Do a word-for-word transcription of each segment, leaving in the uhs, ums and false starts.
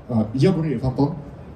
Я Гуреев Антон,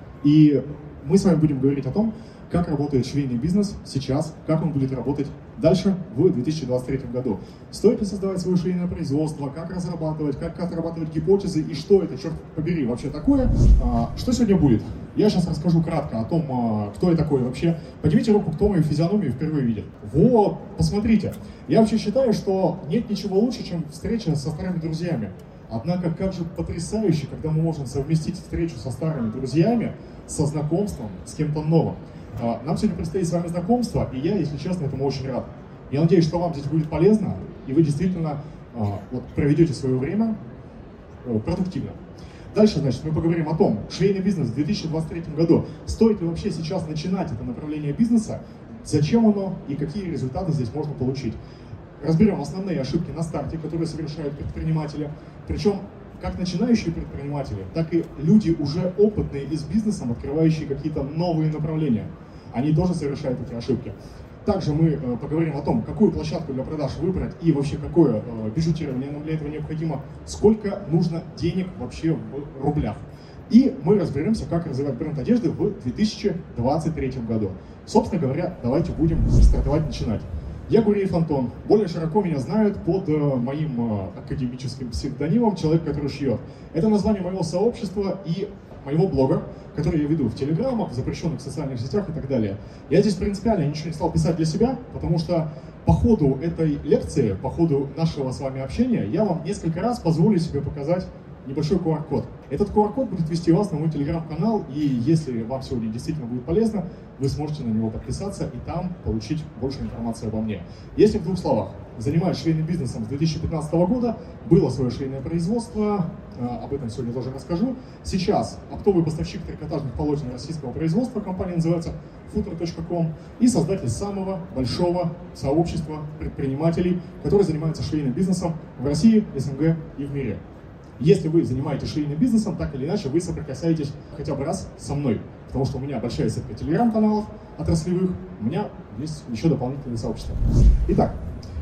и мы с вами будем говорить о том, как работает швейный бизнес сейчас, как он будет работать дальше в две тысячи двадцать третьем году. Стоит ли создавать свое швейное производство, как разрабатывать, как отрабатывать гипотезы и что это, черт побери, вообще такое. Что сегодня будет? Я сейчас расскажу кратко о том, кто я такой вообще. Поднимите руку, кто мою физиономию впервые видит. Вот, посмотрите. Я вообще считаю, что нет ничего лучше, чем встреча со старыми друзьями. Однако, как же потрясающе, когда мы можем совместить встречу со старыми друзьями со знакомством с кем-то новым. Нам сегодня предстоит с вами знакомство, и я, если честно, этому очень рад. Я надеюсь, что вам здесь будет полезно, и вы действительно вот, проведете свое время продуктивно. Дальше, значит, мы поговорим о том, швейный бизнес в две тысячи двадцать третьем году. Стоит ли вообще сейчас начинать это направление бизнеса, зачем оно и какие результаты здесь можно получить. Разберем основные ошибки на старте, которые совершают предприниматели. Причем как начинающие предприниматели, так и люди уже опытные и с бизнесом, открывающие какие-то новые направления. Они тоже совершают эти ошибки. Также мы э, поговорим о том, какую площадку для продаж выбрать и вообще какое э, бюджетирование нам для этого необходимо, сколько нужно денег вообще в рублях. И мы разберемся, как развивать бренд одежды в две тысячи двадцать третьем году. Собственно говоря, давайте будем стартовать, начинать. Я Гуреев Антон. Более широко меня знают под э, моим э, академическим псевдонимом «Человек, который шьет». Это название моего сообщества и моего блога, который я веду в телеграммах, в запрещенных социальных сетях и так далее. Я здесь принципиально ничего не стал писать для себя, потому что по ходу этой лекции, по ходу нашего с вами общения, я вам несколько раз позволю себе показать небольшой ку ар код. Этот ку ар код будет вести вас на мой телеграм-канал, и если вам сегодня действительно будет полезно, вы сможете на него подписаться и там получить больше информации обо мне. Если в двух словах, занимаюсь швейным бизнесом с две тысячи пятнадцатого года, было свое швейное производство, об этом сегодня тоже расскажу. Сейчас оптовый поставщик трикотажных полотен российского производства, компания называется футер точка ком, и создатель самого большого сообщества предпринимателей, которые занимаются швейным бизнесом в России, эс эн гэ и в мире. Если вы занимаетесь швейным бизнесом, так или иначе, вы соприкасаетесь хотя бы раз со мной, потому что у меня большая сетка телеграм-каналов отраслевых, у меня есть еще дополнительное сообщество. Итак,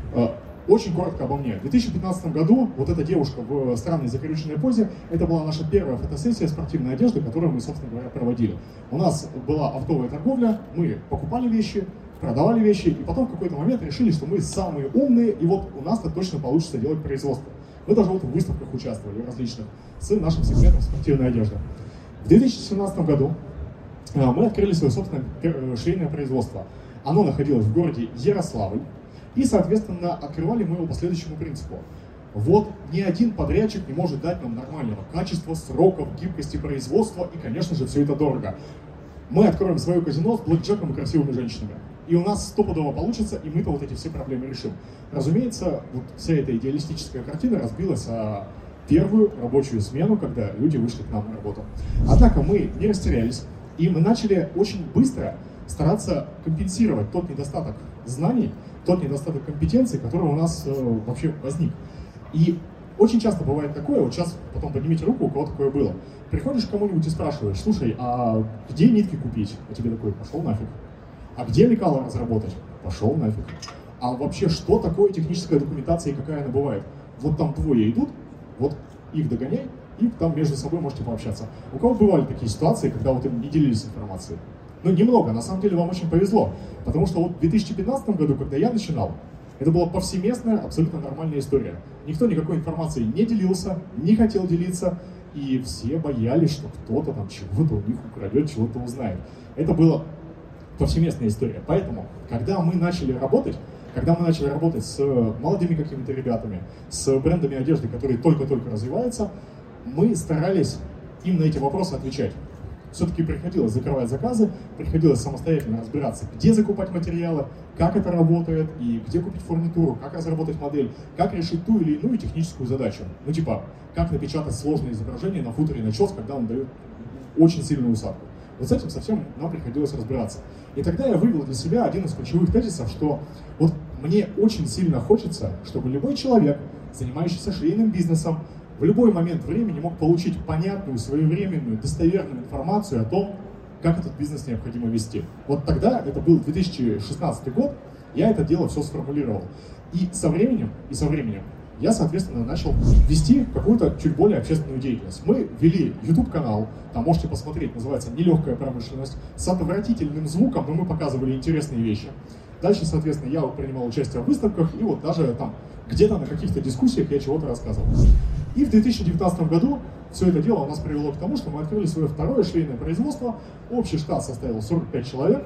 очень коротко обо мне. В две тысячи пятнадцатом году вот эта девушка в странной закрюченной позе, это была наша первая фотосессия спортивной одежды, которую мы, собственно говоря, проводили. У нас была оптовая торговля, мы покупали вещи, продавали вещи, и потом в какой-то момент решили, что мы самые умные, и вот у нас-то точно получится делать производство. Мы даже вот в выставках участвовали различных с нашим сегментом спортивной одежды. В две тысячи семнадцатом году мы открыли свое собственное швейное производство. Оно находилось в городе Ярославль, и, соответственно, открывали мы его по следующему принципу. Вот ни один подрядчик не может дать нам нормального качества, сроков, гибкости производства, и, конечно же, все это дорого. Мы откроем свое казино с блэкджеком и красивыми женщинами. И у нас стопудово получится, и мы-то вот эти все проблемы решим. Разумеется, вот вся эта идеалистическая картина разбилась о первую рабочую смену, когда люди вышли к нам на работу. Однако мы не растерялись, и мы начали очень быстро стараться компенсировать тот недостаток знаний, тот недостаток компетенции, который у нас э, вообще возник. И очень часто бывает такое, вот сейчас потом поднимите руку, у кого такое было. Приходишь к кому-нибудь и спрашиваешь: слушай, а где нитки купить? А тебе такой: пошел нафиг. А где лекала разработать? Пошел нафиг. А вообще, что такое техническая документация и какая она бывает? Вот там двое идут, вот их догоняй, и там между собой можете пообщаться. У кого бывали такие ситуации, когда вот им не делились информацией? Ну, немного, на самом деле вам очень повезло, потому что вот в две тысячи пятнадцатом году, когда я начинал, это была повсеместная, абсолютно нормальная история. Никто никакой информацией не делился, не хотел делиться, и все боялись, что кто-то там чего-то у них украдет, чего-то узнает. Это была повсеместная история. Поэтому, когда мы начали работать, когда мы начали работать с молодыми какими-то ребятами, с брендами одежды, которые только-только развиваются, мы старались им на эти вопросы отвечать. Все-таки приходилось закрывать заказы, приходилось самостоятельно разбираться, где закупать материалы, как это работает, и где купить фурнитуру, как разработать модель, как решить ту или иную техническую задачу. Ну типа, как напечатать сложное изображение на футере начес, когда он дает очень сильную усадку. Вот с этим совсем нам приходилось разбираться. И тогда я вывел для себя один из ключевых тезисов, что вот мне очень сильно хочется, чтобы любой человек, занимающийся швейным бизнесом, в любой момент времени мог получить понятную, своевременную, достоверную информацию о том, как этот бизнес необходимо вести. Вот тогда, это был две тысячи шестнадцатый год, я это дело все сформулировал. И со временем, и со временем я, соответственно, начал вести какую-то чуть более общественную деятельность. Мы вели YouTube-канал, там можете посмотреть, называется «Нелегкая промышленность», с отвратительным звуком, но мы показывали интересные вещи. Дальше, соответственно, я принимал участие в выставках, и вот даже там где-то на каких-то дискуссиях я чего-то рассказывал. И в две тысячи девятнадцатом году все это дело у нас привело к тому, что мы открыли свое второе швейное производство. Общий штат составил сорок пять человек.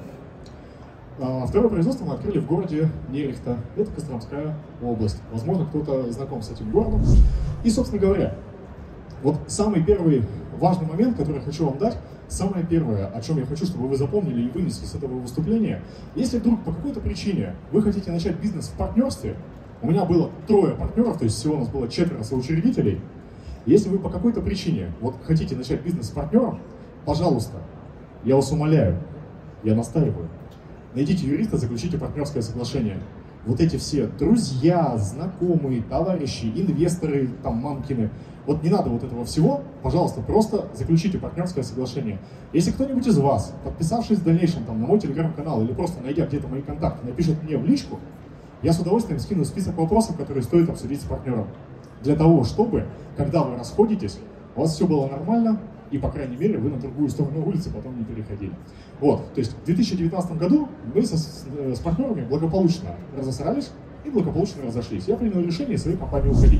Второе производство мы открыли в городе Нерехта. Это Костромская область. Возможно, кто-то знаком с этим городом. И, собственно говоря, вот самый первый важный момент, который я хочу вам дать, самое первое, о чем я хочу, чтобы вы запомнили и вынесли с этого выступления, если вдруг по какой-то причине вы хотите начать бизнес в партнерстве, у меня было трое партнеров, то есть всего у нас было четверо соучредителей. Если вы по какой-то причине вот хотите начать бизнес с партнером, пожалуйста, я вас умоляю, я настаиваю, найдите юриста, заключите партнерское соглашение. Вот эти все друзья, знакомые, товарищи, инвесторы, там, мамкины, вот не надо вот этого всего, пожалуйста, просто заключите партнерское соглашение. Если кто-нибудь из вас, подписавшись в дальнейшем там, на мой телеграм-канал или просто найдя где-то мои контакты, напишет мне в личку, я с удовольствием скину список вопросов, которые стоит обсудить с партнером. Для того, чтобы, когда вы расходитесь, у вас все было нормально, и, по крайней мере, вы на другую сторону улицы потом не переходили. Вот, то есть в две тысячи девятнадцатом году мы со, с, с партнерами благополучно разосрались и благополучно разошлись. Я принял решение из своей компании уходить.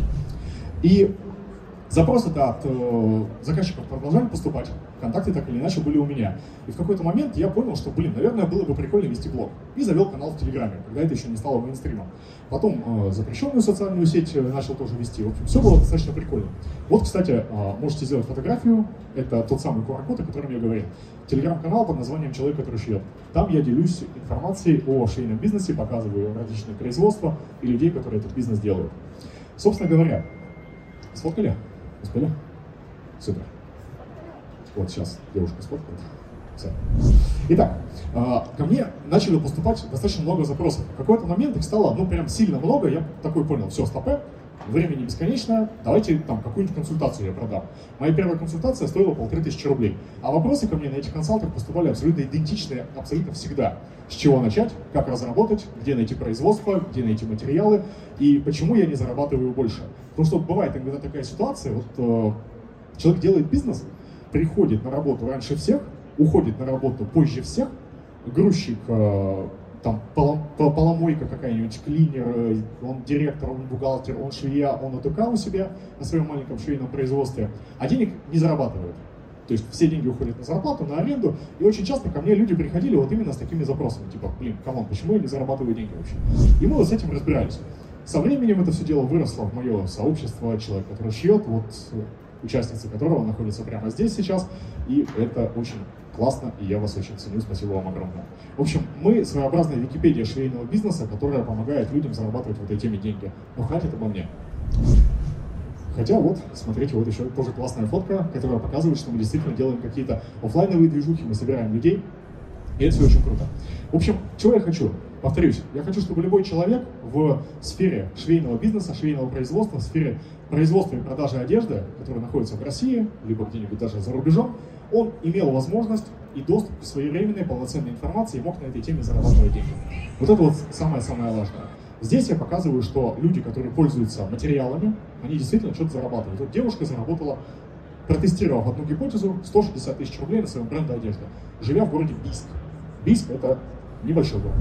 И запросы-то от э, заказчиков продолжали поступать, контакты так или иначе были у меня. И в какой-то момент я понял, что, блин, наверное, было бы прикольно вести блог. И завел канал в Телеграме, когда это еще не стало мейнстримом. Потом э, запрещенную социальную сеть начал тоже вести. В общем, все было достаточно прикольно. Вот, кстати, э, можете сделать фотографию. Это тот самый ку ар код, о котором я говорил. Телеграм-канал под названием «Человек, который шьет». Там я делюсь информацией о швейном бизнесе, показываю различные производства и людей, которые этот бизнес делают. Собственно говоря, сфоткали? Успели? Супер. Вот сейчас девушка сфоткает. Все. Итак, ко мне начали поступать достаточно много запросов. В какой-то момент их стало, ну, прям сильно много. Я такой понял, все, стопэ, время не бесконечное, давайте там какую-нибудь консультацию я продам. Моя первая консультация стоила полторы тысячи рублей. А вопросы ко мне на этих консалтах поступали абсолютно идентичные, абсолютно всегда. С чего начать, как разработать, где найти производство, где найти материалы и почему я не зарабатываю больше. Потому что бывает иногда такая ситуация, вот э, человек делает бизнес, приходит на работу раньше всех, уходит на работу позже всех, грузчик, э, там полом, поломойка какая-нибудь, клинер, он директор, он бухгалтер, он швея, он АТК у себя на своем маленьком швейном производстве, а денег не зарабатывает. То есть все деньги уходят на зарплату, на аренду, и очень часто ко мне люди приходили вот именно с такими запросами, типа, блин, камон, почему я не зарабатываю деньги вообще? И мы вот с этим разбирались. Со временем это все дело выросло в мое сообщество, человек, который шьет, вот участница которого находится прямо здесь сейчас, и это очень классно, и я вас очень ценю, спасибо вам огромное. В общем, мы своеобразная Википедия швейного бизнеса, которая помогает людям зарабатывать в этой теме деньги. Но хватит обо мне. Хотя вот, смотрите, вот еще тоже классная фотка, которая показывает, что мы действительно делаем какие-то офлайновые движухи, мы собираем людей, и это все очень круто. В общем, чего я хочу? Повторюсь, я хочу, чтобы любой человек в сфере швейного бизнеса, швейного производства, в сфере производства и продажи одежды, который находится в России, либо где-нибудь даже за рубежом, он имел возможность и доступ к своевременной полноценной информации и мог на этой теме зарабатывать деньги. Вот это вот самое-самое важное. Здесь я показываю, что люди, которые пользуются материалами, они действительно что-то зарабатывают. Вот девушка заработала, протестировав одну гипотезу, сто шестьдесят тысяч рублей на своем бренде одежды, живя в городе Бийск. Бийск — это небольшой город.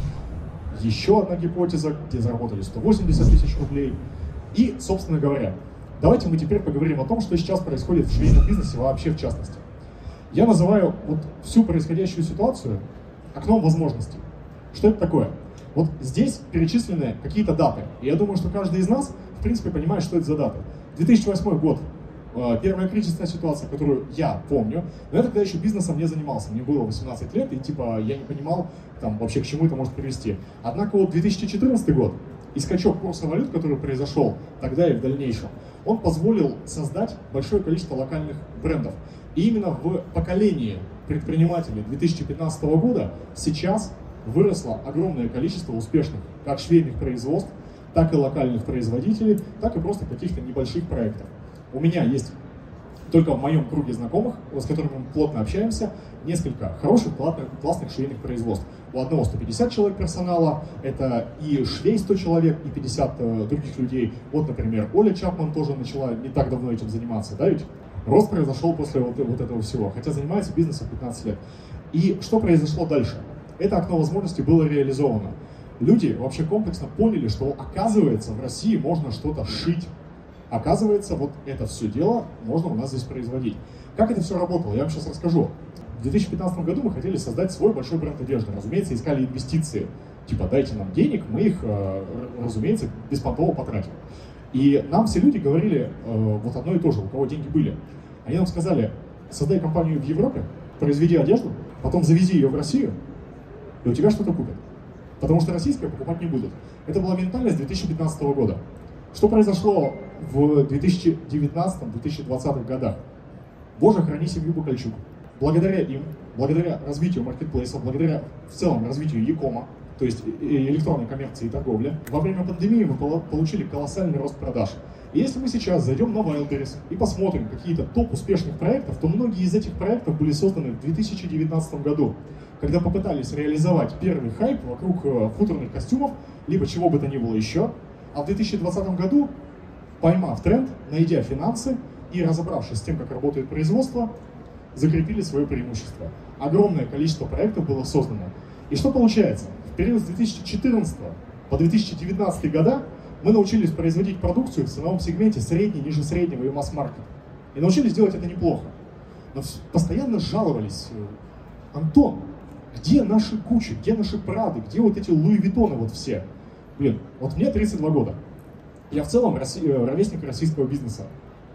Еще одна гипотеза, где заработали сто восемьдесят тысяч рублей. И, собственно говоря, давайте мы теперь поговорим о том, что сейчас происходит в швейном бизнесе вообще в частности. Я называю вот всю происходящую ситуацию окном возможностей. Что это такое? Вот здесь перечислены какие-то даты. И я думаю, что каждый из нас, в принципе, понимает, что это за даты. две тысячи восьмой год. Первая кризисная ситуация, которую я помню, но я тогда еще бизнесом не занимался. Мне было восемнадцать лет, и типа я не понимал там вообще, к чему это может привести. Однако вот две тысячи четырнадцатый год и скачок курса валют, который произошел тогда и в дальнейшем, он позволил создать большое количество локальных брендов. И именно в поколении предпринимателей две тысячи пятнадцатого года сейчас выросло огромное количество успешных как швейных производств, так и локальных производителей, так и просто каких-то небольших проектов. У меня есть только в моем круге знакомых, с которыми мы плотно общаемся, несколько хороших, классных, классных швейных производств. У одного сто пятьдесят человек персонала, это и швей сто человек, и пятьдесят э, других людей. Вот, например, Оля Чапман тоже начала не так давно этим заниматься, да ведь? Рост произошел после вот, вот этого всего, хотя занимается бизнесом пятнадцать лет. И что произошло дальше? Это окно возможностей было реализовано. Люди вообще комплексно поняли, что оказывается в России можно что-то шить. Оказывается, вот это все дело можно у нас здесь производить. Как это все работало, я вам сейчас расскажу. В две тысячи пятнадцатом году мы хотели создать свой большой бренд одежды. Разумеется, искали инвестиции. Типа, дайте нам денег, мы их, разумеется, беспонтово потратим. И нам все люди говорили вот одно и то же, у кого деньги были. Они нам сказали, создай компанию в Европе, произведи одежду, потом завези ее в Россию, и у тебя что-то купят. Потому что российское покупать не будут. Это была ментальность две тысячи пятнадцатого года. Что произошло в две тысячи девятнадцатом — две тысячи двадцатом годах? Боже, храни семью Бакальчук. Благодаря им, благодаря развитию маркетплейса, благодаря в целом развитию e-кома, то есть электронной коммерции и торговли, во время пандемии мы получили колоссальный рост продаж. И если мы сейчас зайдем на Wildberries и посмотрим какие-то топ успешных проектов, то многие из этих проектов были созданы в две тысячи девятнадцатом году, когда попытались реализовать первый хайп вокруг футерных костюмов, либо чего бы то ни было еще, а в две тысячи двадцатом году, поймав тренд, найдя финансы и разобравшись с тем, как работает производство, закрепили свое преимущество. Огромное количество проектов было создано. И что получается? В период с две тысячи четырнадцатого по две тысячи девятнадцатый года мы научились производить продукцию в ценовом сегменте средний, ниже среднего и масс-маркет. И научились делать это неплохо. Но постоянно жаловались: Антон, где наши Гуччи, где наши Прады, где вот эти Луи Виттоны вот все? Блин, вот мне тридцать два года. Я в целом ровесник российского бизнеса.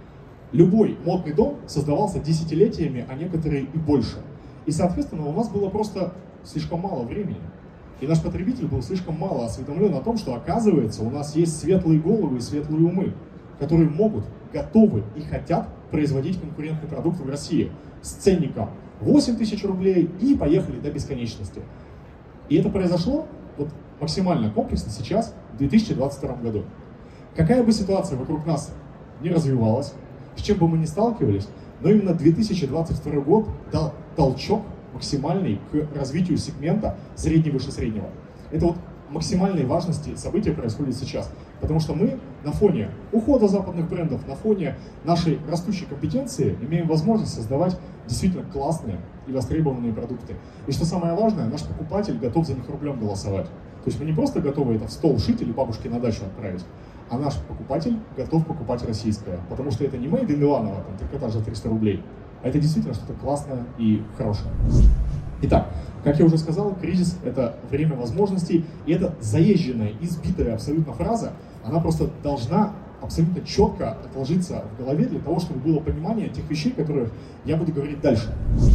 Любой модный дом создавался десятилетиями, а некоторые и больше. И, соответственно, у нас было просто слишком мало времени. И наш потребитель был слишком мало осведомлен о том, что, оказывается, у нас есть светлые головы и светлые умы, которые могут, готовы и хотят производить конкурентный продукт в России с ценником восемь тысяч рублей и поехали до бесконечности. И это произошло вот максимально комплексно сейчас, в две тысячи двадцать втором году. Какая бы ситуация вокруг нас не развивалась, с чем бы мы ни сталкивались, но именно две тысячи двадцать второй год дал толчок максимальный к развитию сегмента средний-выше среднего. Это вот максимальной важности события происходит сейчас. Потому что мы на фоне ухода западных брендов, на фоне нашей растущей компетенции имеем возможность создавать действительно классные и востребованные продукты. И что самое важное, наш покупатель готов за них рублем голосовать. То есть мы не просто готовы это в стол шить или бабушке на дачу отправить, а наш покупатель готов покупать российское. Потому что это не made in Иваново, там, трикотаж за триста рублей, а это действительно что-то классное и хорошее. Итак, как я уже сказал, кризис — это время возможностей, и это заезженная, избитая абсолютно фраза, она просто должна абсолютно четко отложиться в голове для того, чтобы было понимание тех вещей, которые я буду говорить дальше.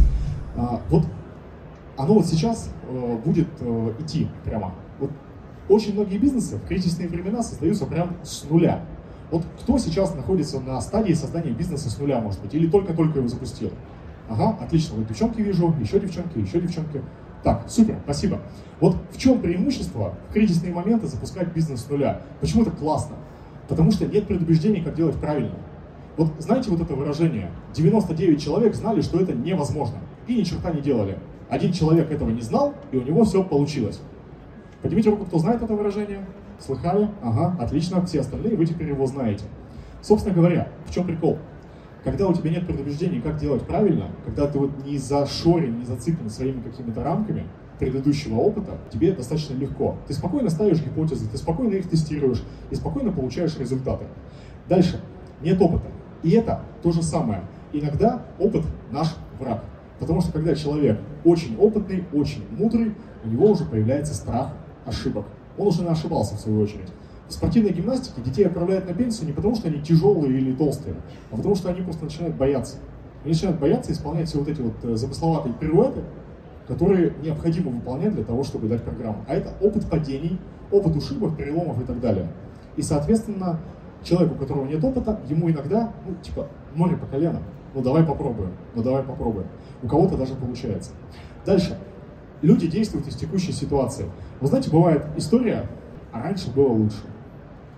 А, вот оно вот сейчас э, будет э, идти прямо. Вот очень многие бизнесы в кризисные времена создаются прям с нуля. Вот кто сейчас находится на стадии создания бизнеса с нуля, может быть, или только-только его запустил? Ага, отлично, вот девчонки вижу, еще девчонки, еще девчонки. Так, супер, спасибо. Вот в чем преимущество в кризисные моменты запускать бизнес с нуля? Почему это классно? Потому что нет предубеждений, как делать правильно. Вот знаете вот это выражение? девяносто девять человек знали, что это невозможно, и ни черта не делали. Один человек этого не знал, и у него все получилось. Поднимите руку, кто знает это выражение. Слыхали? Ага, отлично, все остальные, вы теперь его знаете. Собственно говоря, в чем прикол? Когда у тебя нет предубеждений, как делать правильно, когда ты вот не зашорен, не зациклен своими какими-то рамками предыдущего опыта, тебе достаточно легко. Ты спокойно ставишь гипотезы, ты спокойно их тестируешь и спокойно получаешь результаты. Дальше. Нет опыта. И это то же самое. Иногда опыт наш враг. Потому что когда человек очень опытный, очень мудрый, у него уже появляется страх ошибок. Он уже не ошибался в свою очередь. В спортивной гимнастике детей отправляют на пенсию не потому, что они тяжелые или толстые, а потому что они просто начинают бояться. Они начинают бояться исполнять все вот эти вот замысловатые пируэты, которые необходимо выполнять для того, чтобы дать программу. А это опыт падений, опыт ушибов, переломов и так далее. И, соответственно, человеку, у которого нет опыта, ему иногда, ну, типа, море по колено. Ну, давай попробуем, ну, давай попробуем. У кого-то даже получается. Дальше. Люди действуют из текущей ситуации. Вы знаете, бывает история, а раньше было лучше.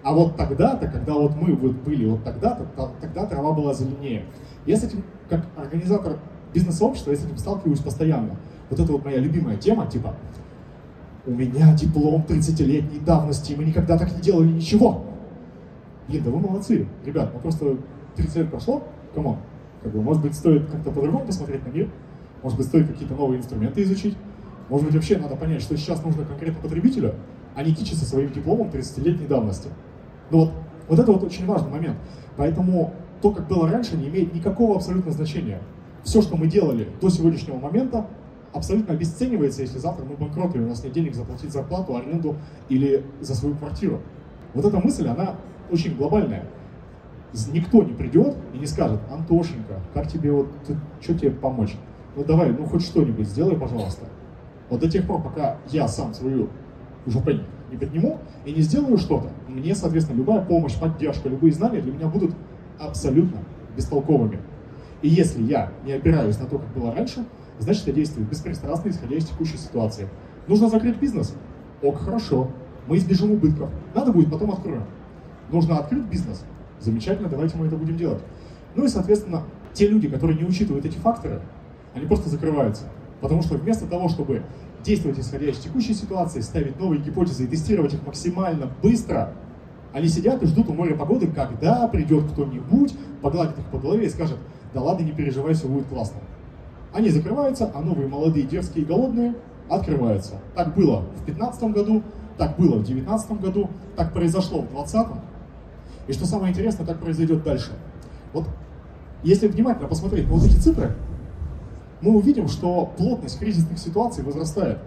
А вот тогда-то, когда вот мы вот были вот тогда-то, тогда трава была зеленее. Я с этим, как организатор бизнес-сообщества, я с этим сталкиваюсь постоянно. Вот это вот моя любимая тема, типа, у меня диплом тридцатилетней давности, мы никогда так не делали ничего. Блин, да вы молодцы, ребят, ну просто тридцать лет прошло, камон. Как бы, может быть, стоит как-то по-другому посмотреть на мир, может быть, стоит какие-то новые инструменты изучить, может быть, вообще надо понять, что сейчас нужно конкретно потребителю, а не кичиться своим дипломом тридцатилетней давности. Ну вот, вот это вот очень важный момент. Поэтому то, как было раньше, не имеет никакого абсолютно значения. Все, что мы делали до сегодняшнего момента, абсолютно обесценивается, если завтра мы банкроты, и у нас нет денег заплатить зарплату, аренду или за свою квартиру. Вот эта мысль, она очень глобальная. Никто не придет и не скажет: Антошенька, как тебе вот, что тебе помочь? Ну давай, ну хоть что-нибудь сделай, пожалуйста. Вот до тех пор, пока я сам свою жопу не подниму и не сделаю что-то, мне, соответственно, любая помощь, поддержка, любые знания для меня будут абсолютно бестолковыми. И если я не опираюсь на то, как было раньше, значит, я действую беспристрастно, исходя из текущей ситуации. Нужно закрыть бизнес? Ок, хорошо. Мы избежим убытков. Надо будет, потом откроем. Нужно открыть бизнес? Замечательно, давайте мы это будем делать. Ну и, соответственно, те люди, которые не учитывают эти факторы, они просто закрываются. Потому что вместо того, чтобы действовать исходя из текущей ситуации, ставить новые гипотезы и тестировать их максимально быстро, они сидят и ждут у моря погоды, когда придет кто-нибудь, погладит их по голове и скажет: да ладно, не переживай, все будет классно. Они закрываются, а новые молодые, дерзкие и голодные открываются. Так было в две тысячи пятнадцатом году, так было в две тысячи девятнадцатом году, так произошло в две тысячи двадцатом. И что самое интересное, так произойдет дальше. Вот если внимательно посмотреть на вот эти цифры, мы увидим, что плотность кризисных ситуаций возрастает.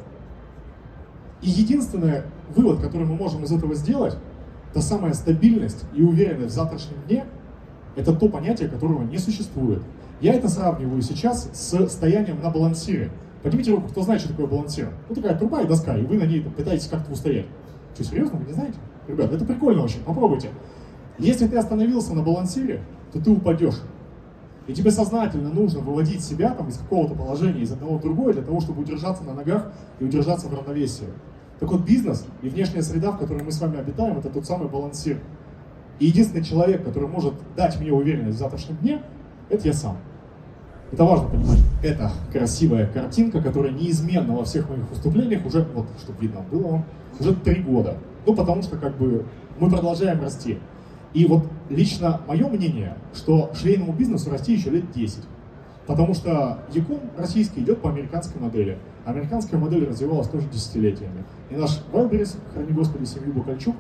И единственный вывод, который мы можем из этого сделать, та самая стабильность и уверенность в завтрашнем дне, это то понятие, которого не существует. Я это сравниваю сейчас с стоянием на балансире. Поднимите руку, кто знает, что такое балансир. Ну такая труба и доска, и вы на ней пытаетесь как-то устоять. Что, серьезно, вы не знаете? Ребята, это прикольно очень, попробуйте. Если ты остановился на балансире, то ты упадешь. И тебе сознательно нужно выводить себя там, из какого-то положения, из одного в другое, для того, чтобы удержаться на ногах и удержаться в равновесии. Так вот, бизнес и внешняя среда, в которой мы с вами обитаем, это тот самый балансир. И единственный человек, который может дать мне уверенность в завтрашнем дне, это я сам. Это важно понимать. Это красивая картинка, которая неизменно во всех моих выступлениях уже, вот, чтобы видно было вам, уже три года. Ну, потому что, как бы, мы продолжаем расти. И вот лично мое мнение, что швейному бизнесу расти еще лет десять. Потому что Яком российский идет по американской модели. Американская модель развивалась тоже десятилетиями. И наш Вайлдберрис, храни Господи, семью Бакальчук,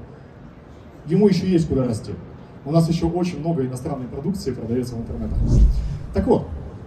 ему еще есть куда расти. У нас еще очень много иностранной продукции продается в интернетах. Так вот,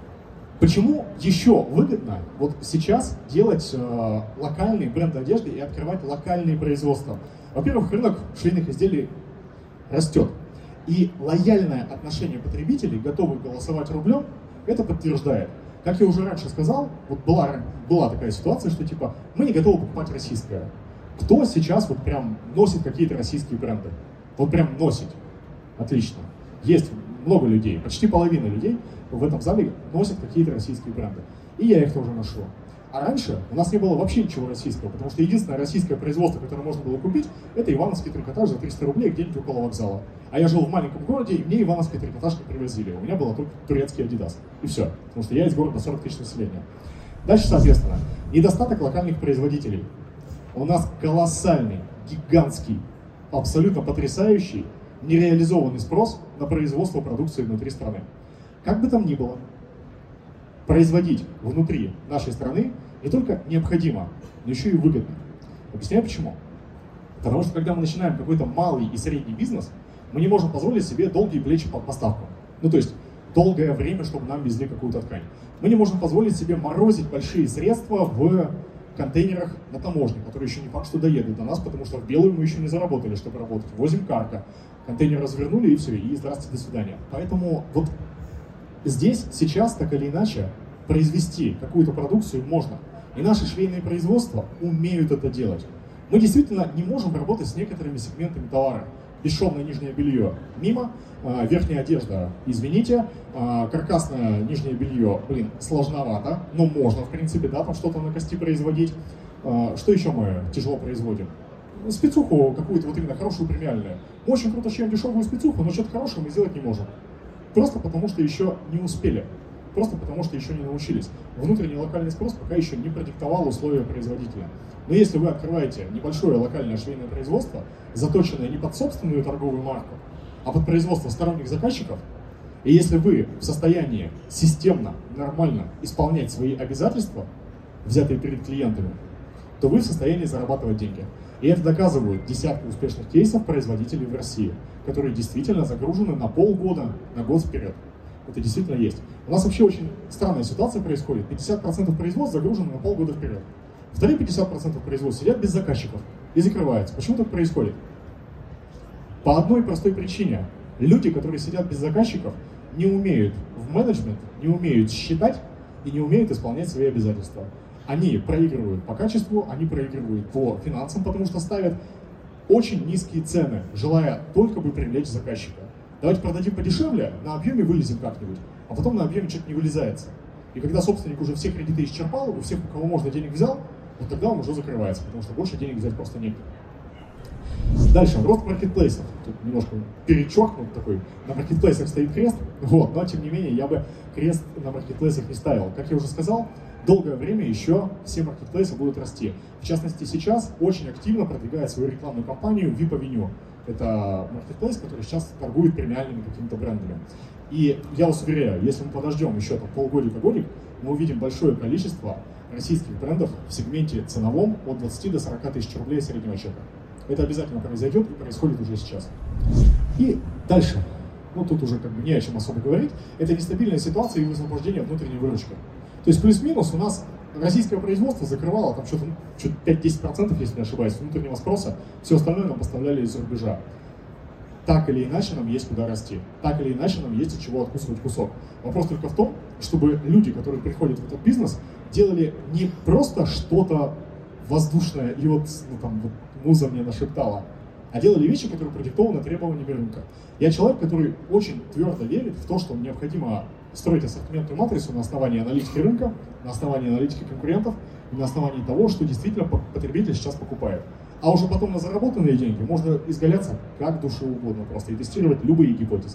почему еще выгодно вот сейчас делать э, локальные бренды одежды и открывать локальные производства? Во-первых, рынок швейных изделий растет. И лояльное отношение потребителей, готовых голосовать рублем, это подтверждает. Как я уже раньше сказал, вот была, была такая ситуация, что типа мы не готовы покупать российское. Кто сейчас вот прям носит какие-то российские бренды? Вот прям носит. Отлично. Есть много людей, почти половина людей в этом зале носят какие-то российские бренды. И я их тоже ношу. А раньше у нас не было вообще ничего российского, потому что единственное российское производство, которое можно было купить, это ивановский трикотаж за триста рублей где-нибудь около вокзала. А я жил в маленьком городе, и мне ивановский трикотаж не привозили. У меня был только турецкий Adidas. И все. Потому что я из города сорок тысяч населения. Дальше, соответственно, недостаток локальных производителей. У нас колоссальный, гигантский, абсолютно потрясающий, нереализованный спрос на производство продукции внутри страны. Как бы там ни было, производить внутри нашей страны не только необходимо, но еще и выгодно. Объясняю почему. Потому что когда мы начинаем какой-то малый и средний бизнес, мы не можем позволить себе долгие плечи по поставкам. Ну то есть долгое время, чтобы нам везли какую-то ткань. Мы не можем позволить себе морозить большие средства в контейнерах на таможне, которые еще не факт, что доедут до нас, потому что в белую мы еще не заработали, чтобы работать. Возим карго, контейнер развернули и все, и здравствуйте, до свидания. Поэтому вот здесь, сейчас, так или иначе, произвести какую-то продукцию можно. И наши швейные производства умеют это делать. Мы действительно не можем работать с некоторыми сегментами товара. Бесшовное нижнее белье мимо, э, верхняя одежда, извините, э, каркасное нижнее белье, блин, сложновато, но можно, в принципе, да, там что-то на кости производить. Э, что еще мы тяжело производим? спецуху какую-то, вот именно хорошую премиальную. Мы очень круто шьем дешевую спецуху, но что-то хорошего мы сделать не можем. Просто потому, что еще не успели. Просто потому, что еще не научились. Внутренний локальный спрос пока еще не продиктовал условия производителя. Но если вы открываете небольшое локальное швейное производство, заточенное не под собственную торговую марку, а под производство сторонних заказчиков, и если вы в состоянии системно, нормально исполнять свои обязательства, взятые перед клиентами, то вы в состоянии зарабатывать деньги. И это доказывают десятки успешных кейсов производителей в России, которые действительно загружены на полгода, на год вперед. Это действительно есть. У нас вообще очень странная ситуация происходит. пятьдесят процентов производств загружены на полгода вперед. Вторые пятьдесят процентов производств сидят без заказчиков и закрываются. Почему так происходит? По одной простой причине. Люди, которые сидят без заказчиков, не умеют в менеджмент, не умеют считать и не умеют исполнять свои обязательства. Они проигрывают по качеству, они проигрывают по финансам, потому что ставят очень низкие цены, желая только бы привлечь заказчика. Давайте продадим подешевле, на объеме вылезем как-нибудь, а потом на объеме что-то не вылезается. И когда собственник уже все кредиты исчерпал, у всех, у кого можно, денег взял, вот тогда он уже закрывается, потому что больше денег взять просто негде. Дальше, рост маркетплейсов. Тут немножко перечеркнут такой, на маркетплейсах стоит крест, вот, но тем не менее я бы крест на маркетплейсах не ставил. Как я уже сказал, долгое время еще все маркетплейсы будут расти. В частности, сейчас очень активно продвигает свою рекламную кампанию ви ай пи-Avenue. Это маркетплейс, который сейчас торгует премиальными какими-то брендами. И я вас уверяю, если мы подождем еще там полгодика-годик, мы увидим большое количество российских брендов в сегменте ценовом от двадцати до сорока тысяч рублей среднего чека. Это обязательно произойдет и происходит уже сейчас. И дальше, ну тут уже как бы не о чем особо говорить, это нестабильная ситуация и высвобождение внутренней выручки. То есть плюс-минус у нас российское производство закрывало там что-то, что-то пять-десять процентов, если не ошибаюсь, внутреннего спроса, все остальное нам поставляли из-за рубежа. Так или иначе нам есть куда расти, так или иначе нам есть от чего откусывать кусок. Вопрос только в том, чтобы люди, которые приходят в этот бизнес, делали не просто что-то воздушное, и вот, ну, там, вот муза мне нашептала, а делали вещи, которые продиктованы требованиями рынка. Я человек, который очень твердо верит в то, что необходимо строить ассортиментную матрицу на основании аналитики рынка, на основании аналитики конкурентов и на основании того, что действительно потребитель сейчас покупает. А уже потом на заработанные деньги можно изгаляться как душе угодно просто и тестировать любые гипотезы.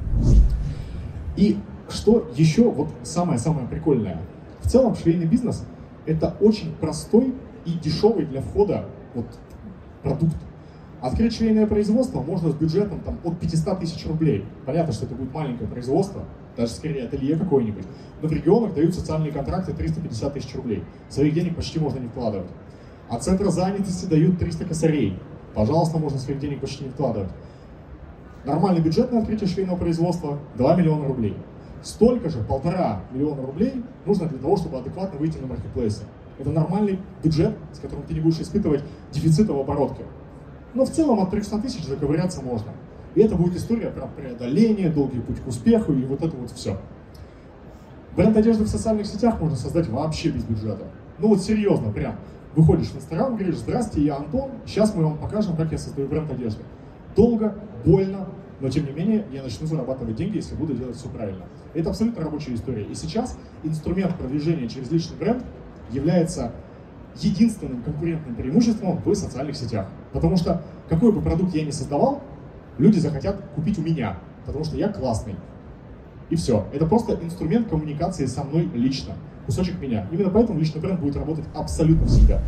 И что еще вот самое-самое прикольное. В целом швейный бизнес – это очень простой и дешевый для входа вот, продукт. Открыть швейное производство можно с бюджетом там, от пятисот тысяч рублей. Понятно, что это будет маленькое производство, даже скорее ателье какое-нибудь. Но в регионах дают социальные контракты триста пятьдесят тысяч рублей. Своих денег почти можно не вкладывать. А центры занятости дают триста косарей. Пожалуйста, можно своих денег почти не вкладывать. Нормальный бюджет на открытие швейного производства – два миллиона рублей. Столько же, полтора миллиона рублей нужно для того, чтобы адекватно выйти на маркетплейсы. Это нормальный бюджет, с которым ты не будешь испытывать дефицита в оборотке. Но в целом от трехсот тысяч заковыряться можно. И это будет история про преодоление, долгий путь к успеху и вот это вот все. Бренд одежды в социальных сетях можно создать вообще без бюджета. Ну вот серьезно, прям. Выходишь в Инстаграм, говоришь: здравствуйте, я Антон, сейчас мы вам покажем, как я создаю бренд одежды. Долго, больно, но тем не менее я начну зарабатывать деньги, если буду делать все правильно. Это абсолютно рабочая история. И сейчас инструмент продвижения через личный бренд является единственным конкурентным преимуществом в социальных сетях. Потому что какой бы продукт я ни создавал, люди захотят купить у меня, потому что я классный. И все. Это просто инструмент коммуникации со мной лично. Кусочек меня. Именно поэтому личный бренд будет работать абсолютно всегда.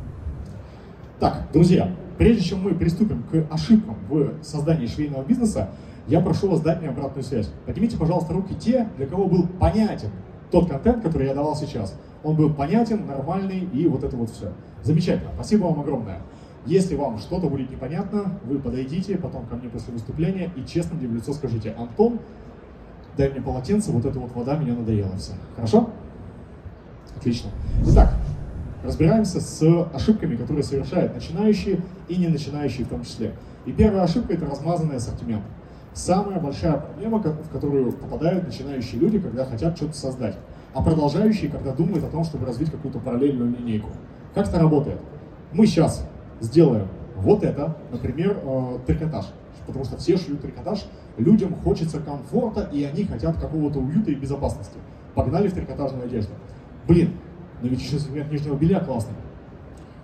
Так, друзья, прежде чем мы приступим к ошибкам в создании швейного бизнеса, я прошу вас дать мне обратную связь. Поднимите, пожалуйста, руки те, для кого был понятен тот контент, который я давал сейчас. Он был понятен, нормальный и вот это вот все. Замечательно. Спасибо вам огромное. Если вам что-то будет непонятно, вы подойдите потом ко мне после выступления и честно мне в лицо скажите: Антон, дай мне полотенце, вот эта вот вода меня надоела вся. Хорошо? Отлично. Итак, разбираемся с ошибками, которые совершают начинающие и не начинающие в том числе. И первая ошибка – это размазанный ассортимент. Самая большая проблема, в которую попадают начинающие люди, когда хотят что-то создать, а продолжающие, когда думают о том, чтобы развить какую-то параллельную линейку. Как это работает? Мы сейчас сделаем вот это, например, трикотаж, потому что все шьют трикотаж, людям хочется комфорта, и они хотят какого-то уюта и безопасности. Погнали в трикотажную одежду. Блин, но ведь еще сегмент нижнего белья классный.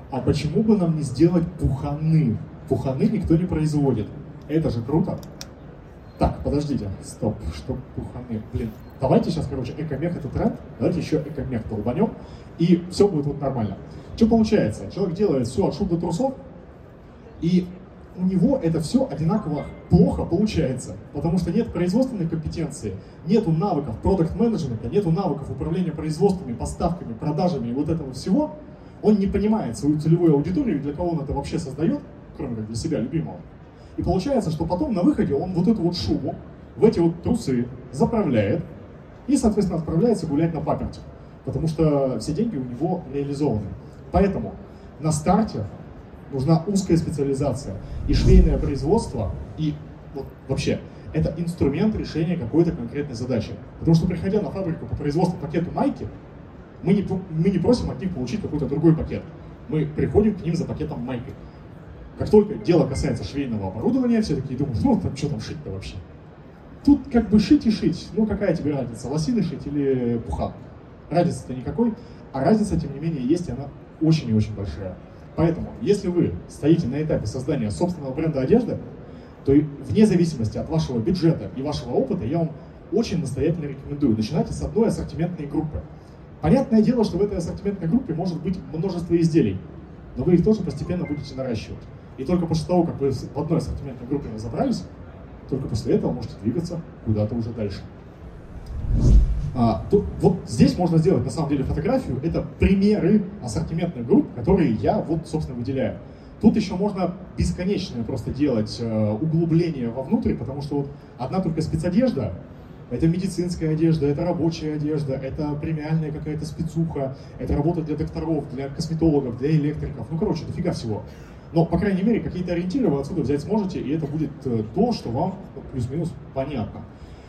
а почему бы нам не сделать пуханы? Пуханы никто не производит. Это же круто. Так, подождите, стоп, что пуханы? Блин, давайте сейчас, короче, экомех это тренд, давайте еще экомех долбанем, и все будет вот нормально. Что получается? Человек делает все от шуб до трусов, и у него это все одинаково плохо получается, потому что нет производственной компетенции, нету навыков продакт-менеджмента, нету навыков управления производствами, поставками, продажами и вот этого всего. Он не понимает свою целевую аудиторию, для кого он это вообще создает, кроме как для себя любимого. И получается, что потом на выходе он вот эту вот шубу в эти вот трусы заправляет и, соответственно, отправляется гулять на паперти, потому что все деньги у него реализованы. Поэтому на старте нужна узкая специализация. И швейное производство, и вот вообще, это инструмент решения какой-то конкретной задачи. Потому что, приходя на фабрику по производству пакета майки, мы не, мы не просим от них получить какой-то другой пакет. Мы приходим к ним за пакетом майки. Как только дело касается швейного оборудования, все такие думают, ну там что там шить-то вообще? Тут как бы шить и шить, ну какая тебе разница, лосины шить или пуха? Разницы-то никакой, а разница, тем не менее, есть, и она очень и очень большая. Поэтому, если вы стоите на этапе создания собственного бренда одежды, то вне зависимости от вашего бюджета и вашего опыта, я вам очень настоятельно рекомендую. Начинайте с одной ассортиментной группы. Понятное дело, что в этой ассортиментной группе может быть множество изделий, но вы их тоже постепенно будете наращивать. И только после того, как вы в одной ассортиментной группе разобрались, только после этого можете двигаться куда-то уже дальше. А, тут, вот здесь можно сделать на самом деле фотографию. Это примеры ассортиментных групп, которые я вот, собственно, выделяю. Тут еще можно бесконечное просто делать э, углубление вовнутрь, потому что вот одна только спецодежда, это медицинская одежда, это рабочая одежда, это премиальная какая-то спецуха, это работа для докторов, для косметологов, для электриков, ну короче, дофига всего. Но, по крайней мере, какие-то ориентиры вы отсюда взять сможете, и это будет э, то, что вам ну, плюс-минус понятно.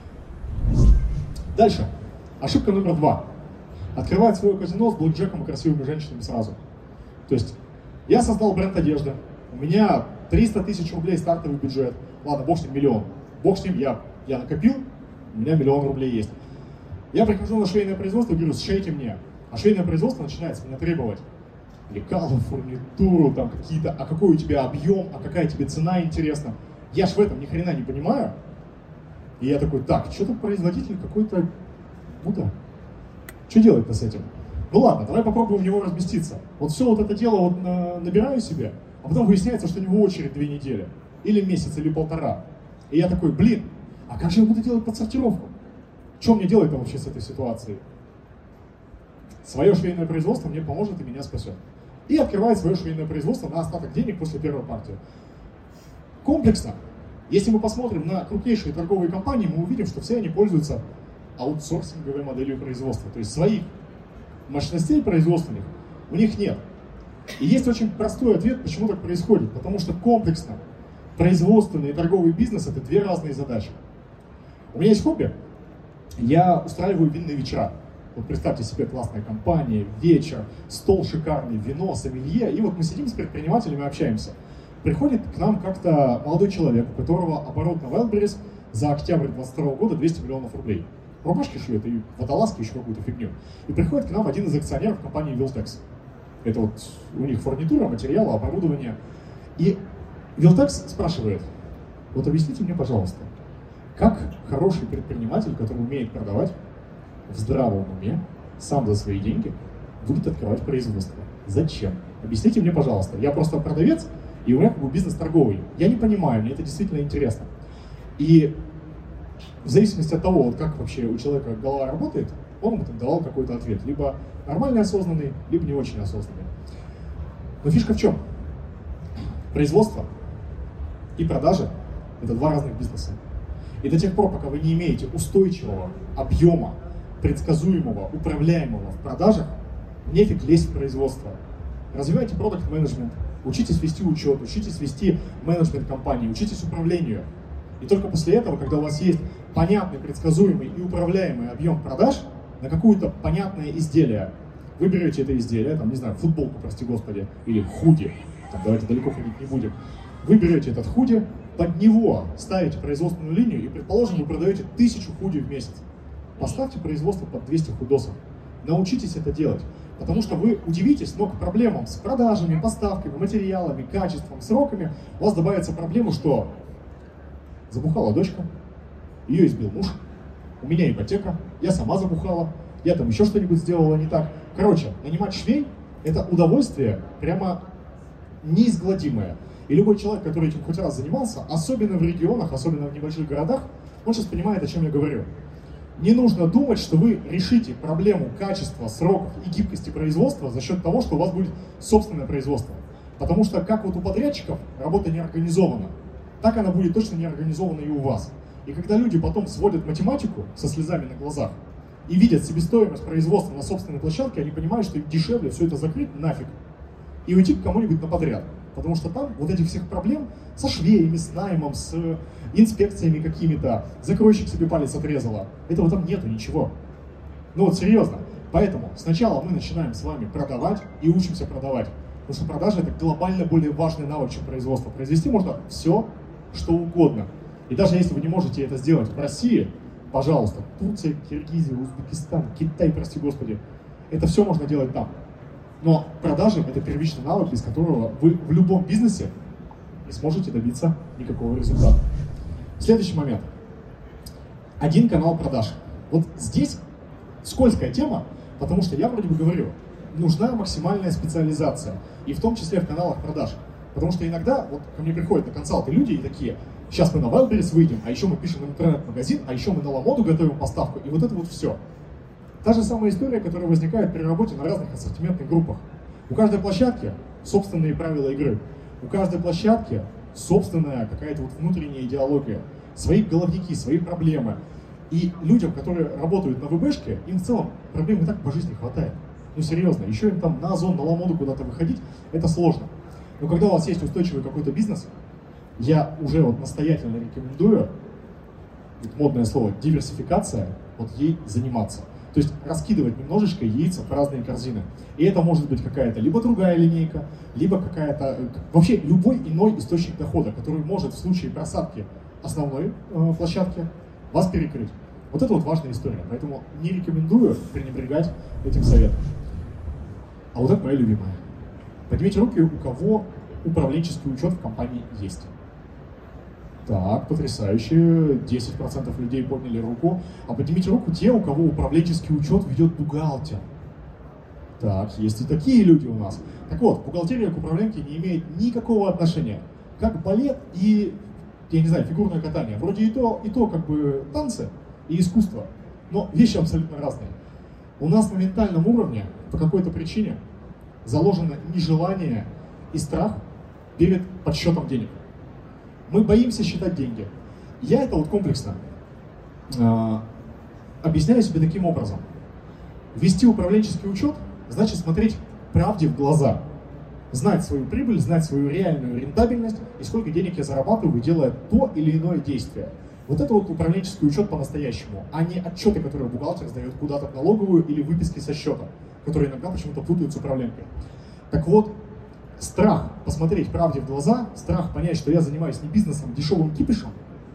Дальше. Ошибка номер два. Открывать свое казино с блэкджеком и красивыми женщинами сразу. То есть, я создал бренд одежды, у меня триста тысяч рублей стартовый бюджет, ладно, бог с ним, миллион. Бог с ним, я, я накопил, у меня миллион рублей есть. Я прихожу на швейное производство и говорю, сшейте мне. А швейное производство начинает с меня требовать лекалу, фурнитуру, там какие-то, а какой у тебя объем, а какая тебе цена интересна. Я ж в этом ни хрена не понимаю. И я такой, так, что-то производитель какой-то, ну да, что делать-то с этим? Ну ладно, давай попробуем в него разместиться. Вот все вот это дело вот э, набираю себе, а потом выясняется, что у него очередь две недели, или месяц, или полтора. И я такой, блин, а как же я буду делать подсортировку? Что мне делать-то вообще с этой ситуацией? Свое швейное производство мне поможет и меня спасет. И открывает свое швейное производство на остаток денег после первой партии. Комплексно. Если мы посмотрим на крупнейшие торговые компании, мы увидим, что все они пользуются аутсорсинговой моделью производства. То есть своих мощностей производственных у них нет. И есть очень простой ответ, почему так происходит. Потому что комплексно производственный и торговый бизнес — это две разные задачи. У меня есть хобби. Я устраиваю винные вечера. Вот представьте себе, классная компания, вечер, стол шикарный, вино, сомелье. И вот мы сидим с предпринимателями, общаемся. Приходит к нам как-то молодой человек, у которого оборот на Wildberries за октябрь двадцать второго года двести миллионов рублей. Рубашки шьет и водолазки, еще какую-то фигню. И приходит к нам один из акционеров компании Viltex. Это вот у них фурнитура, материалы, оборудование. И Viltex спрашивает, вот объясните мне, пожалуйста, как хороший предприниматель, который умеет продавать в здравом уме, сам за свои деньги, будет открывать производство? Зачем? Объясните мне, пожалуйста. Я просто продавец, и у меня как бы бизнес торговый. Я не понимаю, мне это действительно интересно. И в зависимости от того, вот как вообще у человека голова работает, он ему давал какой-то ответ. Либо нормальный осознанный, либо не очень осознанный. Но фишка в чем? Производство и продажи — это два разных бизнеса. И до тех пор, пока вы не имеете устойчивого объема, предсказуемого, управляемого в продажах, нефиг лезть в производство. Развивайте продакт-менеджмент, учитесь вести учет, учитесь вести менеджмент компании, учитесь управлению. И только после этого, когда у вас есть понятный, предсказуемый и управляемый объем продаж на какое-то понятное изделие, вы берете это изделие, там, не знаю, футболку, прости господи, или худи, там, давайте далеко ходить не будем, вы берете этот худи, под него ставите производственную линию и, предположим, вы продаете тысячу худи в месяц. Поставьте производство под двести худосов. Научитесь это делать. Потому что вы удивитесь, но к проблемам с продажами, поставками, материалами, качеством, сроками у вас добавится проблема, что забухала дочка, ее избил муж, у меня ипотека, я сама забухала, я там еще что-нибудь сделала не так. Короче, нанимать швей – это удовольствие прямо неизгладимое. И любой человек, который этим хоть раз занимался, особенно в регионах, особенно в небольших городах, он сейчас понимает, о чем я говорю. Не нужно думать, что вы решите проблему качества, сроков и гибкости производства за счет того, что у вас будет собственное производство. Потому что как вот у подрядчиков работа не организована, так она будет точно не организована и у вас. И когда люди потом сводят математику со слезами на глазах и видят себестоимость производства на собственной площадке, они понимают, что им дешевле все это закрыть нафиг и уйти к кому-нибудь на подряд. Потому что там вот этих всех проблем со швеями, с наймом, с инспекциями какими-то, закройщик себе палец отрезала, этого там нету ничего. Ну вот серьезно. Поэтому сначала мы начинаем с вами продавать и учимся продавать. Потому что продажа — это глобально более важный навык, чем производство. Произвести можно все, что угодно. И даже если вы не можете это сделать в России, пожалуйста, Турция, Киргизия, Узбекистан, Китай, прости господи, это все можно делать там. Но продажи — это первичный навык, без которого вы в любом бизнесе не сможете добиться никакого результата. Следующий момент. Один канал продаж. Вот здесь скользкая тема, потому что я вроде бы говорю, нужна максимальная специализация, и в том числе в каналах продаж. Потому что иногда вот ко мне приходят на консалты люди и такие: сейчас мы на Wildberries выйдем, а еще мы пишем интернет-магазин, а еще мы на Ламоду готовим поставку, и вот это вот все. Та же самая история, которая возникает при работе на разных ассортиментных группах. У каждой площадки собственные правила игры. У каждой площадки собственная какая-то вот внутренняя идеология. Свои головники, свои проблемы. И людям, которые работают на ВБшке, им в целом проблем и так по жизни хватает. Ну серьезно, еще им там на Озон, на Ламоду куда-то выходить, это сложно. Но когда у вас есть устойчивый какой-то бизнес, я уже вот настоятельно рекомендую, вот модное слово, диверсификация, вот ей заниматься. То есть раскидывать немножечко яйца в разные корзины. И это может быть какая-то либо другая линейка, либо какая-то, вообще любой иной источник дохода, который может в случае просадки основной э, площадки вас перекрыть. Вот это вот важная история. Поэтому не рекомендую пренебрегать этим советом. А вот это моя любимая. Поднимите руки, у кого управленческий учет в компании есть. Так, потрясающе. десять процентов людей подняли руку. А поднимите руку те, у кого управленческий учет ведет бухгалтер. Так, есть и такие люди у нас. Так вот, бухгалтерия к управленке не имеет никакого отношения. Как балет и, я не знаю, фигурное катание. Вроде и то, и то как бы танцы и искусство. Но вещи абсолютно разные. У нас на ментальном уровне по какой-то причине заложено нежелание и страх перед подсчетом денег. Мы боимся считать деньги. Я это вот комплексно э, объясняю себе таким образом. Вести управленческий учет значит смотреть правде в глаза. Знать свою прибыль, знать свою реальную рентабельность и сколько денег я зарабатываю, делая то или иное действие. Вот это вот управленческий учет по-настоящему, а не отчеты, которые бухгалтер сдает куда-то в налоговую, или выписки со счета, которые иногда почему-то путают с управленкой. Так вот, страх посмотреть правде в глаза, страх понять, что я занимаюсь не бизнесом, а дешевым кипишем,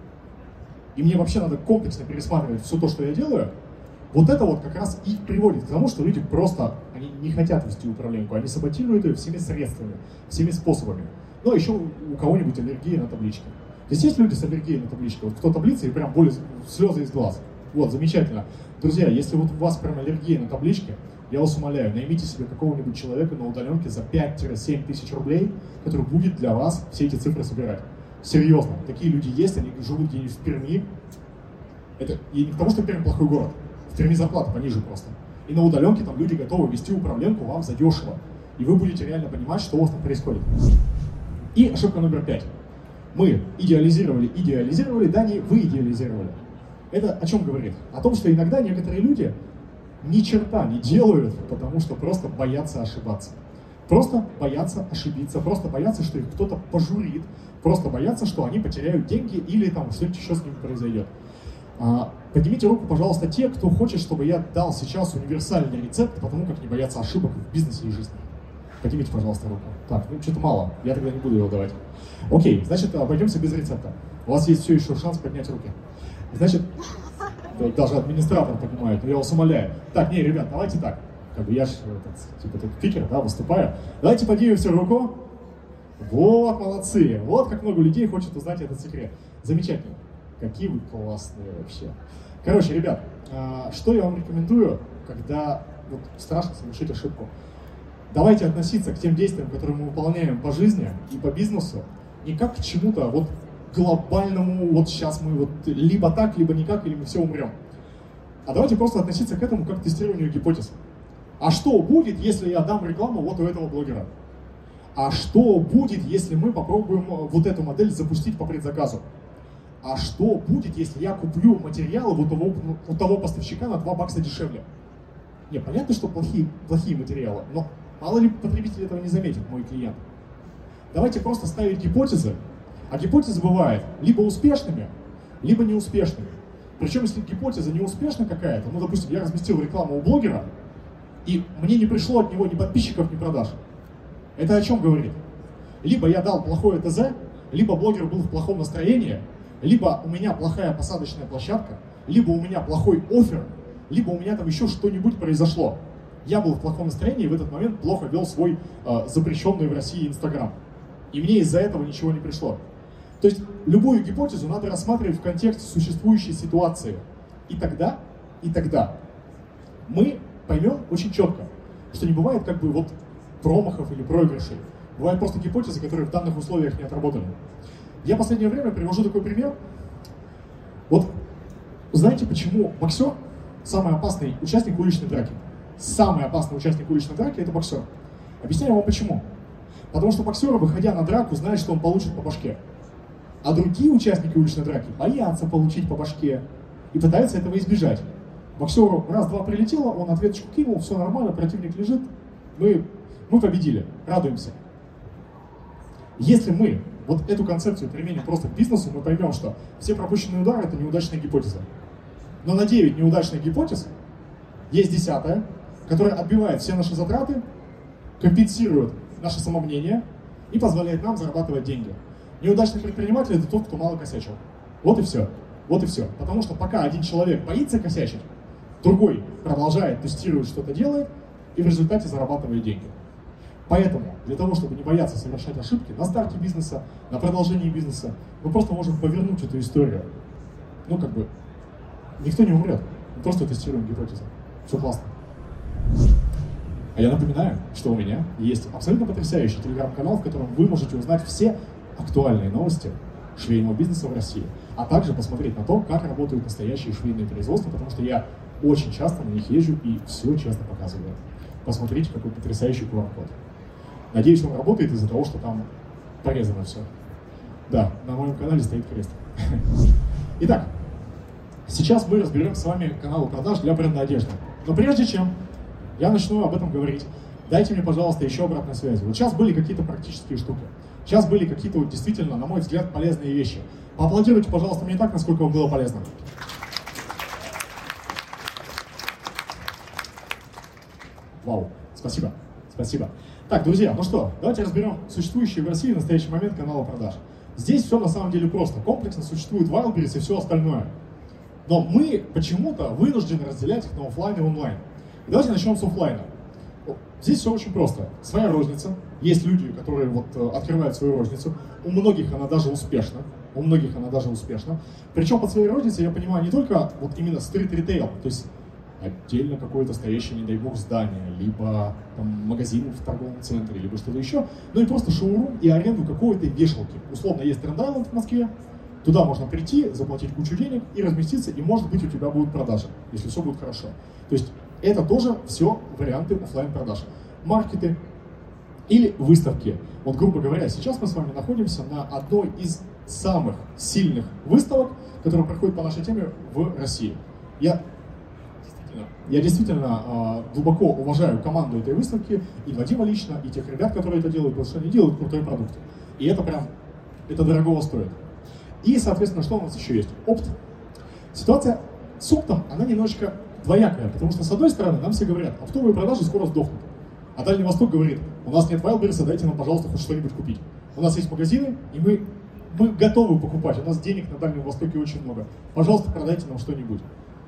и мне вообще надо комплексно пересматривать все то, что я делаю, вот это вот как раз и приводит к тому, что люди просто, они не хотят вести управленку, они саботируют ее всеми средствами, всеми способами. Ну, а еще у кого-нибудь аллергия на таблички. Здесь есть люди с аллергией на таблички, вот кто таблица и прям боль, слезы из глаз. Вот, замечательно. Друзья, если вот у вас прям аллергия на таблички, я вас умоляю, наймите себе какого-нибудь человека на удаленке за пять-семь тысяч рублей, который будет для вас все эти цифры собирать. Серьезно, такие люди есть, они живут где-нибудь в Перми. Это и не потому, что Пермь плохой город. В Перми зарплата пониже просто. И на удаленке там люди готовы вести управленку вам задешево. И вы будете реально понимать, что у вас там происходит. И ошибка номер пять. Мы идеализировали, идеализировали, да не вы идеализировали. Это о чем говорит? О том, что иногда некоторые люди ни черта не делают, потому что просто боятся ошибаться. Просто боятся ошибиться, просто боятся, что их кто-то пожурит, просто боятся, что они потеряют деньги или там что-нибудь еще с ними произойдет. А, поднимите руку, пожалуйста, те, кто хочет, чтобы я дал сейчас универсальный рецепт по тому, как не бояться ошибок в бизнесе и жизни. Поднимите, пожалуйста, руку. Так, ну что-то мало, я тогда не буду его давать. Окей, значит, обойдемся без рецепта. У вас есть все еще шанс поднять руки. Значит, Даже администратор понимает, но я вас умоляю. Так, не, ребят, давайте так. Как бы я же типа тут пикер, да, выступаю. Давайте поднимем все руку. Вот, молодцы. Вот как много людей хочет узнать этот секрет. Замечательно. Какие вы классные вообще. Короче, ребят, что я вам рекомендую, когда вот, страшно совершить ошибку? Давайте относиться к тем действиям, которые мы выполняем по жизни и по бизнесу, не как к чему-то вот глобальному, вот сейчас мы вот либо так, либо никак, или мы все умрем. А давайте просто относиться к этому как к тестированию гипотез. А что будет, если я дам рекламу вот у этого блогера? А что будет, если мы попробуем вот эту модель запустить по предзаказу? А что будет, если я куплю материалы у того, у того поставщика на два бакса дешевле? Не, понятно, что плохие, плохие материалы, но мало ли потребитель этого не заметит, мой клиент. Давайте просто ставить гипотезы, а гипотезы бывают либо успешными, либо неуспешными. Причем, если гипотеза неуспешна какая-то, ну, допустим, я разместил рекламу у блогера, и мне не пришло от него ни подписчиков, ни продаж. Это о чем говорит? Либо я дал плохое ТЗ, либо блогер был в плохом настроении, либо у меня плохая посадочная площадка, либо у меня плохой оффер, либо у меня там еще что-нибудь произошло. Я был в плохом настроении и в этот момент плохо вел свой э, запрещенный в России Инстаграм. И мне из-за этого ничего не пришло. То есть любую гипотезу надо рассматривать в контексте существующей ситуации. И тогда, и тогда мы поймем очень четко, что не бывает как бы вот промахов или проигрышей. Бывают просто гипотезы, которые в данных условиях не отработаны. Я в последнее время привожу такой пример. Вот знаете, почему боксер самый опасный участник уличной драки? Самый опасный участник уличной драки – это боксер. Объясняю вам почему. Потому что боксер, выходя на драку, знает, что он получит по башке. А другие участники уличной драки боятся получить по башке и пытаются этого избежать. Боксеру раз-два прилетело, он ответочку кинул, все нормально, противник лежит, мы, мы победили, радуемся. Если мы вот эту концепцию применим просто к бизнесу, мы поймем, что все пропущенные удары – это неудачная гипотеза. Но на девять неудачных гипотез есть десятая, которая отбивает все наши затраты, компенсирует наше самомнение и позволяет нам зарабатывать деньги. Неудачный предприниматель – это тот, кто мало косячил. Вот и все. Вот и все. Потому что пока один человек боится косячить, другой продолжает тестировать, что-то делает, и в результате зарабатывает деньги. Поэтому для того, чтобы не бояться совершать ошибки на старте бизнеса, на продолжении бизнеса, мы просто можем повернуть эту историю. Ну, как бы, никто не умрет. Мы просто тестируем гипотезы. Все классно. А я напоминаю, что у меня есть абсолютно потрясающий телеграм-канал, в котором вы можете узнать все актуальные новости швейного бизнеса в России, а также посмотреть на то, как работают настоящие швейные производства, потому что я очень часто на них езжу и все честно показываю. Посмотрите, какой потрясающий ку ар код. Надеюсь, он работает из-за того, что там порезано все. Да, на моем канале стоит крест. Итак, сейчас мы разберем с вами каналы продаж для бренда одежды. Но прежде чем я начну об этом говорить, дайте мне, пожалуйста, еще обратной связи. Вот сейчас были какие-то практические штуки. Сейчас были какие-то вот действительно, на мой взгляд, полезные вещи. Поаплодируйте, пожалуйста, мне так, насколько вам было полезно. Вау, спасибо, спасибо. Так, друзья, ну что, давайте разберем существующие в России в настоящий момент каналы продаж. Здесь все на самом деле просто. Комплексно существует Wildberries и все остальное. Но мы почему-то вынуждены разделять их на офлайн и онлайн. И давайте начнем с офлайна. Здесь все очень просто. Своя розница. Есть люди, которые вот открывают свою розницу. У многих она даже успешна. У многих она даже успешна. Причем под своей розницей я понимаю не только вот именно стрит-ритейл, то есть отдельно какое-то стоящее, не дай бог, здание, либо там, магазин в торговом центре, либо что-то еще, но и просто шоурум и аренду какой-то вешалки. Условно, есть Тренд-Айленд в Москве, туда можно прийти, заплатить кучу денег и разместиться, и, может быть, у тебя будут продажи, если все будет хорошо. То есть это тоже все варианты офлайн-продаж. Маркеты или выставки. Вот, грубо говоря, сейчас мы с вами находимся на одной из самых сильных выставок, которые проходят по нашей теме в России. Я Я действительно э, глубоко уважаю команду этой выставки, и Вадима лично, и тех ребят, которые это делают, потому что они делают крутые продукты. И это прям, это дорогого стоит. И, соответственно, что у нас еще есть? Опт. Ситуация с оптом, она немножечко двоякая, потому что, с одной стороны, нам все говорят, оптовые продажи скоро сдохнут. А Дальний Восток говорит, у нас нет Wildberries, дайте нам, пожалуйста, хоть что-нибудь купить. У нас есть магазины, и мы, мы готовы покупать, у нас денег на Дальнем Востоке очень много. Пожалуйста, продайте нам что-нибудь.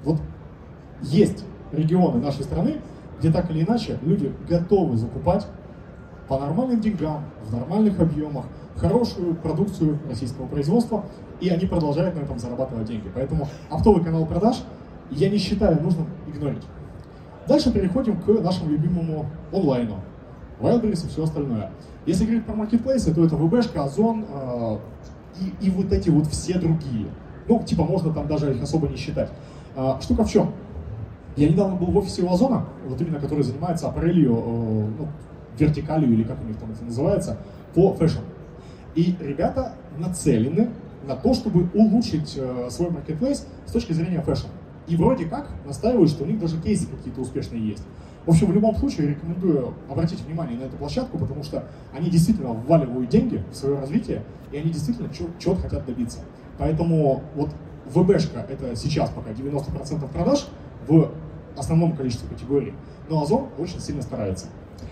Вот есть регионы нашей страны, где так или иначе люди готовы закупать по нормальным деньгам, в нормальных объемах, хорошую продукцию российского производства, и они продолжают на этом зарабатывать деньги. Поэтому оптовый канал продаж я не считаю нужным игнорить. Дальше переходим к нашему любимому онлайну. Wildberries и все остальное. Если говорить про маркетплейсы, то это ВБшка, Озон э, и, и вот эти вот все другие. Ну, типа, можно там даже их особо не считать. Э, штука в чем? Я недавно был в офисе у Озона, вот именно который занимается аппарелью, э, ну, вертикалью, или как у них там это называется, по фэшн. И ребята нацелены на то, чтобы улучшить э, свой маркетплейс с точки зрения фэшн. И вроде как настаивают, что у них даже кейсы какие-то успешные есть. В общем, в любом случае рекомендую обратить внимание на эту площадку, потому что они действительно вваливают деньги в свое развитие, и они действительно чего-то хотят добиться. Поэтому вот ВБшка — это сейчас пока девяносто процентов продаж в основном количестве категорий, но Озон очень сильно старается.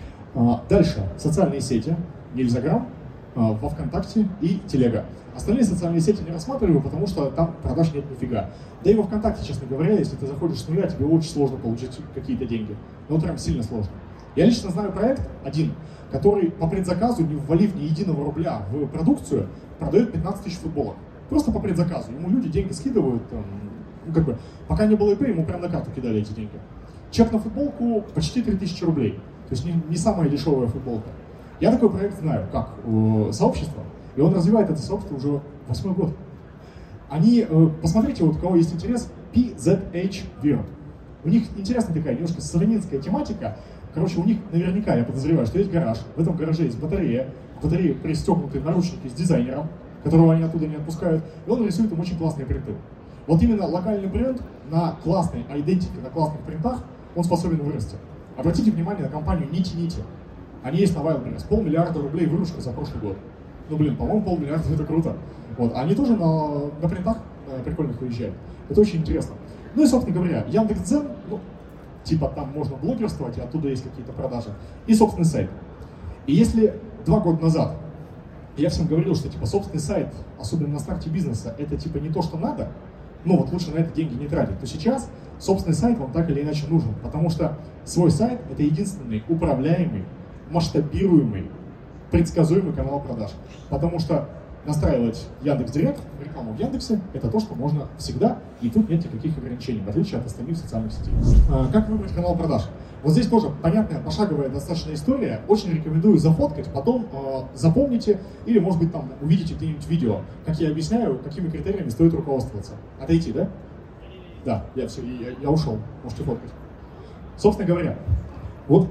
Дальше социальные сети, Нельзяграм, во ВКонтакте и Телега. Остальные социальные сети не рассматриваю, потому что там продаж нет нифига. Да и во ВКонтакте, честно говоря, если ты заходишь с нуля, тебе очень сложно получить какие-то деньги. Ну, прям сильно сложно. Я лично знаю проект один, который по предзаказу, не ввалив ни единого рубля в продукцию, продает пятнадцать тысяч футболок. Просто по предзаказу. Ему люди деньги скидывают, там, ну, как бы, пока не было ИП, ему прям на карту кидали эти деньги. Чек на футболку почти три тысячи рублей. То есть не, не самая дешевая футболка. Я такой проект знаю, как э, сообщество, и он развивает это сообщество уже восьмой год. Они, э, посмотрите, вот у кого есть интерес, пи зет эйч World. У них интересная такая немножко сатанинская тематика. Короче, у них наверняка, я подозреваю, что есть гараж. В этом гараже есть батарея. В батарее пристегнуты наручники с дизайнером, которого они оттуда не отпускают. И он рисует им очень классные принты. Вот именно локальный бренд на классной идентике, на классных принтах, он способен вырасти. Обратите внимание на компанию Нити-Нити. Они есть на Wildberries. Полмиллиарда рублей выручка за прошлый год. Ну, блин, по-моему, полмиллиарда — это круто. Вот. Они тоже на, на принтах э, прикольных выезжают. Это очень интересно. Ну и, собственно говоря, Яндекс.Дзен, ну, типа там можно блогерствовать, и оттуда есть какие-то продажи. И собственный сайт. И если два года назад я всем говорил, что типа собственный сайт, особенно на старте бизнеса, это типа не то, что надо, ну вот лучше на это деньги не тратить, то сейчас собственный сайт вам так или иначе нужен, потому что свой сайт — это единственный управляемый, масштабируемый, предсказуемый канал продаж. Потому что настраивать Яндекс.Директ, рекламу в Яндексе, это то, что можно всегда, и тут нет никаких ограничений, в отличие от остальных социальных сетей. Как выбрать канал продаж? Вот здесь тоже понятная, пошаговая достаточно история. Очень рекомендую зафоткать, потом э, запомните, или, может быть, там увидите где-нибудь видео, как я объясняю, какими критериями стоит руководствоваться. Отойти, да? Да, я все, я, я ушел, можете фоткать. Собственно говоря, вот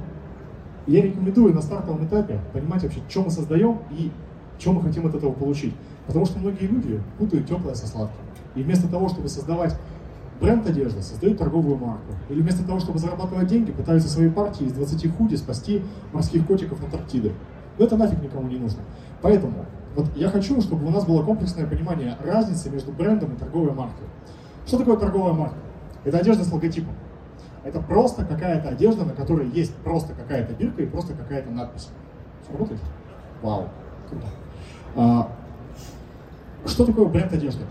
я рекомендую на стартовом этапе понимать вообще, что мы создаем и что мы хотим от этого получить. Потому что многие люди путают теплое со сладким. И вместо того, чтобы создавать бренд одежды, создают торговую марку. Или вместо того, чтобы зарабатывать деньги, пытаются своей партии из двадцати худи спасти морских котиков Антарктиды. Но это нафиг никому не нужно. Поэтому вот я хочу, чтобы у нас было комплексное понимание разницы между брендом и торговой маркой. Что такое торговая марка? Это одежда с логотипом. Это просто какая-то одежда, на которой есть просто какая-то бирка и просто какая-то надпись. Работает? Вау, круто. А, что такое бренд одежды?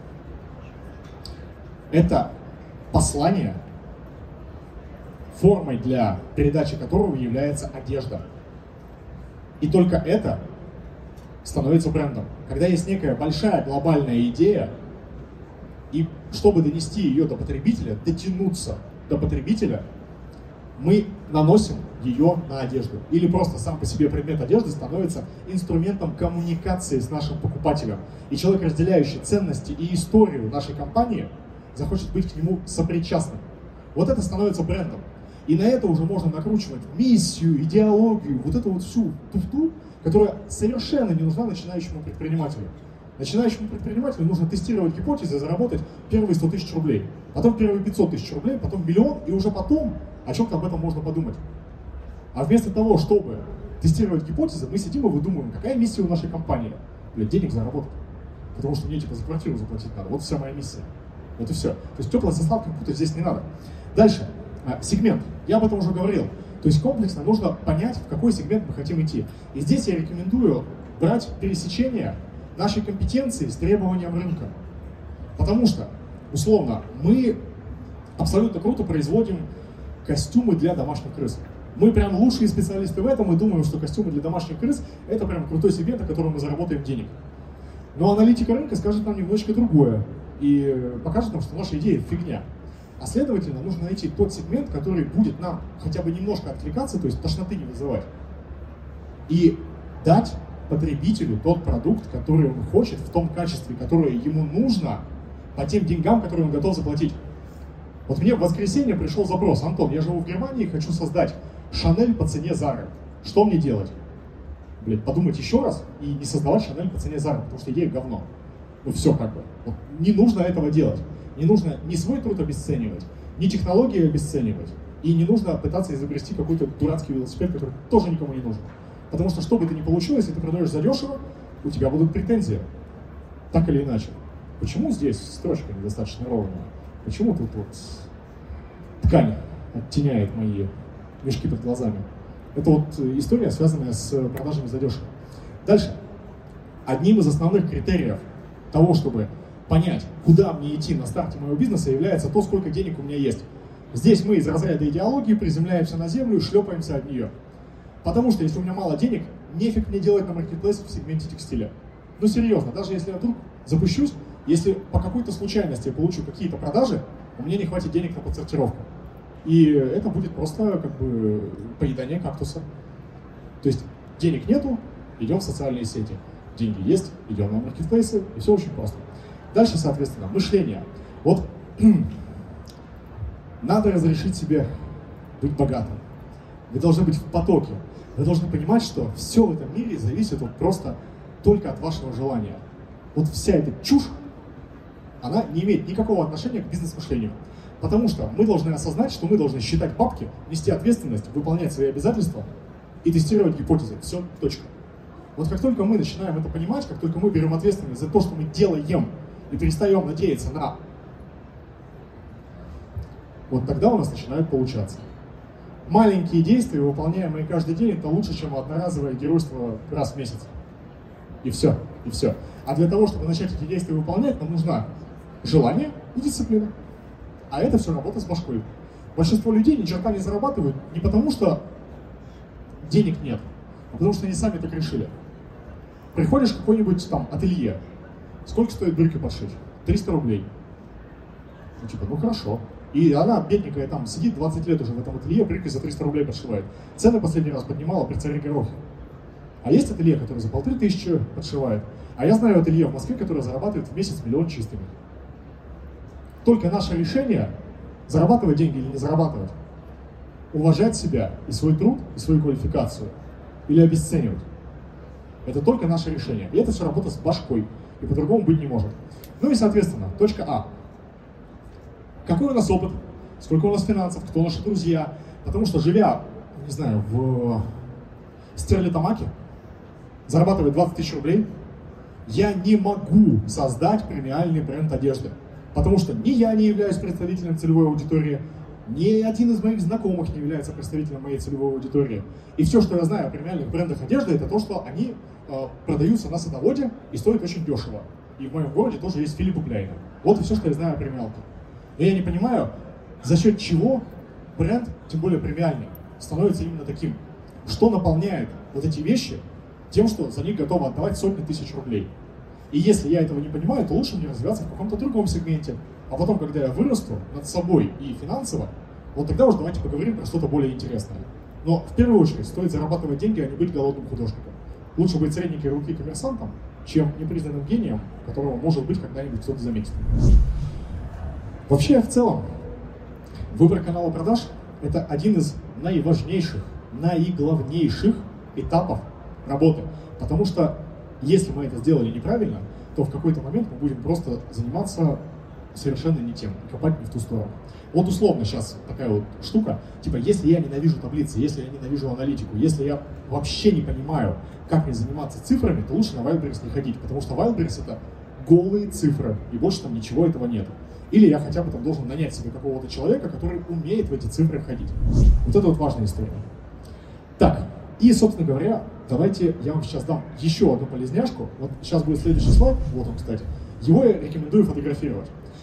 Это послание, формой для передачи которого является одежда. И только это становится брендом. Когда есть некая большая глобальная идея, и чтобы донести ее до потребителя, дотянуться до потребителя, мы наносим ее на одежду. Или просто сам по себе предмет одежды становится инструментом коммуникации с нашим покупателем. И человек, разделяющий ценности и историю нашей компании, захочет быть к нему сопричастным. Вот это становится брендом. И на это уже можно накручивать миссию, идеологию, вот эту вот всю туфту, которая совершенно не нужна начинающему предпринимателю. Начинающему предпринимателю нужно тестировать гипотезы, заработать первые сто тысяч рублей, потом первые пятьсот тысяч рублей, потом миллион, и уже потом о чем-то об этом можно подумать. А вместо того, чтобы тестировать гипотезы, мы сидим и выдумываем, какая миссия у нашей компании. Блядь, денег заработать. Потому что мне типа за квартиру заплатить надо. Вот вся моя миссия. Вот и все. То есть теплое со сладким путать здесь не надо. Дальше. Сегмент. Я об этом уже говорил. То есть комплексно нужно понять, в какой сегмент мы хотим идти. И здесь я рекомендую брать пересечение нашей компетенции с требованием рынка. Потому что, условно, мы абсолютно круто производим костюмы для домашних крыс. Мы прям лучшие специалисты в этом и думаем, что костюмы для домашних крыс – это прям крутой сегмент, на котором мы заработаем денег. Но аналитика рынка скажет нам немножечко другое и покажет нам, что наша идея – фигня. А следовательно, нужно найти тот сегмент, который будет нам хотя бы немножко откликаться, то есть тошноты не вызывать, и дать потребителю тот продукт, который он хочет, в том качестве, которое ему нужно, по тем деньгам, которые он готов заплатить. Вот мне в воскресенье пришел запрос: Антон, я живу в Германии, хочу создать Шанель по цене Зары. Что мне делать? Блин, подумать еще раз и не создавать Шанель по цене Зары, потому что идея говно. Ну все как бы. Вот, не нужно этого делать. Не нужно ни свой труд обесценивать, ни технологии обесценивать. И не нужно пытаться изобрести какой-то дурацкий велосипед, который тоже никому не нужен. Потому что, что бы ты ни получилось, если ты продаешь задешево, у тебя будут претензии. Так или иначе. Почему здесь строчка недостаточно ровная? Почему тут вот ткань оттеняет мои мешки под глазами? Это вот история, связанная с продажами задешево. Дальше. Одним из основных критериев того, чтобы понять, куда мне идти на старте моего бизнеса, является то, сколько денег у меня есть. Здесь мы из разряда идеологии приземляемся на землю и шлепаемся от нее. Потому что если у меня мало денег, нефиг мне делать на маркетплейсах в сегменте текстиля. Ну серьезно, даже если я вдруг запущусь, если по какой-то случайности я получу какие-то продажи, у меня не хватит денег на подсортировку. И это будет просто как бы поедание кактуса. То есть денег нету, идем в социальные сети. Деньги есть, идем на маркетплейсы, и все очень просто. Дальше, соответственно, мышление. Вот надо разрешить себе быть богатым. Вы должны быть в потоке. Вы должны понимать, что все в этом мире зависит вот просто только от вашего желания. Вот вся эта чушь, она не имеет никакого отношения к бизнес-мышлению. Потому что мы должны осознать, что мы должны считать бабки, нести ответственность, выполнять свои обязательства и тестировать гипотезы. Все, точка. Вот как только мы начинаем это понимать, как только мы берем ответственность за то, что мы делаем, и перестаем надеяться на... Вот тогда у нас начинает получаться. Маленькие действия, выполняемые каждый день, это лучше, чем одноразовое геройство раз в месяц. И все, и все. А для того, чтобы начать эти действия выполнять, нам нужно желание и дисциплина. А это все работа с башкой. Большинство людей ни черта не зарабатывают не потому, что денег нет, а потому что они сами так решили. Приходишь в какое-нибудь там ателье. Сколько стоит брюки подшить? триста рублей. Ну типа, ну хорошо. И она, бедненькая, там сидит двадцать лет уже в этом ателье, брюки за триста рублей подшивает. Цены последний раз поднимала при царе Горохе. А есть ателье, которое за полторы тысячи подшивает. А я знаю ателье в Москве, которое зарабатывает в месяц миллион чистыми. Только наше решение, зарабатывать деньги или не зарабатывать, уважать себя и свой труд, и свою квалификацию, или обесценивать. Это только наше решение. И это все работа с башкой. И по-другому быть не может. Ну и, соответственно, точка А. Какой у нас опыт? Сколько у нас финансов? Кто наши друзья? Потому что, живя, не знаю, в Стерлитамаке, зарабатывая двадцать тысяч рублей, я не могу создать премиальный бренд одежды. Потому что ни я не являюсь представителем целевой аудитории, ни один из моих знакомых не является представителем моей целевой аудитории. И все, что я знаю о премиальных брендах одежды, это то, что они э, продаются на садоводе и стоят очень дешево. И в моем городе тоже есть Филипп Укляйна. Вот и все, что я знаю о премиалках. Но я не понимаю, за счет чего бренд, тем более премиальный, становится именно таким. Что наполняет вот эти вещи тем, что за них готовы отдавать сотни тысяч рублей. И если я этого не понимаю, то лучше мне развиваться в каком-то другом сегменте. А потом, когда я вырасту над собой и финансово, вот тогда уже давайте поговорим про что-то более интересное. Но в первую очередь стоит зарабатывать деньги, а не быть голодным художником. Лучше быть средненькой руки коммерсантом, чем непризнанным гением, которого, может быть, когда-нибудь кто-то заметит. Вообще, в целом, выбор канала продаж – это один из наиважнейших, наиглавнейших этапов работы. Потому что если мы это сделали неправильно, то в какой-то момент мы будем просто заниматься совершенно не тем, копать не в ту сторону. Вот условно сейчас такая вот штука, типа, если я ненавижу таблицы, если я ненавижу аналитику, если я вообще не понимаю, как мне заниматься цифрами, то лучше на Wildberries не ходить, потому что Wildberries — это голые цифры, и больше там ничего этого нет. Или я хотя бы там должен нанять себе какого-то человека, который умеет в эти цифры ходить. Вот это вот важная история. Так, и, собственно говоря, давайте я вам сейчас дам еще одну полезняшку. Вот сейчас будет следующий слайд, вот он, кстати. Его я рекомендую фотографировать.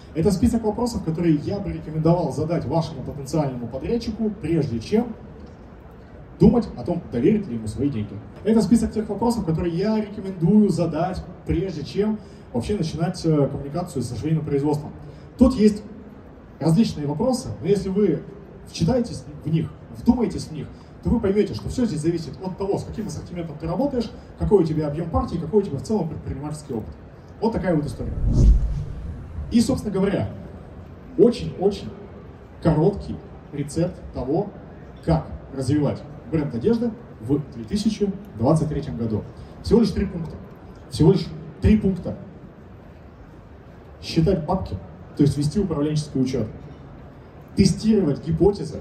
Это список вопросов, которые я бы рекомендовал задать вашему потенциальному подрядчику, прежде чем думать о том, доверить ли ему свои деньги. Это список тех вопросов, которые я рекомендую задать, прежде чем вообще начинать коммуникацию со швейным производством. Тут есть различные вопросы, но если вы вчитаетесь в них, вдумаетесь в них, то вы поймете, что все здесь зависит от того, с каким ассортиментом ты работаешь, какой у тебя объем партии, какой у тебя в целом предпринимательский опыт. Вот такая вот история. И, собственно говоря, очень-очень короткий рецепт того, как развивать бренд одежды в две тысячи двадцать третьем году. Всего лишь три пункта. Всего лишь три пункта. Считать бабки, то есть вести управленческий учет, тестировать гипотезы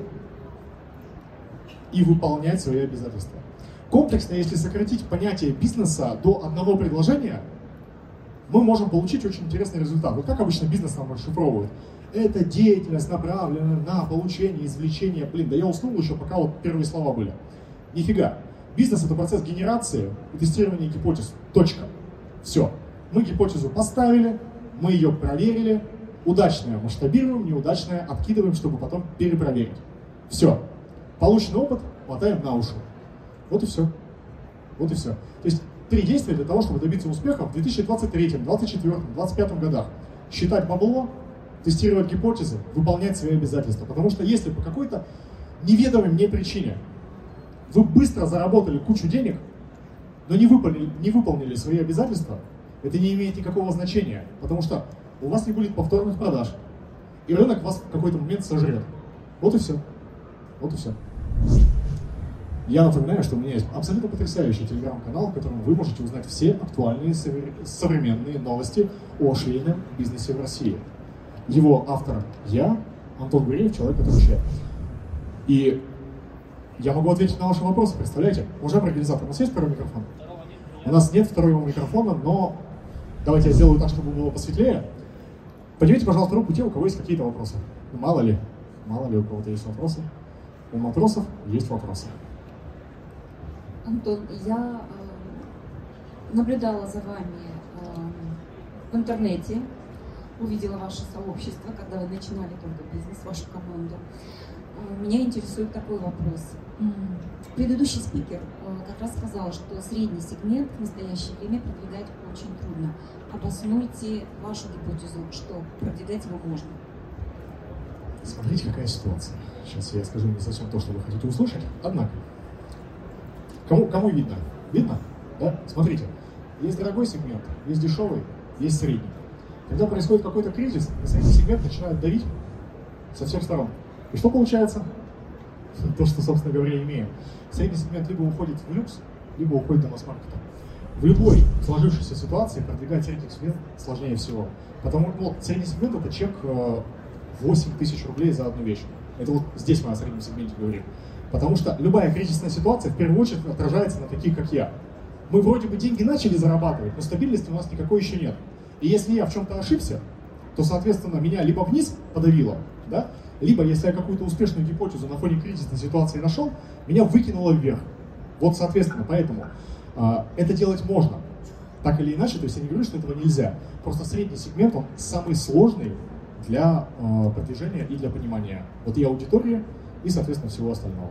и выполнять свои обязательства. Комплексно, если сократить понятие бизнеса до одного предложения, мы можем получить очень интересный результат. Вот как обычно бизнес нам расшифровывает. Это деятельность, направленная на получение, извлечение. Блин, да я уснул еще, пока вот первые слова были. Нифига. Бизнес — это процесс генерации и тестирования гипотез. Точка. Все. Мы гипотезу поставили, мы ее проверили, удачное масштабируем, неудачное откидываем, чтобы потом перепроверить. Все. Полученный опыт хватаем на уши. Вот и все. Вот и все. То есть три действия для того, чтобы добиться успеха в две тысячи двадцать третьем, двадцать четвёртом, двадцать пятом годах. Считать бабло, тестировать гипотезы, выполнять свои обязательства. Потому что если по какой-то неведомой мне причине вы быстро заработали кучу денег, но не выполнили, не выполнили свои обязательства, это не имеет никакого значения, потому что у вас не будет повторных продаж, и рынок вас в какой-то момент сожрет. Вот и все. Вот и все. Я напоминаю, что у меня есть абсолютно потрясающий телеграм-канал, в котором вы можете узнать все актуальные современные новости о швейном бизнесе в России. Его автор я, Антон Гуреев, человек, который швей. И я могу ответить на ваши вопросы, представляете? Уважаемый организатор, у нас есть второй микрофон? У нас нет второго микрофона, но давайте я сделаю так, чтобы было посветлее. Поднимите, пожалуйста, руку те, у кого есть какие-то вопросы. Ну, мало ли, мало ли у кого-то есть вопросы. У матросов есть вопросы. Антон, я э, наблюдала за вами э, в интернете, увидела ваше сообщество, когда вы начинали только бизнес, вашу команду. Э, меня интересует такой вопрос. Предыдущий спикер э, как раз сказал, что средний сегмент в настоящее время продвигать очень трудно. Обоснуйте вашу гипотезу, что продвигать его можно. Смотрите, какая ситуация. Сейчас я скажу не совсем то, что вы хотите услышать. Однако, кому, кому видно? Видно? Да? Смотрите, есть дорогой сегмент, есть дешевый, есть средний. Когда происходит какой-то кризис, средний сегмент начинает давить со всех сторон. И что получается? То, что, собственно говоря, имеем. Средний сегмент либо уходит в люкс, либо уходит до масс-маркета. В любой сложившейся ситуации продвигать средний сегмент сложнее всего. Потому что ну, средний сегмент — это чек восемь тысяч рублей за одну вещь. Это вот здесь мы о среднем сегменте говорим. Потому что любая кризисная ситуация в первую очередь отражается на таких, как я. Мы вроде бы деньги начали зарабатывать, но стабильности у нас никакой еще нет. И если я в чем-то ошибся, то, соответственно, меня либо вниз подавило, да, либо, если я какую-то успешную гипотезу на фоне кризисной ситуации нашел, меня выкинуло вверх. Вот, соответственно, поэтому э, это делать можно. Так или иначе, то есть я не говорю, что этого нельзя. Просто средний сегмент, он самый сложный для э, продвижения и для понимания вот и аудитории, и, соответственно, всего остального.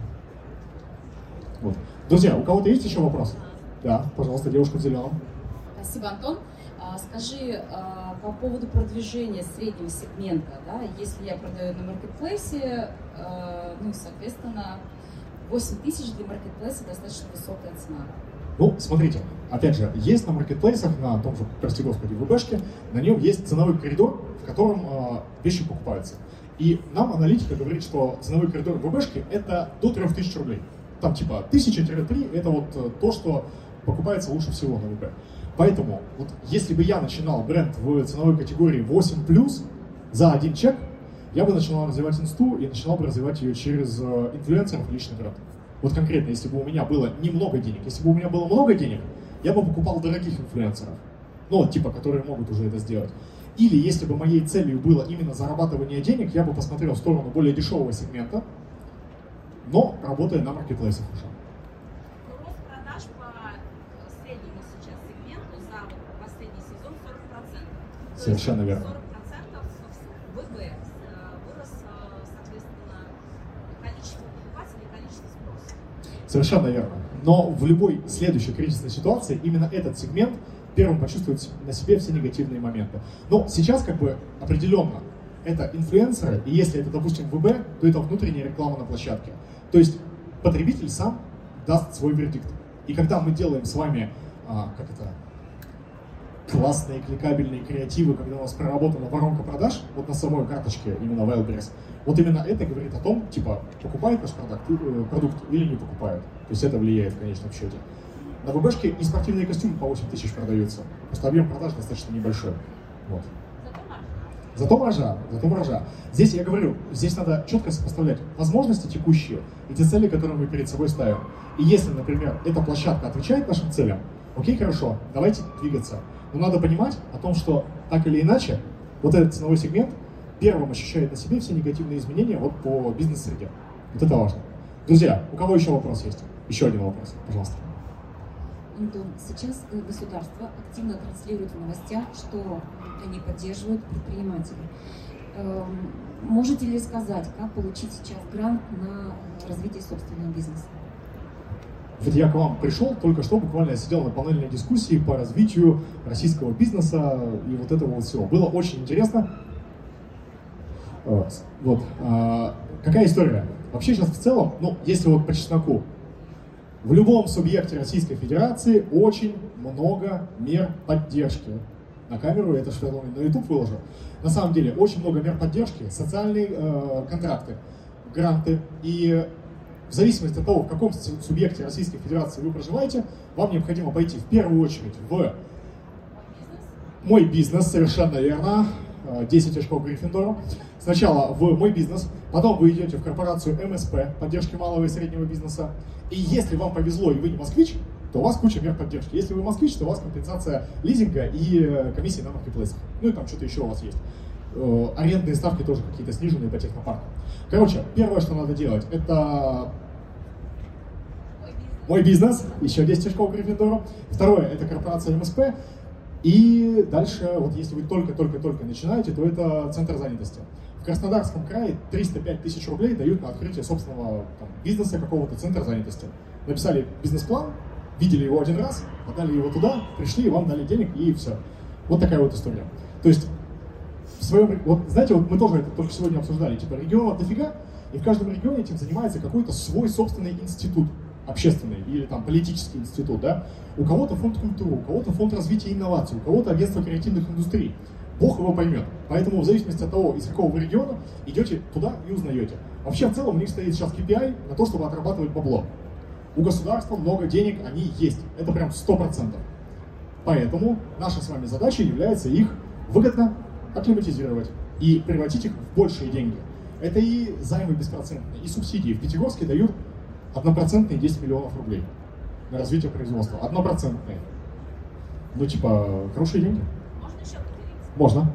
Вот. Друзья, у кого-то есть еще вопросы? Да, пожалуйста, девушка в зеленом. Спасибо, Антон. Скажи, по поводу продвижения среднего сегмента, да, если я продаю на маркетплейсе, ну и, соответственно, восемь тысяч для маркетплейса достаточно высокая цена. Ну, смотрите, опять же, есть на маркетплейсах, на том же, прости господи, ВБшке, на нем есть ценовой коридор, в котором э, вещи покупаются. И нам аналитика говорит, что ценовой коридор ВБшки это до трёх тысяч рублей. Там типа тысяча-три это вот то, что покупается лучше всего на ВБ. Поэтому, вот если бы я начинал бренд в ценовой категории восемь плюс за один чек, я бы начинал развивать инсту и начинал бы развивать ее через инфлюенсеров и личный бренд. Вот конкретно, если бы у меня было немного денег, если бы у меня было много денег, я бы покупал дорогих инфлюенсеров, ну, типа, которые могут уже это сделать. Или если бы моей целью было именно зарабатывание денег, я бы посмотрел в сторону более дешевого сегмента, но работая на маркетплейсах уже. Рост продаж по среднему сейчас сегменту за последний сезон сорок процентов. Совершенно верно. сорок процентов Совершенно верно. Но в любой следующей кризисной ситуации именно этот сегмент первым почувствует на себе все негативные моменты. Но сейчас как бы определенно это инфлюенсеры, и если это, допустим, ВБ, то это внутренняя реклама на площадке. То есть потребитель сам даст свой вердикт. И когда мы делаем с вами, а, как это, классные, кликабельные креативы, когда у нас проработана воронка продаж, вот на самой карточке именно Wildberries, вот именно это говорит о том, типа, покупает наш продукт, э, продукт или не покупает. То есть это влияет в конечном счете. На ВБшке и спортивные костюмы по восемь тысяч продаются. Просто объем продаж достаточно небольшой. Вот. Зато маржа, зато маржа. Здесь я говорю, здесь надо четко сопоставлять возможности текущие и те цели, которые мы перед собой ставим. И если, например, эта площадка отвечает нашим целям, окей, хорошо, давайте двигаться. Но надо понимать о том, что так или иначе, вот этот ценовой сегмент первым ощущает на себе все негативные изменения вот по бизнес-среде. Вот это важно. Друзья, у кого еще вопрос есть? Еще один вопрос, пожалуйста. Антон, сейчас государство активно транслирует в новостях, что они поддерживают предпринимателей. Можете ли сказать, как получить сейчас грант на развитие собственного бизнеса? Вот я к вам пришел только что, буквально я сидел на панельной дискуссии по развитию российского бизнеса и вот этого вот всего. Было очень интересно. Вот. Какая история? Вообще сейчас в целом, ну, если вот по чесноку, в любом субъекте Российской Федерации очень много мер поддержки. На камеру это что-то на YouTube выложу. На самом деле очень много мер поддержки, социальные э, контракты, гранты. И в зависимости от того, в каком субъекте Российской Федерации вы проживаете, вам необходимо пойти в первую очередь в «Мой бизнес», совершенно верно, десять очков Гриффиндору. Сначала в «Мой бизнес», потом вы идете в корпорацию эм эс пэ, поддержки малого и среднего бизнеса. И если вам повезло и вы не москвич, то у вас куча мер поддержки. Если вы москвич, то у вас компенсация лизинга и комиссии на маркетплейсах. Ну и там что-то еще у вас есть. Арендные ставки тоже какие-то сниженные по технопарку. Короче, первое, что надо делать, это «Мой бизнес», еще десять очков Гриффиндору. Второе, это корпорация эм эс пэ. И дальше, вот если вы только-только-только начинаете, то это центр занятости. В Краснодарском крае триста пять тысяч рублей дают на открытие собственного там, бизнеса, какого-то центра занятости. Написали бизнес-план, видели его один раз, отдали его туда, пришли, вам дали денег и все. Вот такая вот история. То есть, в своем, вот знаете, вот мы тоже это только сегодня обсуждали, типа регионов дофига, и в каждом регионе этим занимается какой-то свой собственный институт, общественный или там политический институт, да. У кого-то фонд культуры, у кого-то фонд развития инноваций, у кого-то агентство креативных индустрий. Бог его поймет. Поэтому в зависимости от того, из какого вы региона, идете туда и узнаете. Вообще в целом у них стоит сейчас кей пи ай на то, чтобы отрабатывать бабло. У государства много денег, они есть. Это прям сто процентов. Поэтому наша с вами задача является их выгодно акклиматизировать и превратить их в большие деньги. Это и займы беспроцентные, и субсидии. В Пятигорске дают однопроцентные десять миллионов рублей на развитие производства. Однопроцентные. Ну типа, хорошие деньги. Можно еще поделиться? Можно.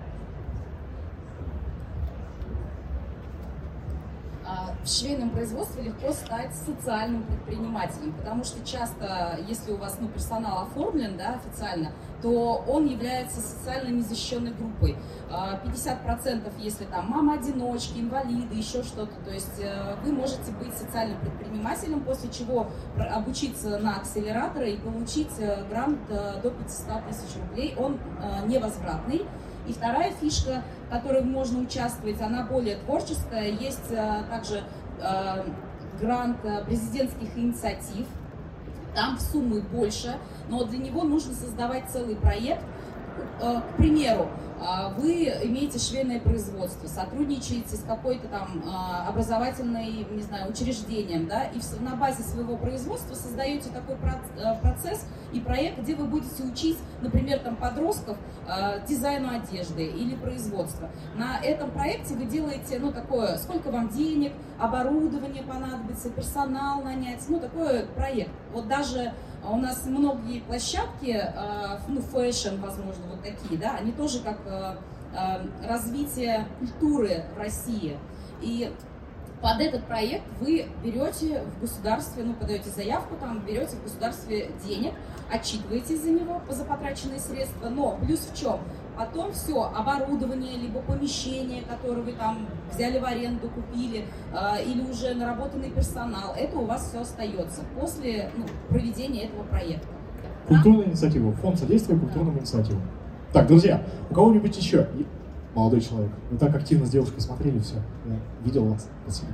В швейном производстве легко стать социальным предпринимателем, потому что часто, если у вас ну, персонал оформлен да, официально, то он является социально незащищенной группой. пятьдесят процентов, если там мама-одиночки, инвалиды, еще что-то. То есть вы можете быть социальным предпринимателем, после чего обучиться на акселератора и получить грант до пятьсот тысяч рублей. Он невозвратный. И вторая фишка, в которой можно участвовать, она более творческая. Есть а, также а, грант президентских инициатив. Там суммы больше, но для него нужно создавать целый проект. А, к примеру, а, вы имеете швейное производство, сотрудничаете с какой-то там а, образовательной, не знаю, учреждением, да, и в, на базе своего производства создаете такой процесс и проект, где вы будете учить, например, там, подростков э, дизайну одежды или производства. На этом проекте вы делаете, ну, такое, сколько вам денег, оборудование понадобится, персонал нанять, ну, такой проект. Вот даже у нас многие площадки, э, ну, фэшн, возможно, вот такие, да, они тоже как э, э, развитие культуры в России. И под этот проект вы берете в государстве, ну, подаете заявку, там, берете в государстве денег, отчитываетесь за него, за потраченные средства, но плюс в чем? Потом все, оборудование, либо помещение, которое вы там взяли в аренду, купили, э, или уже наработанный персонал, это у вас все остается после ну, проведения этого проекта. Культурная инициатива. Фонд содействия культурным инициативам. Так, друзья, у кого-нибудь еще? Молодой человек. Вы так активно с девушкой смотрели, все. Я видел вас. Спасибо.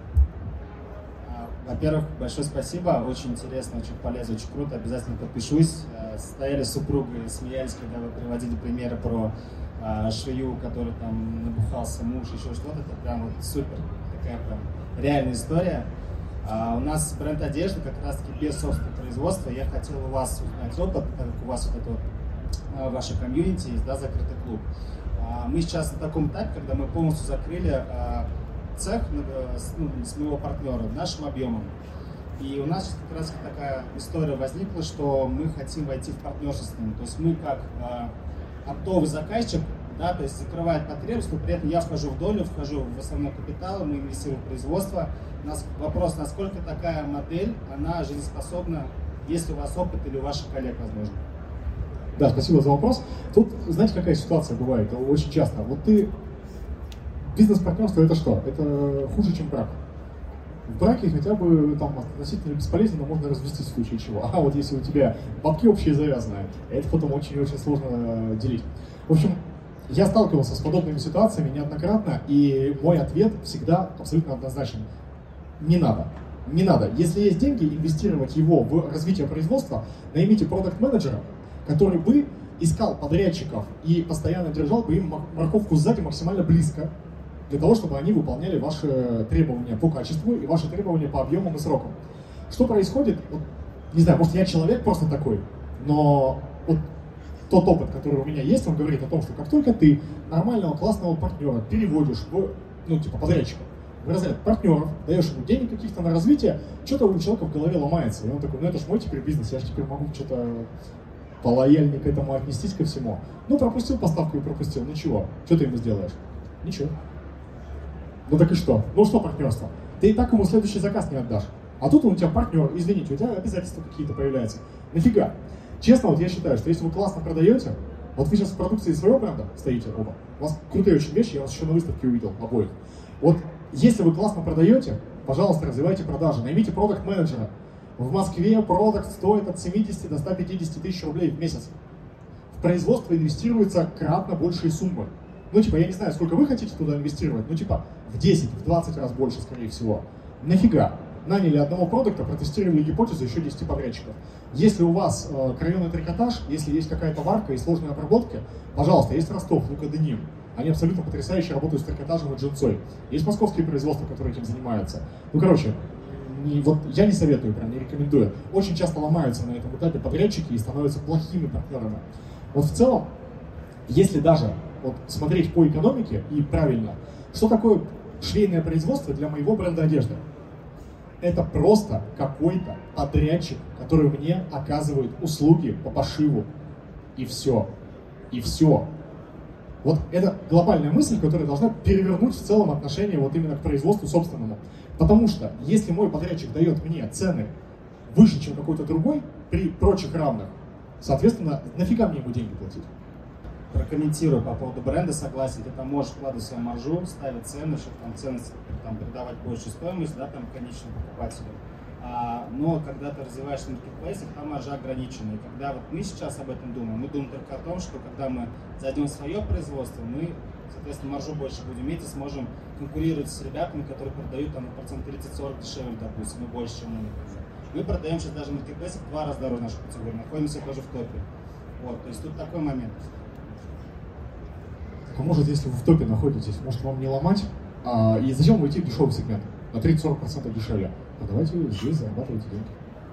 Во-первых, большое спасибо. Очень интересно, очень полезно, очень круто. Обязательно подпишусь. Стояли с супругой, смеялись, когда вы приводили примеры про а, швею, у которой там набухался муж, еще что-то. Это прям вот супер. Такая прям реальная история. А, у нас бренд одежды как раз-таки без собственного производства. Я хотел у вас узнать опыт, так как у вас вот это вот а, ваша комьюнити есть, да, закрытый клуб. А, мы сейчас на таком этапе, когда мы полностью закрыли а, цех ну, с моего партнера нашим объемом. И у нас сейчас как раз такая история возникла, что мы хотим войти в партнерство с ним. То есть мы как э, оптовый заказчик, да, то есть закрывает потребность, но при этом я вхожу в долю, вхожу в основной капитал, мы инвестируем в производство. У нас вопрос, насколько такая модель, она жизнеспособна, если у вас опыт или у ваших коллег, возможно. Да, спасибо за вопрос. Тут, знаете, какая ситуация бывает очень часто? Вот ты... Бизнес-партнерство это что? Это хуже, чем брак. В браке хотя бы там относительно бесполезно, но можно развестись в случае чего. А вот если у тебя бабки общие завязаны, это потом очень-очень сложно делить. В общем, я сталкивался с подобными ситуациями неоднократно, и мой ответ всегда абсолютно однозначен. Не надо. Не надо. Если есть деньги, инвестировать его в развитие производства, наймите продакт-менеджера, который бы искал подрядчиков и постоянно держал бы им морковку сзади максимально близко, для того, чтобы они выполняли ваши требования по качеству и ваши требования по объемам и срокам. Что происходит? Вот, не знаю, может, я человек просто такой, но вот тот опыт, который у меня есть, он говорит о том, что как только ты нормального, классного партнера переводишь в, ну, типа, подрядчика, в разряд партнеров, даешь ему денег каких-то на развитие, что-то у человека в голове ломается. И он такой, ну это ж мой теперь бизнес, я же теперь могу что-то полояльнее к этому отнестись ко всему. Ну, пропустил поставку и пропустил, ну чего? Что ты ему сделаешь? Ничего. Ну так и что? Ну что партнерство? Ты и так ему следующий заказ не отдашь. А тут он у тебя партнер, извините, у тебя обязательства какие-то появляются. Нафига? Честно, вот я считаю, что если вы классно продаете, вот вы сейчас в продукции своего бренда стоите оба, у вас крутые очень вещи, я вас еще на выставке увидел, обоих. Вот если вы классно продаете, пожалуйста, развивайте продажи, наймите продакт-менеджера. В Москве продакт стоит от семидесяти до ста пятидесяти тысяч рублей в месяц. В производство инвестируется кратно большие суммы. Ну, типа, я не знаю, сколько вы хотите туда инвестировать, ну, типа, в десять, в двадцать раз больше, скорее всего. Нафига? Наняли одного продукта, протестировали гипотезу еще десяти подрядчиков. Если у вас э, краённый трикотаж, если есть какая-то варка и сложные обработки, пожалуйста, есть Ростов, Лука Деним. Они абсолютно потрясающе работают с трикотажем и джинсой. Есть московские производства, которые этим занимаются. Ну, короче, не, вот я не советую, прям не рекомендую. Очень часто ломаются на этом этапе подрядчики и становятся плохими партнерами. Вот в целом, если даже вот смотреть по экономике и правильно, что такое швейное производство для моего бренда одежды? Это просто какой-то подрядчик, который мне оказывает услуги по пошиву. И все. И все. Вот это глобальная мысль, которая должна перевернуть в целом отношение вот именно к производству собственному. Потому что если мой подрядчик дает мне цены выше, чем какой-то другой, при прочих равных, соответственно, нафига мне ему деньги платить? Прокомментирую по поводу бренда, согласен, ты там можешь вкладывать свою маржу, ставить цены, чтобы там ценность там, придавать большую стоимость, да, там, конечному покупателю. А, но когда ты развиваешь маркетплейсы, там маржа ограничена. И когда вот мы сейчас об этом думаем, мы думаем только о том, что когда мы зайдем в свое производство, мы, соответственно, маржу больше будем иметь и сможем конкурировать с ребятами, которые продают там на процент тридцать-сорок дешевле, допустим, и больше, чем мы. Мы продаем сейчас даже маркетплейсы в два раза дороже нашей категории, находимся тоже в топе. Вот, то есть тут такой момент. А может, если вы в топе находитесь, может вам не ломать? А, и зачем вы идти в дешевый сегмент? На тридцать-сорок процентов дешевле. А давайте здесь зарабатывайте деньги.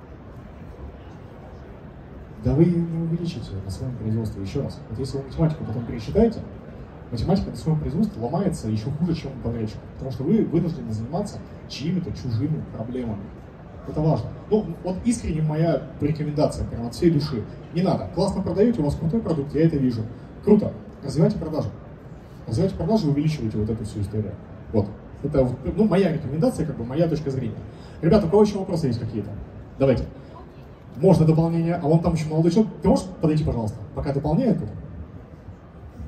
Да вы не увеличите на своем производстве еще раз. Вот если вы математику потом пересчитаете, математика на своем производстве ломается еще хуже, чем у подрядчика. Потому что вы вынуждены заниматься чьими-то чужими проблемами. Это важно. Ну, вот искренне моя рекомендация, прям от всей души. Не надо. Классно продаете, у вас крутой продукт, я это вижу. Круто. Развивайте продажи. Развивайте продажи, увеличивайте вот эту всю историю. Вот. Это ну, моя рекомендация, как бы моя точка зрения. Ребята, у кого еще вопросы есть какие-то? Давайте. Можно дополнение, а вон там еще молодой человек. Ты можешь подойти, пожалуйста, пока дополняет это?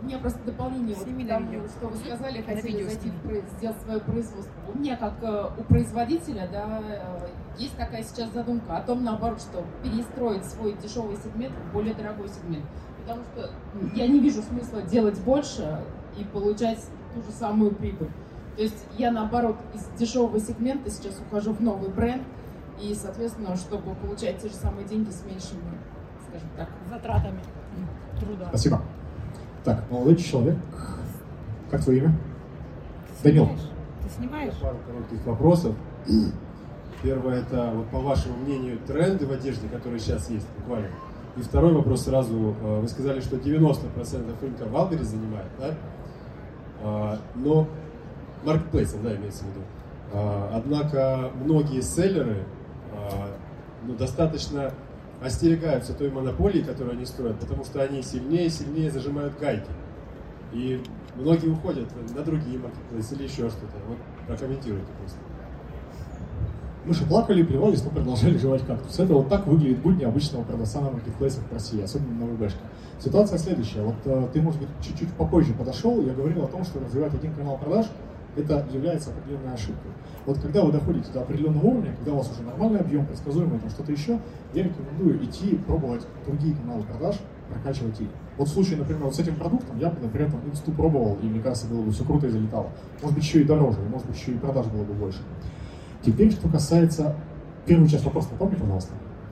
меня просто дополнение вот к тому, что вы сказали, хотели зайти в произ... сделать свое производство. У меня, как э, у производителя, да, э, есть такая сейчас задумка о том, наоборот, что перестроить свой дешевый сегмент в более дорогой сегмент. Потому что я не вижу смысла делать больше и получать ту же самую прибыль. То есть я, наоборот, из дешевого сегмента сейчас ухожу в новый бренд, и, соответственно, чтобы получать те же самые деньги с меньшими, скажем так, затратами труда. Спасибо. Так, молодой человек, как твое имя? Данил. Ты снимаешь? Пару коротких вопросов. Первое, это, вот, по вашему мнению, тренды в одежде, которые сейчас есть, буквально. И второй вопрос сразу. Вы сказали, что девяносто процентов рынка Wildberries занимает, да? Но маркетплейсом, да, имеется в виду. Однако многие селлеры ну, достаточно остерегаются той монополии, которую они строят, потому что они сильнее и сильнее зажимают гайки. И многие уходят на другие маркетплейсы или еще что-то. Вот прокомментируйте просто. Мыши плакали, плевались, но продолжали жевать кактус. Это вот так выглядит будни обычного продавца на маркетплейсах в России, особенно на ВБшке. Ситуация следующая. Вот э, ты, может быть, чуть-чуть попозже подошел, я говорил о том, что развивать один канал продаж – это является определенной ошибкой. Вот когда вы доходите до определенного уровня, когда у вас уже нормальный объем, предсказуемый, там что-то еще, я рекомендую идти пробовать другие каналы продаж, прокачивать их. Вот в случае, например, вот с этим продуктом, я бы, например, там инсту пробовал, и мне кажется, было бы все круто и залетало. Может быть, еще и дороже, и может быть, еще и продаж было бы больше. Теперь, что касается... Первую часть вопроса, напомни, пожалуйста.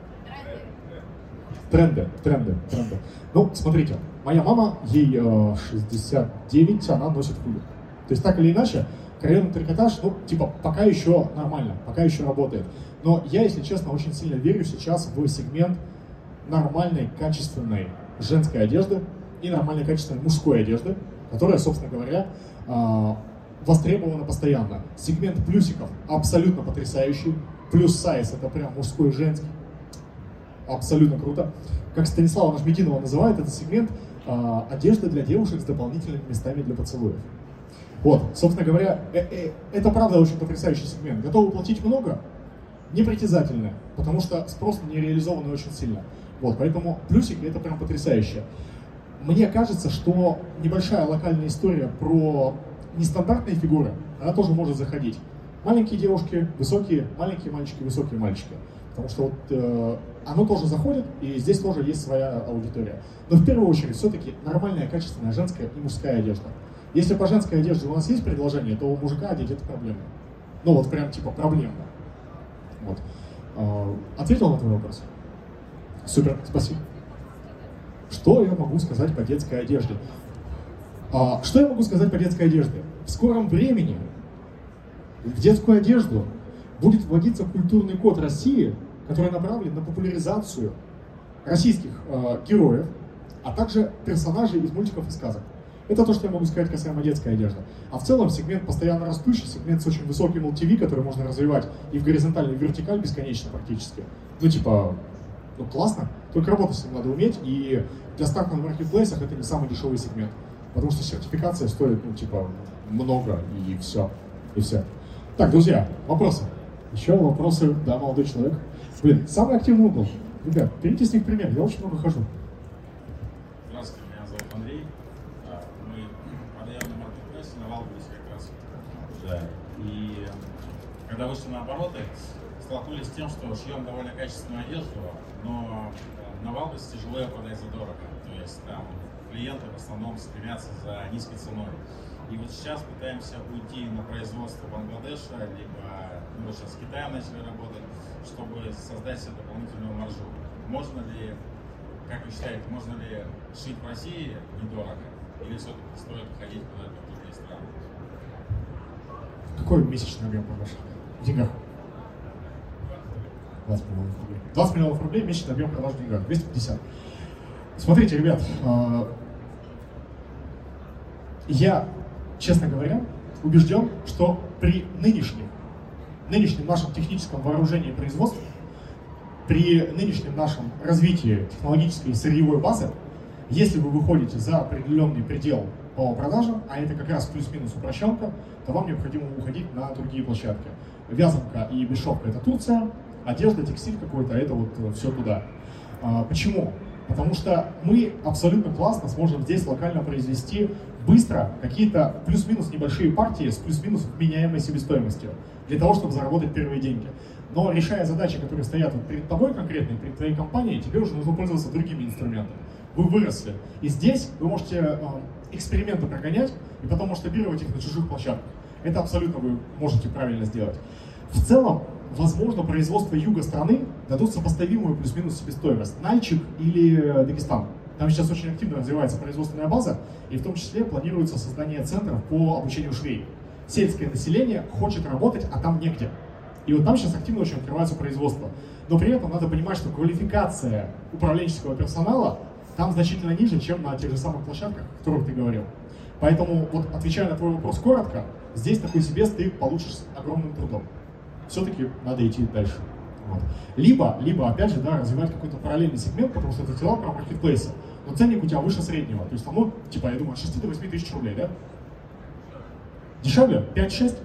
Тренды, тренды, тренды. Ну, смотрите, моя мама, ей э, шестьдесят девять, она носит худи. То есть, так или иначе, крайонный трикотаж, ну, типа, пока еще нормально, пока еще работает. Но я, если честно, очень сильно верю сейчас в сегмент нормальной, качественной женской одежды и нормальной, качественной мужской одежды, которая, собственно говоря, э, востребована постоянно. Сегмент плюсиков абсолютно потрясающий. Плюс сайз — это прям мужской и женский. Абсолютно круто. Как Станислава Нажметинова называет этот сегмент, э, одежда для девушек с дополнительными местами для поцелуев. Вот, собственно говоря, э -э это правда очень потрясающий сегмент. Готовы платить много? Непритязательно, потому что спрос не реализован очень сильно. Вот, поэтому плюсики — это прям потрясающе. Мне кажется, что небольшая локальная история про нестандартные фигуры, она тоже может заходить. Маленькие девушки, высокие, маленькие мальчики, высокие мальчики. Потому что вот э, оно тоже заходит, и здесь тоже есть своя аудитория. Но в первую очередь все-таки нормальная, качественная женская и мужская одежда. Если по женской одежде у нас есть предложение, то у мужика одеть это проблема. Ну вот прям типа проблемно. Вот. Э, ответил на твой вопрос? Супер, спасибо. Что я могу сказать по детской одежде? А, что я могу сказать по детской одежде? В скором времени в детскую одежду будет вводиться культурный код России, который направлен на популяризацию российских э, героев, а также персонажей из мультиков и сказок. Это то, что я могу сказать касаемо детской одежды. А в целом сегмент постоянно растущий, сегмент с очень высоким эл ти ви, который можно развивать и в горизонталь, и в вертикаль бесконечно практически. Ну типа, ну классно, только работать с ним надо уметь, и для старта на маркетплейсах это не самый дешевый сегмент. Потому что сертификация стоит, ну, типа, много, и все, и все. Так, друзья, вопросы? Еще вопросы? Да, молодой человек. Блин, самый активный угол. Ребят, берите с них пример, я очень много хожу. Здравствуйте, меня зовут Андрей. Мы продаем на маркетплейсе, на Wildberries как раз уже. И когда вышли на обороты, столкнулись с тем, что шьем довольно качественную одежду, но на Wildberries тяжело ее продать задорого. То есть там клиенты в основном стремятся за низкой ценой. И вот сейчас пытаемся уйти на производство Бангладеша, либо мы сейчас с Китаем начали работать, чтобы создать себе дополнительную маржу. Можно ли, как вы считаете, можно ли шить в России недорого, или все-таки стоит ходить куда-то в другие страны? Какой месячный объем продаж? В деньгах? двадцать миллионов рублей. двадцать миллионов рублей месячный объем продаж в деньгах. двести пятьдесят. Смотрите, ребят, я, честно говоря, убежден, что при нынешнем, нынешнем нашем техническом вооружении и производстве, при нынешнем нашем развитии технологической и сырьевой базы, если вы выходите за определенный предел по продажам, а это как раз плюс-минус упрощенка, то вам необходимо уходить на другие площадки. Вязанка и бесшовка — это Турция, одежда, текстиль какой-то — это вот все туда. Почему? Потому что мы абсолютно классно сможем здесь локально произвести быстро какие-то плюс-минус небольшие партии с плюс-минус вменяемой себестоимостью для того, чтобы заработать первые деньги. Но решая задачи, которые стоят вот перед тобой конкретно, перед твоей компанией, тебе уже нужно пользоваться другими инструментами. Вы выросли. И здесь вы можете э, эксперименты прогонять и потом масштабировать их на чужих площадках. Это абсолютно вы можете правильно сделать. В целом, возможно, производство юга страны дадут сопоставимую плюс-минус себестоимость. Нальчик или Дагестан. Там сейчас очень активно развивается производственная база, и в том числе планируется создание центров по обучению швей. Сельское население хочет работать, а там негде. И вот там сейчас активно очень открывается производство. Но при этом надо понимать, что квалификация управленческого персонала там значительно ниже, чем на тех же самых площадках, о которых ты говорил. Поэтому, вот отвечая на твой вопрос коротко, здесь такой себе ты получишь с огромным трудом. Все-таки надо идти дальше. Вот. Либо, либо, опять же, да, развивать какой-то параллельный сегмент, потому что ты сказал про маркетплейсы, но ценник у тебя выше среднего. То есть там, ну, типа, я думаю, от шести до восьми тысяч рублей, да? Дешевле? пять-шесть?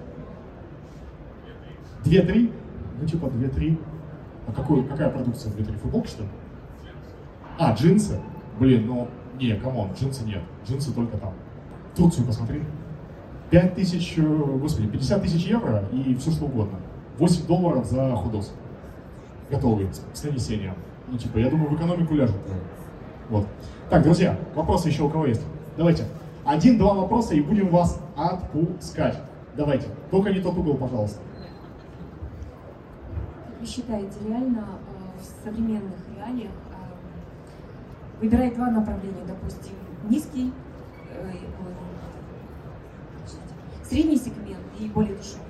два-три? Ну, типа, два-три. А какой, какая продукция два-три? Футболка, что ли? А, джинсы? Блин, ну, не, камон, джинсы нет. Джинсы только там. Турцию посмотри. пять тысяч, господи, пятьдесят тысяч евро и все что угодно. восемь долларов за худос. Готовый, с нанесением. Ну, типа, я думаю, в экономику ляжет. Вот. Так, друзья, вопросы еще у кого есть? Давайте. Один-два вопроса и будем вас отпускать. Давайте. Только не тот угол, пожалуйста. Как вы считаете, реально э, в современных реалиях э, выбирать два направления, допустим, низкий, э, средний сегмент и более дешевый?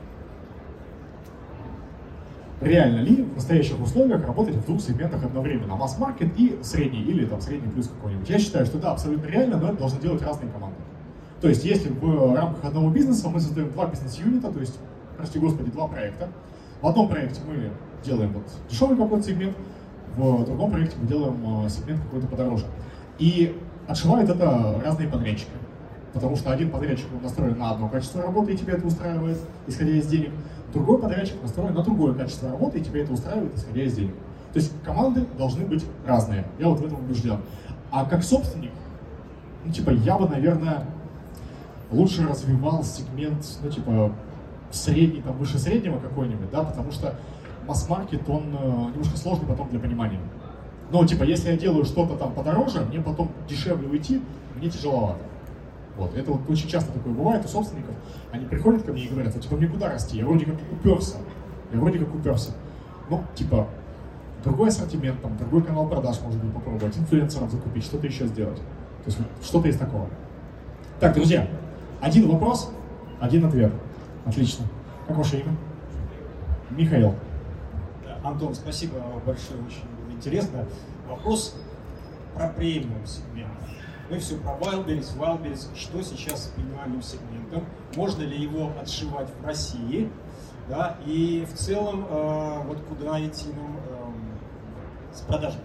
Реально ли в настоящих условиях работать в двух сегментах одновременно? Масс-маркет и средний, или там средний плюс какой-нибудь. Я считаю, что да, абсолютно реально, но это должны делать разные команды. То есть, если в рамках одного бизнеса мы создаем два бизнес-юнита, то есть, прости господи, два проекта. В одном проекте мы делаем вот дешевый какой-то сегмент, в другом проекте мы делаем сегмент какой-то подороже. И отшивают это разные подрядчики. Потому что один подрядчик настроен на одно качество работы, и тебя это устраивает, исходя из денег. Другой подрядчик настроен на другое качество работы, и тебя это устраивает, исходя из денег. То есть команды должны быть разные. Я вот в этом убежден. А как собственник, ну типа я бы, наверное, лучше развивал сегмент, ну типа средний, там выше среднего какой-нибудь, да, потому что масс-маркет, он немножко сложный потом для понимания. Но типа если я делаю что-то там подороже, мне потом дешевле уйти, мне тяжеловато. Вот. Это вот очень часто такое бывает у собственников. Они приходят ко мне и говорят, типа, мне куда расти? Я вроде как уперся. Я вроде как уперся. Ну, типа, другой ассортимент, там, другой канал продаж, может быть, попробовать, инфлюенсеров закупить, что-то еще сделать. То есть вот, что-то из такого. Так, друзья, один вопрос, один ответ. Отлично. Как ваше имя? Михаил. Антон, спасибо большое, очень интересно. Вопрос про премиум сегмент. Мы все про Wildberries, Wildberries. Что сейчас с премиальным сегментом? Можно ли его отшивать в России? Да? И в целом, э, вот куда идти нам э, с продажами?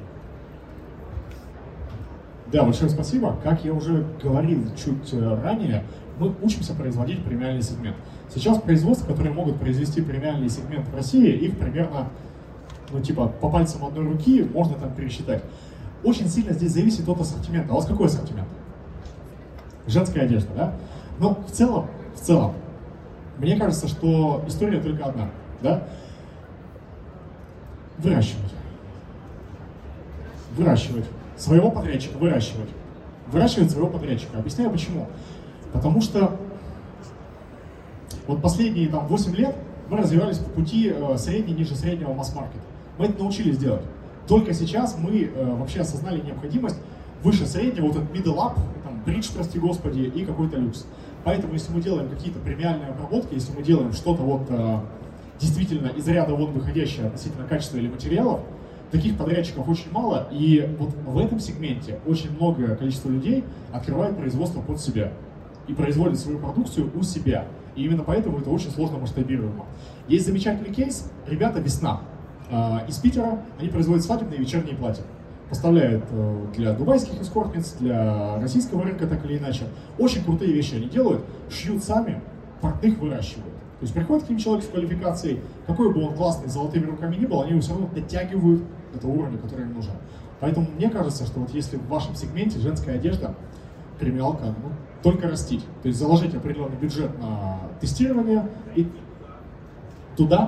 Да, большое спасибо. Как я уже говорил чуть ранее, мы учимся производить премиальный сегмент. Сейчас производства, которые могут произвести премиальный сегмент в России, их примерно, ну типа, по пальцам одной руки можно там пересчитать. Очень сильно здесь зависит от ассортимента. А у вас какой ассортимент? Женская одежда, да? Но в целом, в целом, мне кажется, что история только одна, да? Выращивать. Выращивать. Своего подрядчика выращивать. Выращивать своего подрядчика. Объясняю почему. Потому что вот последние там восемь лет мы развивались по пути э, средней, ниже среднего масс-маркета. Мы это научились делать. Только сейчас мы э, вообще осознали необходимость выше среднего, вот этот middle up, там, бридж, прости господи, и какой-то люкс. Поэтому, если мы делаем какие-то премиальные обработки, если мы делаем что-то вот э, действительно из ряда вон выходящее относительно качества или материалов, таких подрядчиков очень мало, и вот в этом сегменте очень многое количество людей открывает производство под себя и производит свою продукцию у себя. И именно поэтому это очень сложно масштабируемо. Есть замечательный кейс, ребята «Весна». Из Питера они производят свадебные и вечерние платья. Поставляют для дубайских эскортниц, для российского рынка так или иначе. Очень крутые вещи они делают, шьют сами, портных выращивают. То есть приходит к ним человек с квалификацией, какой бы он классный, с золотыми руками ни был, они его все равно дотягивают до того уровня, который им нужен. Поэтому мне кажется, что вот если в вашем сегменте женская одежда, премиалка, ну, только растить. То есть заложить определенный бюджет на тестирование и туда.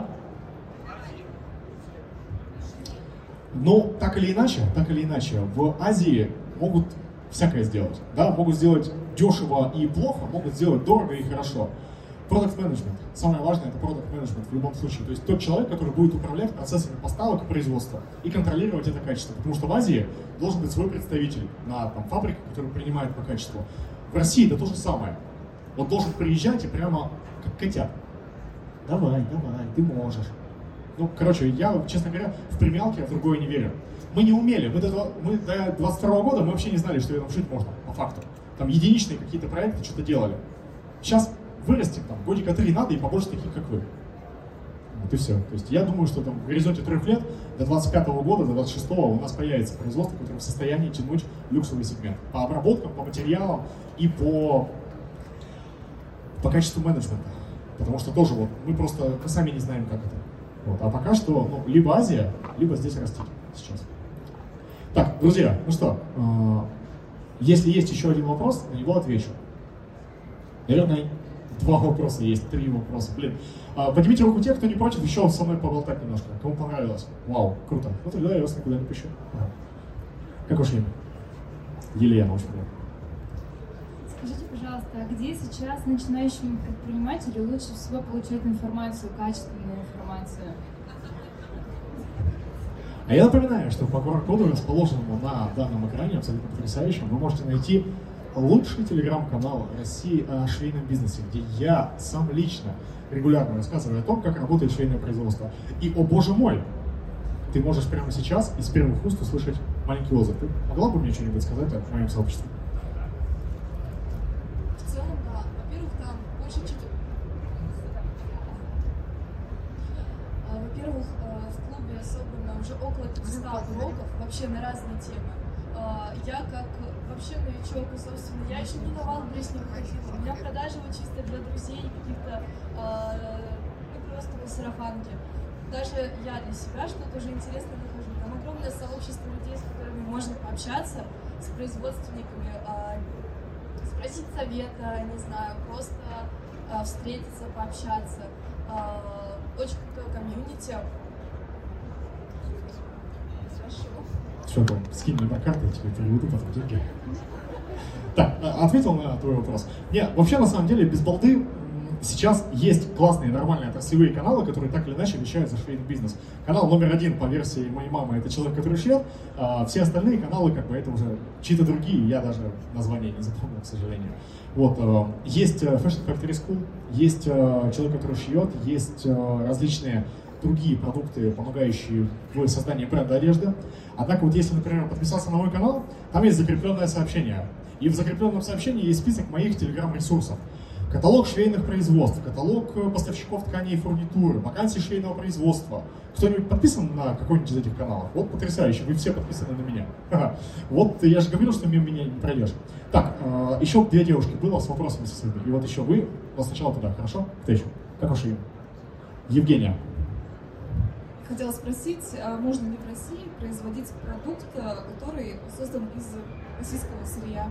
Но так или иначе, так или иначе, в Азии могут всякое сделать. Да? Могут сделать дешево и плохо, могут сделать дорого и хорошо. Product management. Самое важное — это product management в любом случае. То есть тот человек, который будет управлять процессами поставок и производства и контролировать это качество. Потому что в Азии должен быть свой представитель на там, фабрике, который принимает по качеству. В России это то же самое. Он должен приезжать и прямо как котят. Давай, давай, ты можешь. Ну, короче, я, честно говоря, в премиалке в другое не верю. Мы не умели. Мы до, мы до двадцать второго года мы вообще не знали, что этом шить можно, по факту. Там единичные какие-то проекты что-то делали. Сейчас вырастет, там, годика три надо и побольше таких, как вы. Вот и все. То есть я думаю, что там в горизонте трех лет, до двадцать пятого года, до двадцать шестого у нас появится производство, которое в состоянии тянуть люксовый сегмент. По обработкам, по материалам и по, по качеству менеджмента. Потому что тоже вот мы просто, мы сами не знаем, как это. Вот. А пока что, ну, либо Азия, либо здесь растить сейчас. Так, друзья, ну что, э, если есть еще один вопрос, на него отвечу. Наверное, два вопроса есть, три вопроса. Блин. А, поднимите руку те, кто не против еще со мной поболтать немножко. Кому понравилось? Вау, круто. Ну тогда я вас никуда не пущу. Ага. Как ваше имя? Елена, очень приятно. Скажите, пожалуйста, а где сейчас начинающему предпринимателю лучше всего получать информацию, качественную информацию? А я напоминаю, что по ку ар коду, расположенному на данном экране, абсолютно потрясающем, вы можете найти лучший телеграм-канал России о швейном бизнесе, где я сам лично регулярно рассказываю о том, как работает швейное производство. И, о боже мой, ты можешь прямо сейчас из первых уст услышать маленький отзыв. Ты могла бы мне что-нибудь сказать о моем сообществе? В целом, да. Во-первых, там больше чего. Во-первых, в клубе собрано уже около пятисот блогов вообще на разные темы. Я как вообще новичок, и, собственно, я еще не на Wildberries не выходила. У меня продажи вот чисто для друзей, каких-то, ну, просто на сарафанке. Даже я для себя что-то уже интересно нахожу. Там огромное сообщество людей, с которыми можно пообщаться, с производственниками, спросить совета, не знаю, просто встретиться, пообщаться. Очень крутое комьюнити. Хорошо. Что там, скинь мне на карту, я тебе переведу потом деньги. Так, ответил на твой вопрос. Нет, вообще, на самом деле, без балды сейчас есть классные, нормальные отраслевые каналы, которые так или иначе вещают за швейный бизнес. Канал номер один по версии моей мамы — это человек, который шьет, а все остальные каналы, как бы, это уже чьи-то другие, я даже название не запомнил, к сожалению. Вот, есть Fashion Factory School, есть человек, который шьет, есть различные другие продукты, помогающие в создании бренда одежды. Однако вот если, например, подписался на мой канал, там есть закрепленное сообщение. И в закрепленном сообщении есть список моих телеграм-ресурсов. Каталог швейных производств, каталог поставщиков тканей и фурнитуры, вакансии швейного производства. Кто-нибудь подписан на какой-нибудь из этих каналов? Вот потрясающе, вы все подписаны на меня. Ага. Вот я же говорил, что мимо меня не пройдешь. Так, э, еще две девушки было с вопросами со своими. И вот еще вы, вот сначала туда, хорошо? Кто еще? Как ваше имя? Евгения. Хотела спросить, а можно ли в России производить продукт, который создан из российского сырья?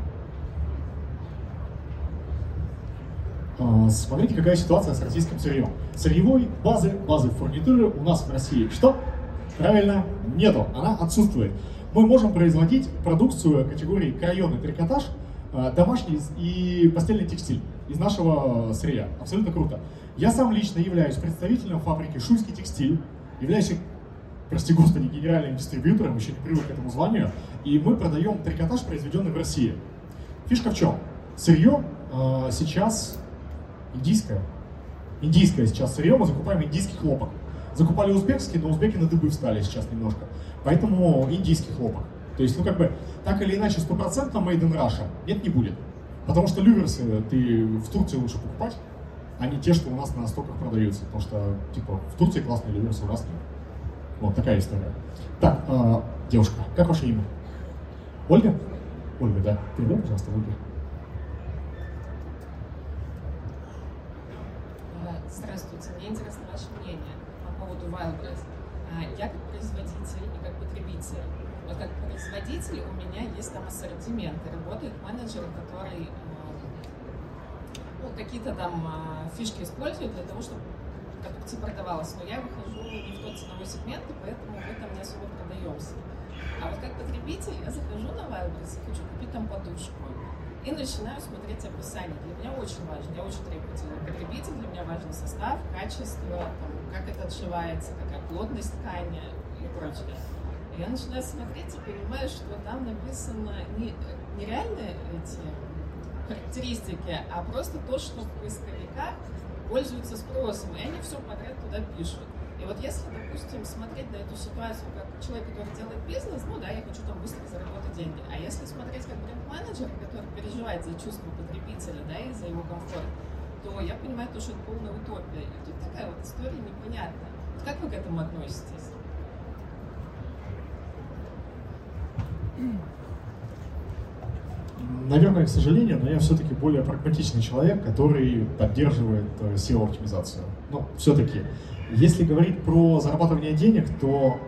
Смотрите, какая ситуация с российским сырьем. Сырьевой базы, базы фурнитуры у нас в России что? Правильно, нету, она отсутствует. Мы можем производить продукцию категории крайонный трикотаж, домашний и постельный текстиль из нашего сырья. Абсолютно круто. Я сам лично являюсь представителем фабрики «Шуйский текстиль», являюсь, прости господи, генеральным дистрибьютором, еще не привык к этому званию, и мы продаем трикотаж, произведенный в России. Фишка в чем? Сырье э, сейчас индийское. Индийское сейчас сырье, мы закупаем индийский хлопок. Закупали узбекский, но узбеки на дыбы встали сейчас немножко. Поэтому индийский хлопок. То есть, ну как бы, так или иначе, стопроцентно made in Russia нет, не будет. Потому что люверсы ты в Турции лучше покупать, а не те, что у нас на стоках продаются. Потому что, типа, в Турции классные люверсы, у нас нет. Вот такая история. Так, э, девушка, как ваше имя? Ольга? Ольга, да. Передай, пожалуйста, Ольга. Здравствуйте, мне интересно ваше мнение по поводу Wildberries. Я как производитель и как потребитель. Вот как производитель у меня есть там ассортимент, и работают менеджеры, которые ну, какие-то там фишки используют для того, чтобы продукция продавалась. Но я выхожу не в тот ценовой сегмент, и поэтому мы там не особо продаемся. А вот как потребитель я захожу на Wildberries и хочу купить там подушку. И начинаю смотреть описание. Для меня очень важно, я очень требовательный потребитель, для меня важен состав, качество, там, как это отшивается, какая плотность ткани и прочее. И я начинаю смотреть и понимаю, что там написано не, не реальные эти характеристики, а просто то, что в поисковиках пользуются спросом, и они все подряд туда пишут. И вот если, допустим, смотреть на эту ситуацию как человек, который делает бизнес, ну да, я хочу там быстро заработать деньги. А если смотреть как бренд-менеджер, который переживает за чувство потребителя, да, и за его комфорт, то я понимаю, то, что это полная утопия. И тут такая вот история непонятная. Как вы к этому относитесь? Наверное, к сожалению, но я все-таки более прагматичный человек, который поддерживает эс и о-оптимизацию. Но все-таки, если говорить про зарабатывание денег, то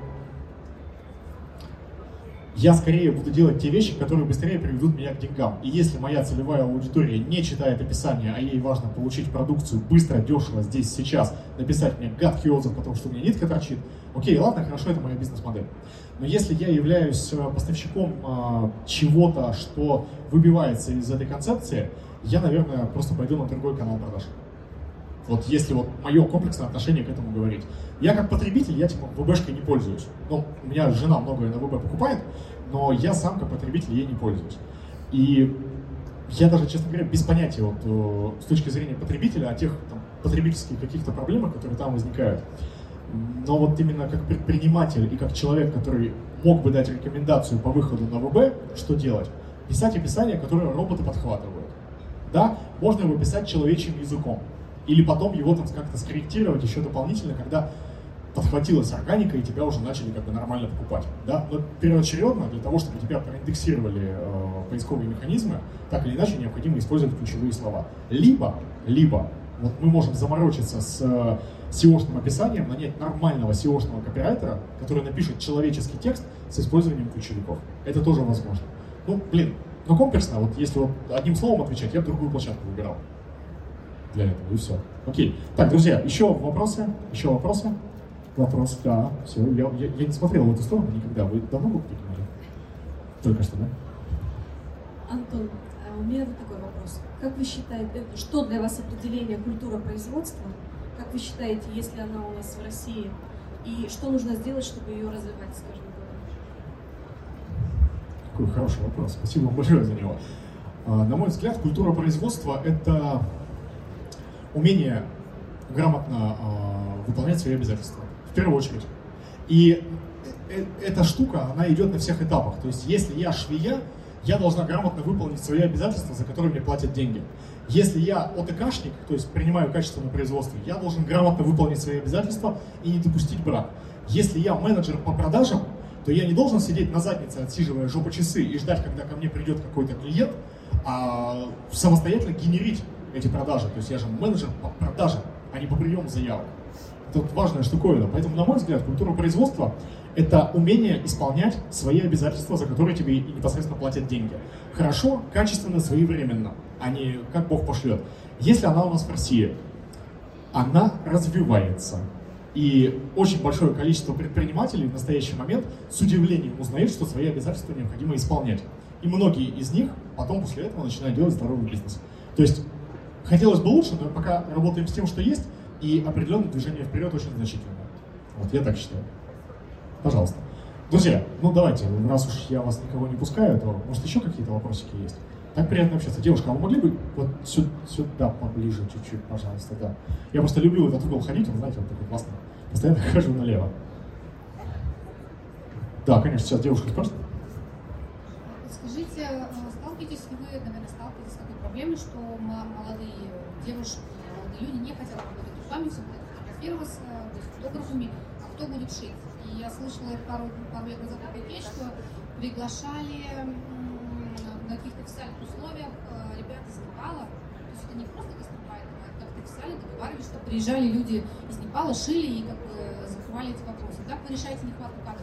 я скорее буду делать те вещи, которые быстрее приведут меня к деньгам. И если моя целевая аудитория не читает описание, а ей важно получить продукцию быстро, дешево, здесь, сейчас, написать мне гадкий отзыв, потому что у меня нитка торчит, окей, ладно, хорошо, это моя бизнес-модель. Но если я являюсь поставщиком а, чего-то, что выбивается из этой концепции, я, наверное, просто пойду на другой канал продаж. Вот если вот мое комплексное отношение к этому говорить. Я как потребитель, я типа ВБшкой не пользуюсь. Ну, у меня жена многое на ВБ покупает, но я сам как потребитель ей не пользуюсь. И я даже, честно говоря, без понятия вот, с точки зрения потребителя о тех там, потребительских каких-то проблемах, которые там возникают. Но вот именно как предприниматель и как человек, который мог бы дать рекомендацию по выходу на ВБ, что делать? Писать описание, которое роботы подхватывают. Да, можно его писать человечьим языком. Или потом его там как-то скорректировать еще дополнительно, когда подхватилась органика и тебя уже начали как бы нормально покупать. Да? Но первоочередно для того, чтобы тебя проиндексировали э, поисковые механизмы, так или иначе необходимо использовать ключевые слова. Либо, либо вот мы можем заморочиться с э, эс и о-шным описанием, нанять нормального эс и о-шного копирайтера, который напишет человеческий текст с использованием ключевиков. Это тоже возможно. Ну, блин, ну комплексно, вот если вот одним словом отвечать, я бы другую площадку выбирал для этого, и все. Окей. Так, друзья, еще вопросы? Еще вопросы? Вопрос, да, все. Я, я, я не смотрел в эту сторону никогда. Вы давно бы поднимали? Только что, да? Антон, у меня вот такой вопрос. Как вы считаете, что для вас определение культура производства? Как вы считаете, если она у нас в России? И что нужно сделать, чтобы ее развивать с каждым годом? Какой хороший вопрос. Спасибо вам большое за него. На мой взгляд, культура производства – это умение грамотно э, выполнять свои обязательства, в первую очередь. И э, эта штука, она идет на всех этапах. То есть, если я швея, я должна грамотно выполнить свои обязательства, за которые мне платят деньги. Если я ОТКшник, то есть принимаю качественное производство, я должен грамотно выполнить свои обязательства и не допустить брак. Если я менеджер по продажам, то я не должен сидеть на заднице, отсиживая жопу-часы и ждать, когда ко мне придет какой-то клиент, а самостоятельно генерить эти продажи. То есть я же менеджер по продажам, а не по приему заявок. Это вот важная штуковина. Поэтому, на мой взгляд, культура производства – это умение исполнять свои обязательства, за которые тебе и непосредственно платят деньги. Хорошо, качественно, своевременно, а не как Бог пошлет. Если она у нас в России, она развивается. И очень большое количество предпринимателей в настоящий момент с удивлением узнают, что свои обязательства необходимо исполнять. И многие из них потом после этого начинают делать здоровый бизнес. То есть хотелось бы лучше, но пока работаем с тем, что есть, и определенное движение вперед очень значительное. Вот я так считаю. Пожалуйста. Друзья, ну давайте, раз уж я вас никого не пускаю, то может еще какие-то вопросики есть? Так приятно общаться. Девушка, а вы могли бы вот сюда, сюда поближе чуть-чуть, пожалуйста, да. Я просто люблю в этот угол ходить, он, знаете, он такой классный. Постоянно хожу налево. Да, конечно, сейчас девушка спросит. Скажите, сталкиваетесь ли вы, наверное, сталкиваетесь с такой проблемой, что молодые девушки, молодые люди не хотят работать руками, все хотят фотографироваться, быть фотографами, а кто будет шить? И я слышала пару, пару лет назад такую вещь, что приглашали на каких-то официальных условиях ребят из Непала, то есть это не просто гастарбайтеры, а как писали, договаривались, что приезжали люди из Непала, шили и как бы закрывали эти вопросы. Как вы решаете нехватку кадров?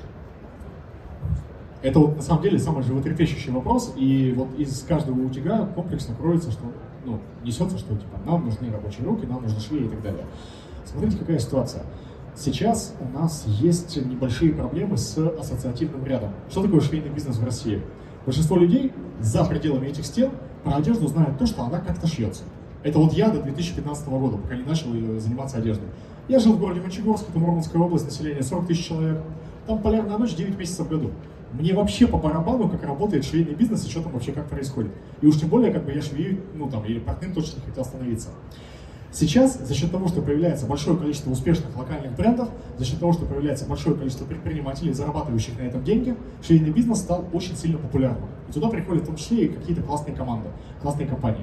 Это вот на самом деле самый животрепещущий вопрос, и вот из каждого утюга комплексно кроется, что ну, несется, что типа нам нужны рабочие руки, нам нужны швеи и так далее. Смотрите, какая ситуация. Сейчас у нас есть небольшие проблемы с ассоциативным рядом. Что такое швейный бизнес в России? Большинство людей за пределами этих стен про одежду знают то, что она как-то шьется. Это вот я до две тысячи пятнадцатого года, пока не начал заниматься одеждой. Я жил в городе Мончегорск, это Мурманская область, население сорок тысяч человек. Там полярная ночь девять месяцев в году. Мне вообще по барабану, как работает швейный бизнес и что там вообще как происходит. И уж тем более, как бы я швею, ну там, или портным точно не хотел становиться. Сейчас, за счет того, что появляется большое количество успешных локальных брендов, за счет того, что появляется большое количество предпринимателей, зарабатывающих на этом деньги, швейный бизнес стал очень сильно популярным. И туда приходят в том числе и какие-то классные команды, классные компании.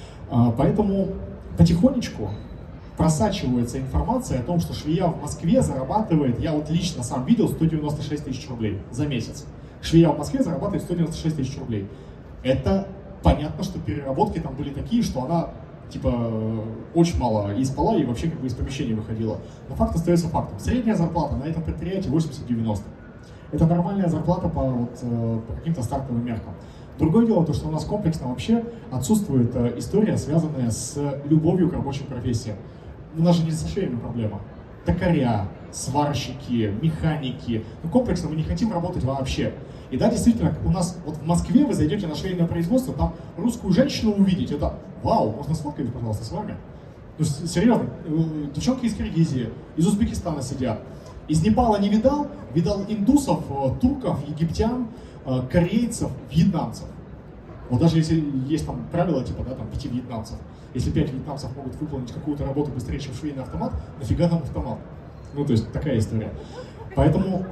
Поэтому потихонечку просачивается информация о том, что швея в Москве зарабатывает, я вот лично сам видел, сто девяносто шесть тысяч рублей за месяц. Швея в Москве зарабатывает сто девяносто шесть тысяч рублей. Это понятно, что переработки там были такие, что она типа очень мало и спала, и вообще как бы из помещения выходила. Но факт остается фактом. Средняя зарплата на этом предприятии восемьдесят-девяносто. Это нормальная зарплата по, вот, по каким-то стартовым меркам. Другое дело то, что у нас комплексно вообще отсутствует история, связанная с любовью к рабочим профессиям. У нас же не со швеями проблема. Токаря, сварщики, механики. Ну, комплексно мы не хотим работать вообще. И да, действительно, у нас вот в Москве вы зайдете на швейное производство, там русскую женщину увидеть, это вау, можно сфоткать, пожалуйста, с вами? Ну, серьезно, девчонки из Киргизии, из Узбекистана сидят. Из Непала не видал, видал индусов, турков, египтян, корейцев, вьетнамцев. Вот даже если есть там правило, типа, да, там, пяти вьетнамцев. Если пять вьетнамцев могут выполнить какую-то работу быстрее, чем швейный автомат, нафига нам автомат? Ну, то есть, такая история. Поэтому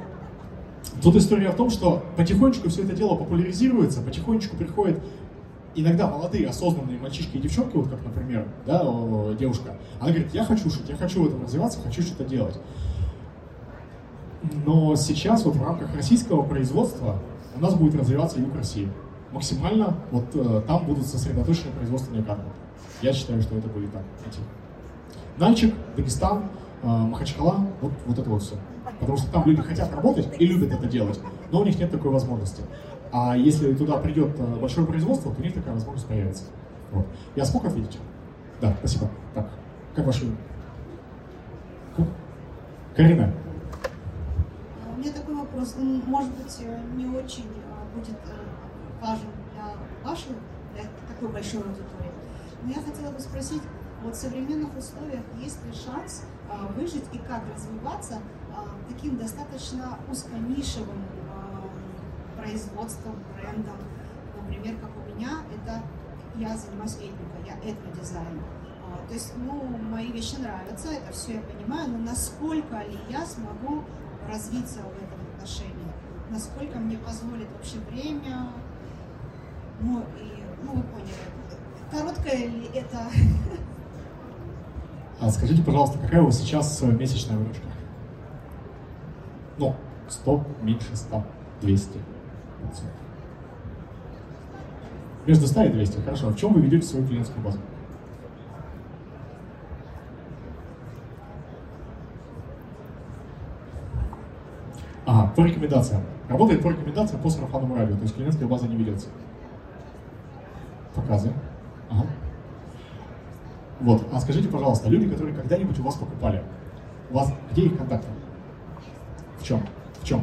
тут история в том, что потихонечку все это дело популяризируется, потихонечку приходят иногда молодые, осознанные мальчишки и девчонки, вот как, например, да, девушка, она говорит, я хочу шить, я хочу в этом развиваться, хочу что-то делать. Но сейчас вот в рамках российского производства у нас будет развиваться юг России. Максимально вот э, там будут сосредоточены производственные кадры. Я считаю, что это будет так. Нальчик, Дагестан, э, Махачкала, вот, вот это вот все. Потому что там люди хотят работать и любят это делать, но у них нет такой возможности. А если туда придет большое производство, то у них такая возможность появится. Вот. Я смог ответить? Да, спасибо. Так, как ваше имя? Карина. У меня такой вопрос, ну, может быть, не очень будет важен для вашей, для такой большой аудитории. Но я хотела бы спросить, вот в современных условиях есть ли шанс а, выжить и как развиваться а, таким достаточно узконишевым а, производством, брендом? Например, как у меня, это я занимаюсь этникой, я этнодизайн. А, то есть, ну, мои вещи нравятся, это все я понимаю, но насколько ли я смогу развиться в этом отношении? Насколько мне позволит вообще время? Ну, и, ну, вы поняли, короткая ли это? А скажите, пожалуйста, какая у вас сейчас месячная выручка? Ну, сто, меньше ста, двести. Между ста и двухсот, хорошо. А в чем вы ведете свою клиентскую базу? Ага, по рекомендациям. Работает по рекомендациям по сарафанному радио, то есть клиентская база не ведется. Показы. Ага. Вот, а скажите, пожалуйста, люди, которые когда-нибудь у вас покупали, у вас где их контакты? В чем? В чем?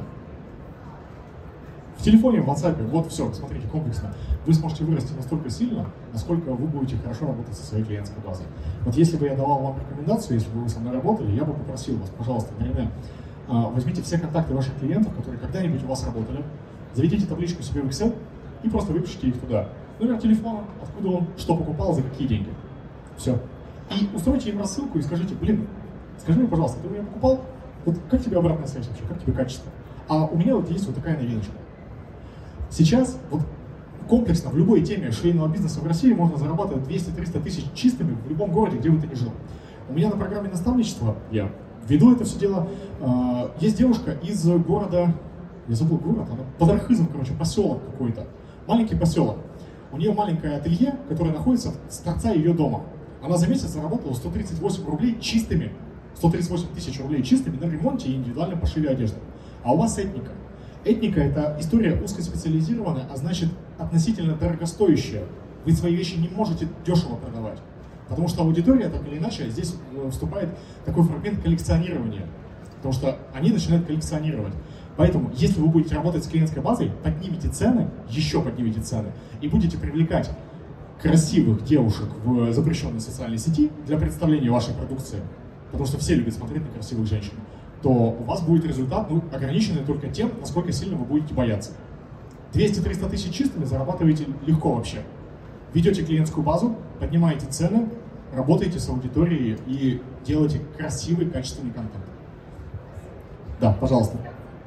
В телефоне, в WhatsApp, вот все, смотрите, комплексно. Вы сможете вырасти настолько сильно, насколько вы будете хорошо работать со своей клиентской базой. Вот если бы я давал вам рекомендацию, если бы вы со мной работали, я бы попросил вас, пожалуйста, Марина, возьмите все контакты ваших клиентов, которые когда-нибудь у вас работали, заведите табличку себе в Excel и просто выпишите их туда. Номер телефона, откуда он, что покупал, за какие деньги. Все. И устройте им рассылку и скажите, блин, скажи мне, пожалуйста, ты у меня покупал? Вот как тебе обратная связь вообще, как тебе качество? А у меня вот есть вот такая новиночка. Сейчас вот комплексно в любой теме швейного бизнеса в России можно зарабатывать двести-триста тысяч чистыми в любом городе, где бы ты ни жил. У меня на программе наставничества, я веду это все дело, есть девушка из города, я забыл город, она под Архызом, короче, поселок какой-то, маленький поселок. У нее маленькое ателье, которое находится с торца ее дома. Она за месяц заработала сто тридцать восемь рублей чистыми, сто тридцать восемь тысяч рублей чистыми на ремонте и индивидуальном пошиве одежды. А у вас этника. Этника – это история узкоспециализированная, а значит относительно дорогостоящая. Вы свои вещи не можете дешево продавать. Потому что аудитория, так или иначе, здесь вступает такой фрагмент коллекционирования. Потому что они начинают коллекционировать. Поэтому, если вы будете работать с клиентской базой, поднимите цены, еще поднимите цены, и будете привлекать красивых девушек в запрещенной социальной сети для представления вашей продукции, потому что все любят смотреть на красивых женщин, то у вас будет результат, ну, ограниченный только тем, насколько сильно вы будете бояться. двести-триста тысяч чистыми зарабатываете легко вообще. Ведете клиентскую базу, поднимаете цены, работаете с аудиторией и делаете красивый, качественный контент. Да, пожалуйста.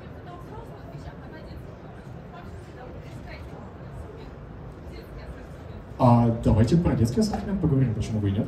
А давайте про детский ассортимент поговорим, почему бы и нет.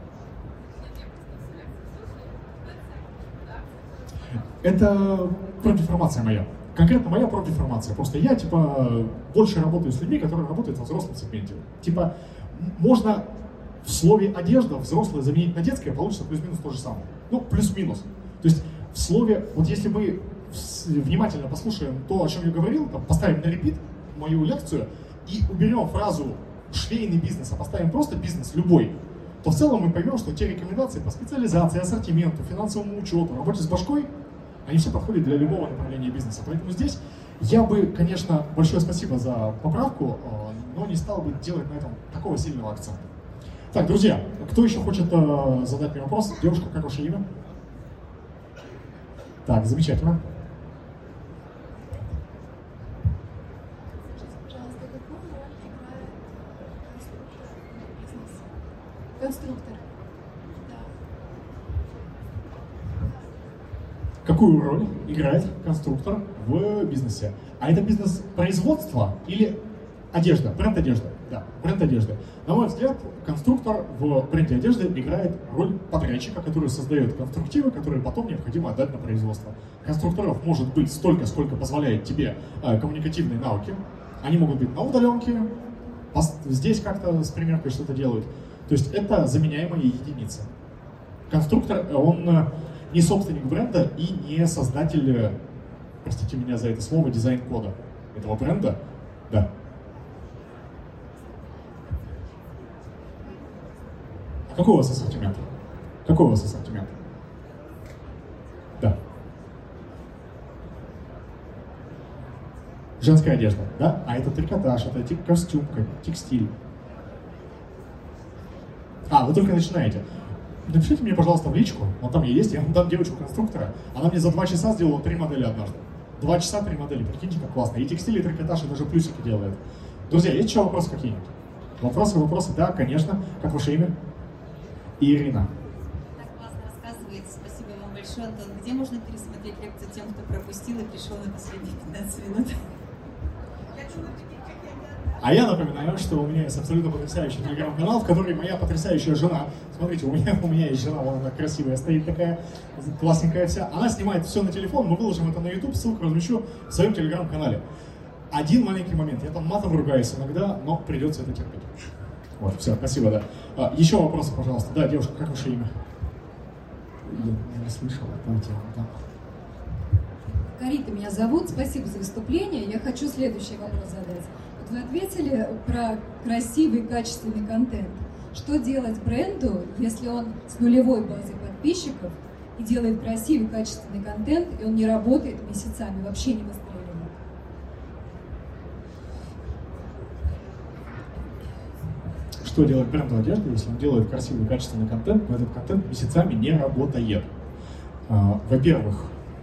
Это профдеформация моя. Конкретно моя профдеформация. Просто я, типа, больше работаю с людьми, которые работают во взрослом сегменте. Типа, можно в слове «одежда» взрослое заменить на детское, получится плюс-минус то же самое. Ну, плюс-минус. То есть в слове, вот если мы внимательно послушаем то, о чем я говорил, там, поставим на репит мою лекцию и уберем фразу «швейный бизнес», а поставим просто «бизнес» любой, то в целом мы поймем, что те рекомендации по специализации, ассортименту, финансовому учету, работе с башкой, они все подходят для любого направления бизнеса. Поэтому здесь я бы, конечно, большое спасибо за поправку, но не стал бы делать на этом такого сильного акцента. Так, друзья, кто еще хочет задать мне вопрос? Девушка, как ваше имя? Так, замечательно. Конструктор. Да. Какую роль играет конструктор в бизнесе? А это бизнес производства или одежда, бренд одежды? Да, бренд одежды. На мой взгляд, конструктор в бренде одежды играет роль подрядчика, который создает конструктивы, которые потом необходимо отдать на производство. Конструкторов может быть столько, сколько позволяет тебе э, коммуникативные навыки. Они могут быть на удаленке, здесь как-то с примеркой что-то делают. То есть это заменяемые единицы. Конструктор, он не собственник бренда и не создатель, простите меня за это слово, дизайн-кода этого бренда. Да. А какой у вас ассортимент? Какой у вас ассортимент? Да. Женская одежда, да? А это трикотаж, это тип костюм, текстиль. А, вы только начинаете. Напишите мне, пожалуйста, в личку, вот там я есть, я вам дам девочку-конструктора. Она мне за два часа сделала три модели однажды. Два часа, три модели, прикиньте, как классно. И текстиль, и трикотаж, и даже плюсики делает. Друзья, есть еще вопросы какие-нибудь? Вопросы, вопросы? Да, конечно. Как ваше имя? Ирина. Так классно рассказываете. Спасибо вам большое, Антон. Где можно пересмотреть лекцию тем, кто пропустил и пришел на последние пятнадцать минут? А я напоминаю, что у меня есть абсолютно потрясающий телеграм-канал, в который моя потрясающая жена, смотрите, у меня, у меня есть жена, вон она красивая стоит такая, классненькая вся, она снимает все на телефон, мы выложим это на YouTube, ссылку размещу в своем телеграм-канале. Один маленький момент, я там матом ругаюсь иногда, но придется это терпеть. Вот, все, спасибо, да. А, еще вопросы, пожалуйста. Да, девушка, как ваше имя? Я не слышала, давайте, да. Карита меня зовут, спасибо за выступление. Я хочу следующий вопрос задать. Вот вы ответили про красивый, качественный контент. Что делать бренду, если он с нулевой базой подписчиков и делает красивый, качественный контент, и он не работает месяцами, вообще не выстреливает? Что делать бренду одежды, если он делает красивый, качественный контент, но этот контент месяцами не работает? Во-первых,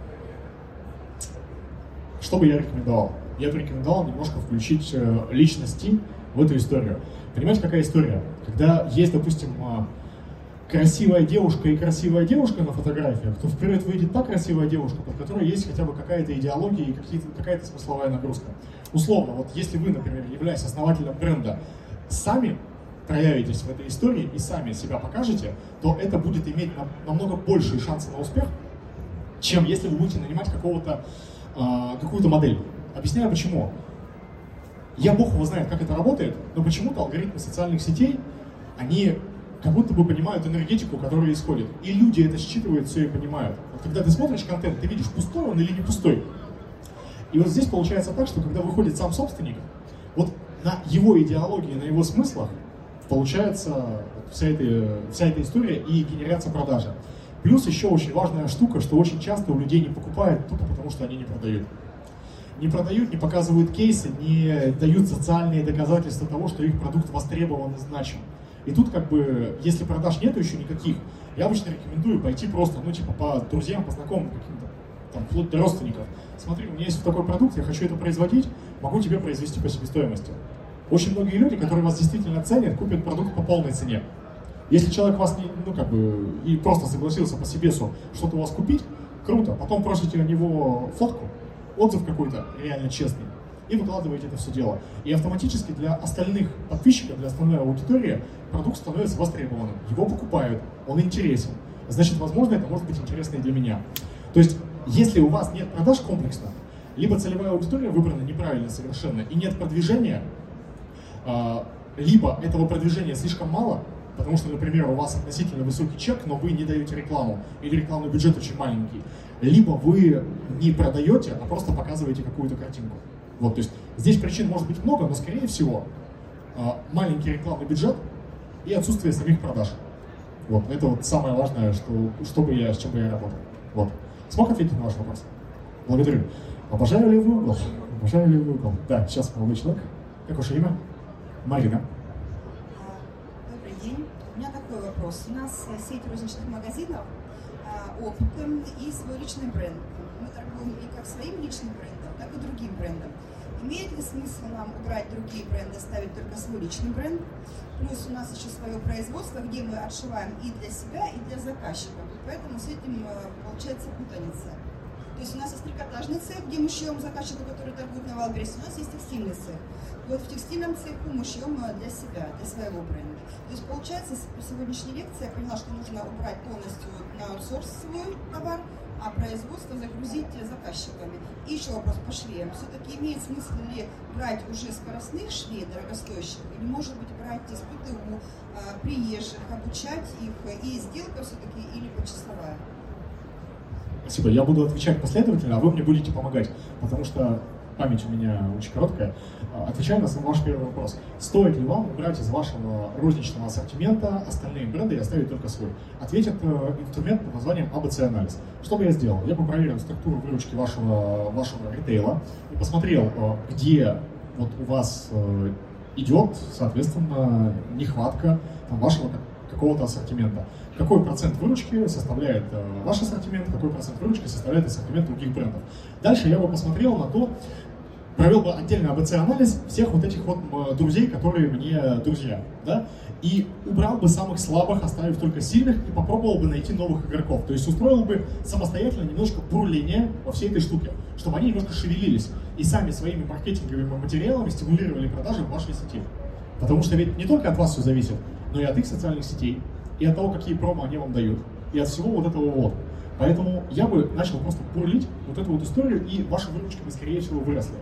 что бы я рекомендовал? Я бы рекомендовал немножко включить личности в эту историю. Понимаете, какая история? Когда есть, допустим, красивая девушка и красивая девушка на фотографиях, то вперед выйдет та красивая девушка, под которой есть хотя бы какая-то идеология и какая-то смысловая нагрузка. Условно, вот если вы, например, являясь основателем бренда, сами проявитесь в этой истории и сами себя покажете, то это будет иметь намного большие шансы на успех, чем если вы будете нанимать какого-то, э, какую-то модель. Объясняю почему. Я бог его знает, как это работает, но почему-то алгоритмы социальных сетей, они как будто бы понимают энергетику, которая исходит. И люди это считывают все и понимают. Вот когда ты смотришь контент, ты видишь, пустой он или не пустой. И вот здесь получается так, что когда выходит сам собственник, вот на его идеологии, на его смыслах получается вся эта, вся эта история и генерация продажи. Плюс еще очень важная штука, что очень часто у людей не покупают тупо потому, что они не продают. Не продают, не показывают кейсы, не дают социальные доказательства того, что их продукт востребован и значим. И тут как бы, если продаж нету еще никаких, я обычно рекомендую пойти просто, ну типа по друзьям, по знакомым, каким-то, там, вплоть до родственников. Смотри, у меня есть такой продукт, я хочу это производить, могу тебе произвести по себестоимости. Очень многие люди, которые вас действительно ценят, купят продукт по полной цене. Если человек вас не, ну как бы, и просто согласился по себесу что-то у вас купить, круто, потом просите на него фотку, отзыв какой-то реально честный, и выкладываете это все дело. И автоматически для остальных подписчиков, для остальной аудитории продукт становится востребованным. Его покупают, он интересен. Значит, возможно, это может быть интересно и для меня. То есть, если у вас нет продаж комплексно, либо целевая аудитория выбрана неправильно совершенно, и нет продвижения, либо этого продвижения слишком мало, потому что, например, у вас относительно высокий чек, но вы не даете рекламу, или рекламный бюджет очень маленький, либо вы не продаете, а просто показываете какую-то картинку. Вот, то есть здесь причин может быть много, но, скорее всего, маленький рекламный бюджет и отсутствие самих продаж. Вот, это вот самое важное, что, что бы я, с чем бы я работал. Вот. Смог ответить на ваш вопрос? Благодарю. Обожаю левый угол. Обожаю левый угол. Да, сейчас молодой человек. Как ваше имя? Марина. Добрый день. У меня такой вопрос. У нас сеть розничных магазинов, опыт и свой личный бренд. Мы торгуем и как своим личным брендом, так и другим брендом. Имеет ли смысл нам убрать другие бренды, ставить только свой личный бренд? Плюс у нас еще свое производство, где мы отшиваем и для себя, и для заказчиков. Поэтому с этим получается путаница. То есть у нас есть трикотажный цех, где мы шьем заказчику, который торгует на Валбересе, у нас есть текстильный цех. Вот в текстильном цеху мы шьем для себя, для своего бренда. То есть получается, по сегодняшней лекции я поняла, что нужно убрать полностью на аутсорс свой товар, а производство загрузить заказчиками. И еще вопрос по швеям. Все-таки имеет смысл ли брать уже скоростных швей, дорогостоящих, или может быть брать из ПТУ, а, приезжих, обучать их, и сделка все-таки или почасовая? Спасибо. Я буду отвечать последовательно, а вы мне будете помогать, потому что память у меня очень короткая. Отвечаю на ваш первый вопрос. Стоит ли вам убрать из вашего розничного ассортимента остальные бренды и оставить только свой? Ответит инструмент под названием эй би си-анализ. Что бы я сделал? Я бы проверил структуру выручки вашего, вашего ритейла и посмотрел, где вот у вас идет, соответственно, нехватка там, вашего какого-то ассортимента. Какой процент выручки составляет э, ваш ассортимент, какой процент выручки составляет ассортимент других брендов. Дальше я бы посмотрел на то, провел бы отдельный эй би си-анализ всех вот этих вот э, друзей, которые мне друзья, да, и убрал бы самых слабых, оставив только сильных, и попробовал бы найти новых игроков. То есть устроил бы самостоятельно немножко бурление во всей этой штуке, чтобы они немножко шевелились и сами своими маркетинговыми материалами стимулировали продажи в вашей сети. Потому что ведь не только от вас все зависит, но и от их социальных сетей, и от того, какие промо они вам дают, и от всего вот этого вот. Поэтому я бы начал просто бурлить вот эту вот историю, и ваши выручки бы, скорее всего, выросли.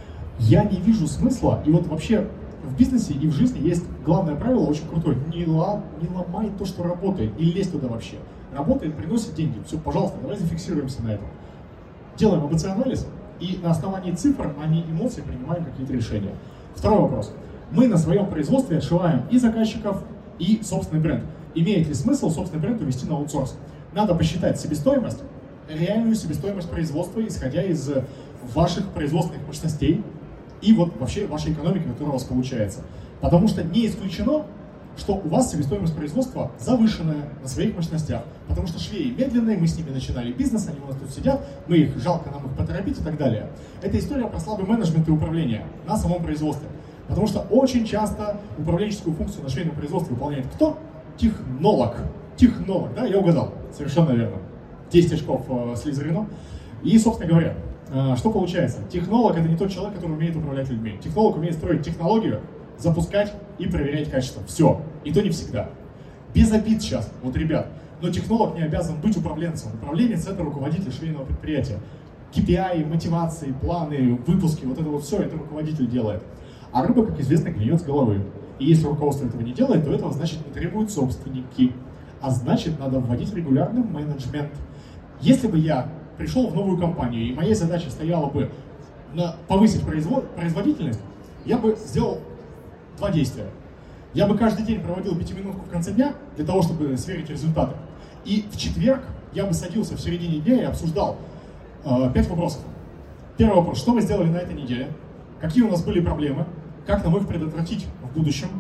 Я не вижу смысла, и вот вообще в бизнесе и в жизни есть главное правило очень крутое. Не, ла, не ломай то, что работает, не лезь туда вообще. Работает, приносит деньги. Все, пожалуйста, давай зафиксируемся на этом. Делаем эй би си-анализ, и на основании цифр, а не эмоций принимаем какие-то решения. Второй вопрос. Мы на своем производстве отшиваем и заказчиков, и собственный бренд. Имеет ли смысл собственный бренд увести на аутсорс? Надо посчитать себестоимость, реальную себестоимость производства, исходя из ваших производственных мощностей и вот вообще вашей экономики, которая у вас получается. Потому что не исключено, что у вас себестоимость производства завышенная на своих мощностях. Потому что швеи медленные, мы с ними начинали бизнес, они у нас тут сидят, мы их, жалко нам их поторопить и так далее. Это история про слабый менеджмент и управление на самом производстве. Потому что очень часто управленческую функцию на швейном производстве выполняет кто? Технолог. Технолог, да, я угадал, совершенно верно. десять очков э, Слизерину. И, собственно говоря, э, что получается? Технолог — это не тот человек, который умеет управлять людьми. Технолог умеет строить технологию, запускать и проверять качество. Все. И то не всегда. Без обид сейчас, вот, ребят. Но технолог не обязан быть управленцем. Управленец — это руководитель швейного предприятия. кей пи ай, мотивации, планы, выпуски, вот это вот все, это руководитель делает. А рыба, как известно, гниет с головы. И если руководство этого не делает, то этого, значит, не требуют собственники. А значит, надо вводить регулярный менеджмент. Если бы я пришел в новую компанию, и моя задача стояла бы на повысить производ, производительность, я бы сделал два действия. Я бы каждый день проводил пятиминутку в конце дня для того, чтобы сверить результаты. И в четверг я бы садился в середине дня и обсуждал э, пять вопросов. Первый вопрос. Что мы сделали на этой неделе? Какие у нас были проблемы? Как нам их предотвратить в будущем?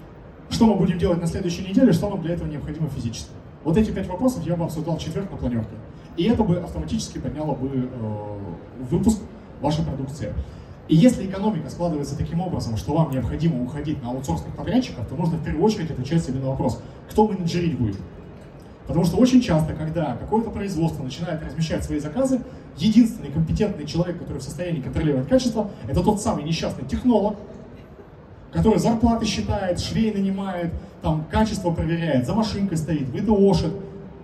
Что мы будем делать на следующей неделе? Что нам для этого необходимо физически? Вот эти пять вопросов я бы обсуждал в четверг на планерке. И это бы автоматически подняло бы э, выпуск вашей продукции. И если экономика складывается таким образом, что вам необходимо уходить на аутсорсных подрядчиков, то нужно в первую очередь отвечать себе на вопрос, кто менеджерить будет. Потому что очень часто, когда какое-то производство начинает размещать свои заказы, единственный компетентный человек, который в состоянии контролировать качество, это тот самый несчастный технолог, который зарплаты считает, швей нанимает, там качество проверяет, за машинкой стоит, ВТОшит.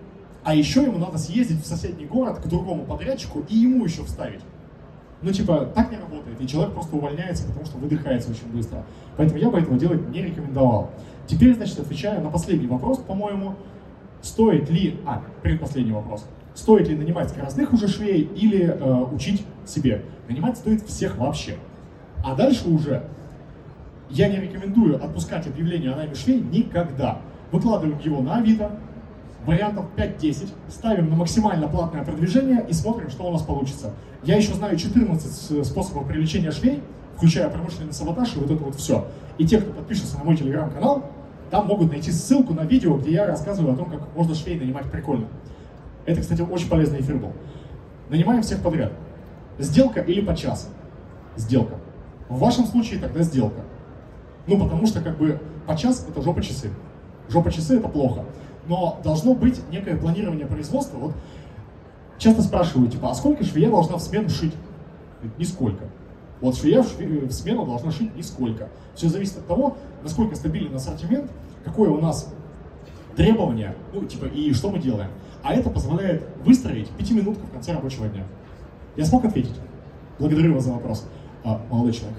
А еще ему надо съездить в соседний город к другому подрядчику и ему еще вставить. Ну, типа, так не работает, и человек просто увольняется, потому что выдыхается очень быстро. Поэтому я бы этого делать не рекомендовал. Теперь, значит, отвечаю на последний вопрос, по-моему, стоит ли, а, предпоследний вопрос, стоит ли нанимать скоростных уже швей или э, учить себе? Нанимать стоит всех вообще. А дальше уже я не рекомендую отпускать объявление о найме швей никогда. Выкладываем его на Авито, вариантов пять-десять, ставим на максимально платное продвижение и смотрим, что у нас получится. Я еще знаю четырнадцать способов привлечения швей, включая промышленный саботаж и вот это вот все. И те, кто подпишется на мой телеграм-канал, там могут найти ссылку на видео, где я рассказываю о том, как можно швей нанимать прикольно. Это, кстати, очень полезный эфир был. Нанимаем всех подряд. Сделка или по час? Сделка. В вашем случае тогда сделка. Ну, потому что, как бы, по час это жопа часы. Жопа часы это плохо. Но должно быть некое планирование производства. Вот часто спрашивают, типа, а сколько швея должна в смену шить? Нисколько. Вот швея в, шве... в смену должна шить нисколько. Все зависит от того, насколько стабилен ассортимент, какое у нас требование, ну, типа, и что мы делаем. А это позволяет выстроить пятиминутку в конце рабочего дня. Я смог ответить? Благодарю вас за вопрос. А, молодой человек.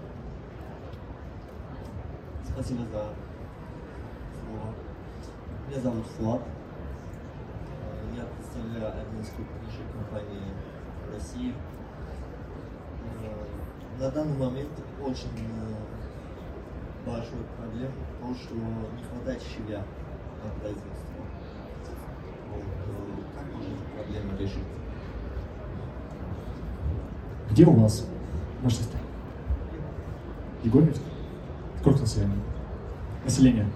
Спасибо за слово. Меня зовут Влад. Я представляю одну из крупнейших компаний в России. На данный момент очень большой проблема то, что не хватает швея на производство. Вот. Как можно эту проблему решить? Где у вас ваш сестра? Егорьевск? Сколько населения? Население?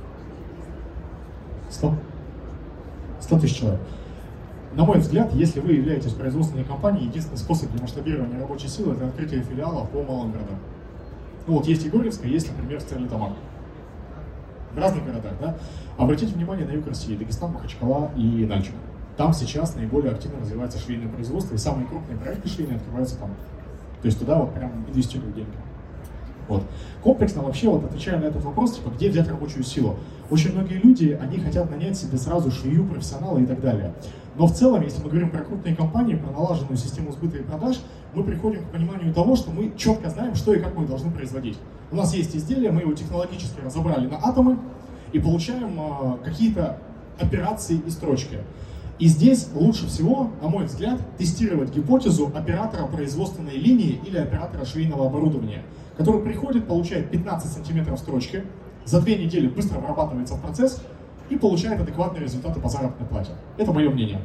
Сто? Сто тысяч человек. На мой взгляд, если вы являетесь производственной компанией, единственный способ для масштабирования рабочей силы – это открытие филиалов по малым городам. Ну вот есть Егорьевск, есть, например, Стерлитамак. В разных городах, да? Обратите внимание на юг России, Дагестан, Махачкала и Нальчик. Там сейчас наиболее активно развивается швейное производство, и самые крупные проекты швейные открываются там. То есть туда вот прям инвестируют деньги. Вот. Комплексно вообще, вот отвечая на этот вопрос, типа, где взять рабочую силу? Очень многие люди, они хотят нанять себе сразу швею, профессионала и так далее. Но в целом, если мы говорим про крупные компании, про налаженную систему сбыта и продаж, мы приходим к пониманию того, что мы четко знаем, что и как мы должны производить. У нас есть изделие, мы его технологически разобрали на атомы и получаем э, какие-то операции и строчки. И здесь лучше всего, на мой взгляд, тестировать гипотезу оператора производственной линии или оператора швейного оборудования, который приходит, получает пятнадцать сантиметров строчки, за две недели быстро врабатывается в процесс и получает адекватные результаты по заработной плате. Это мое мнение.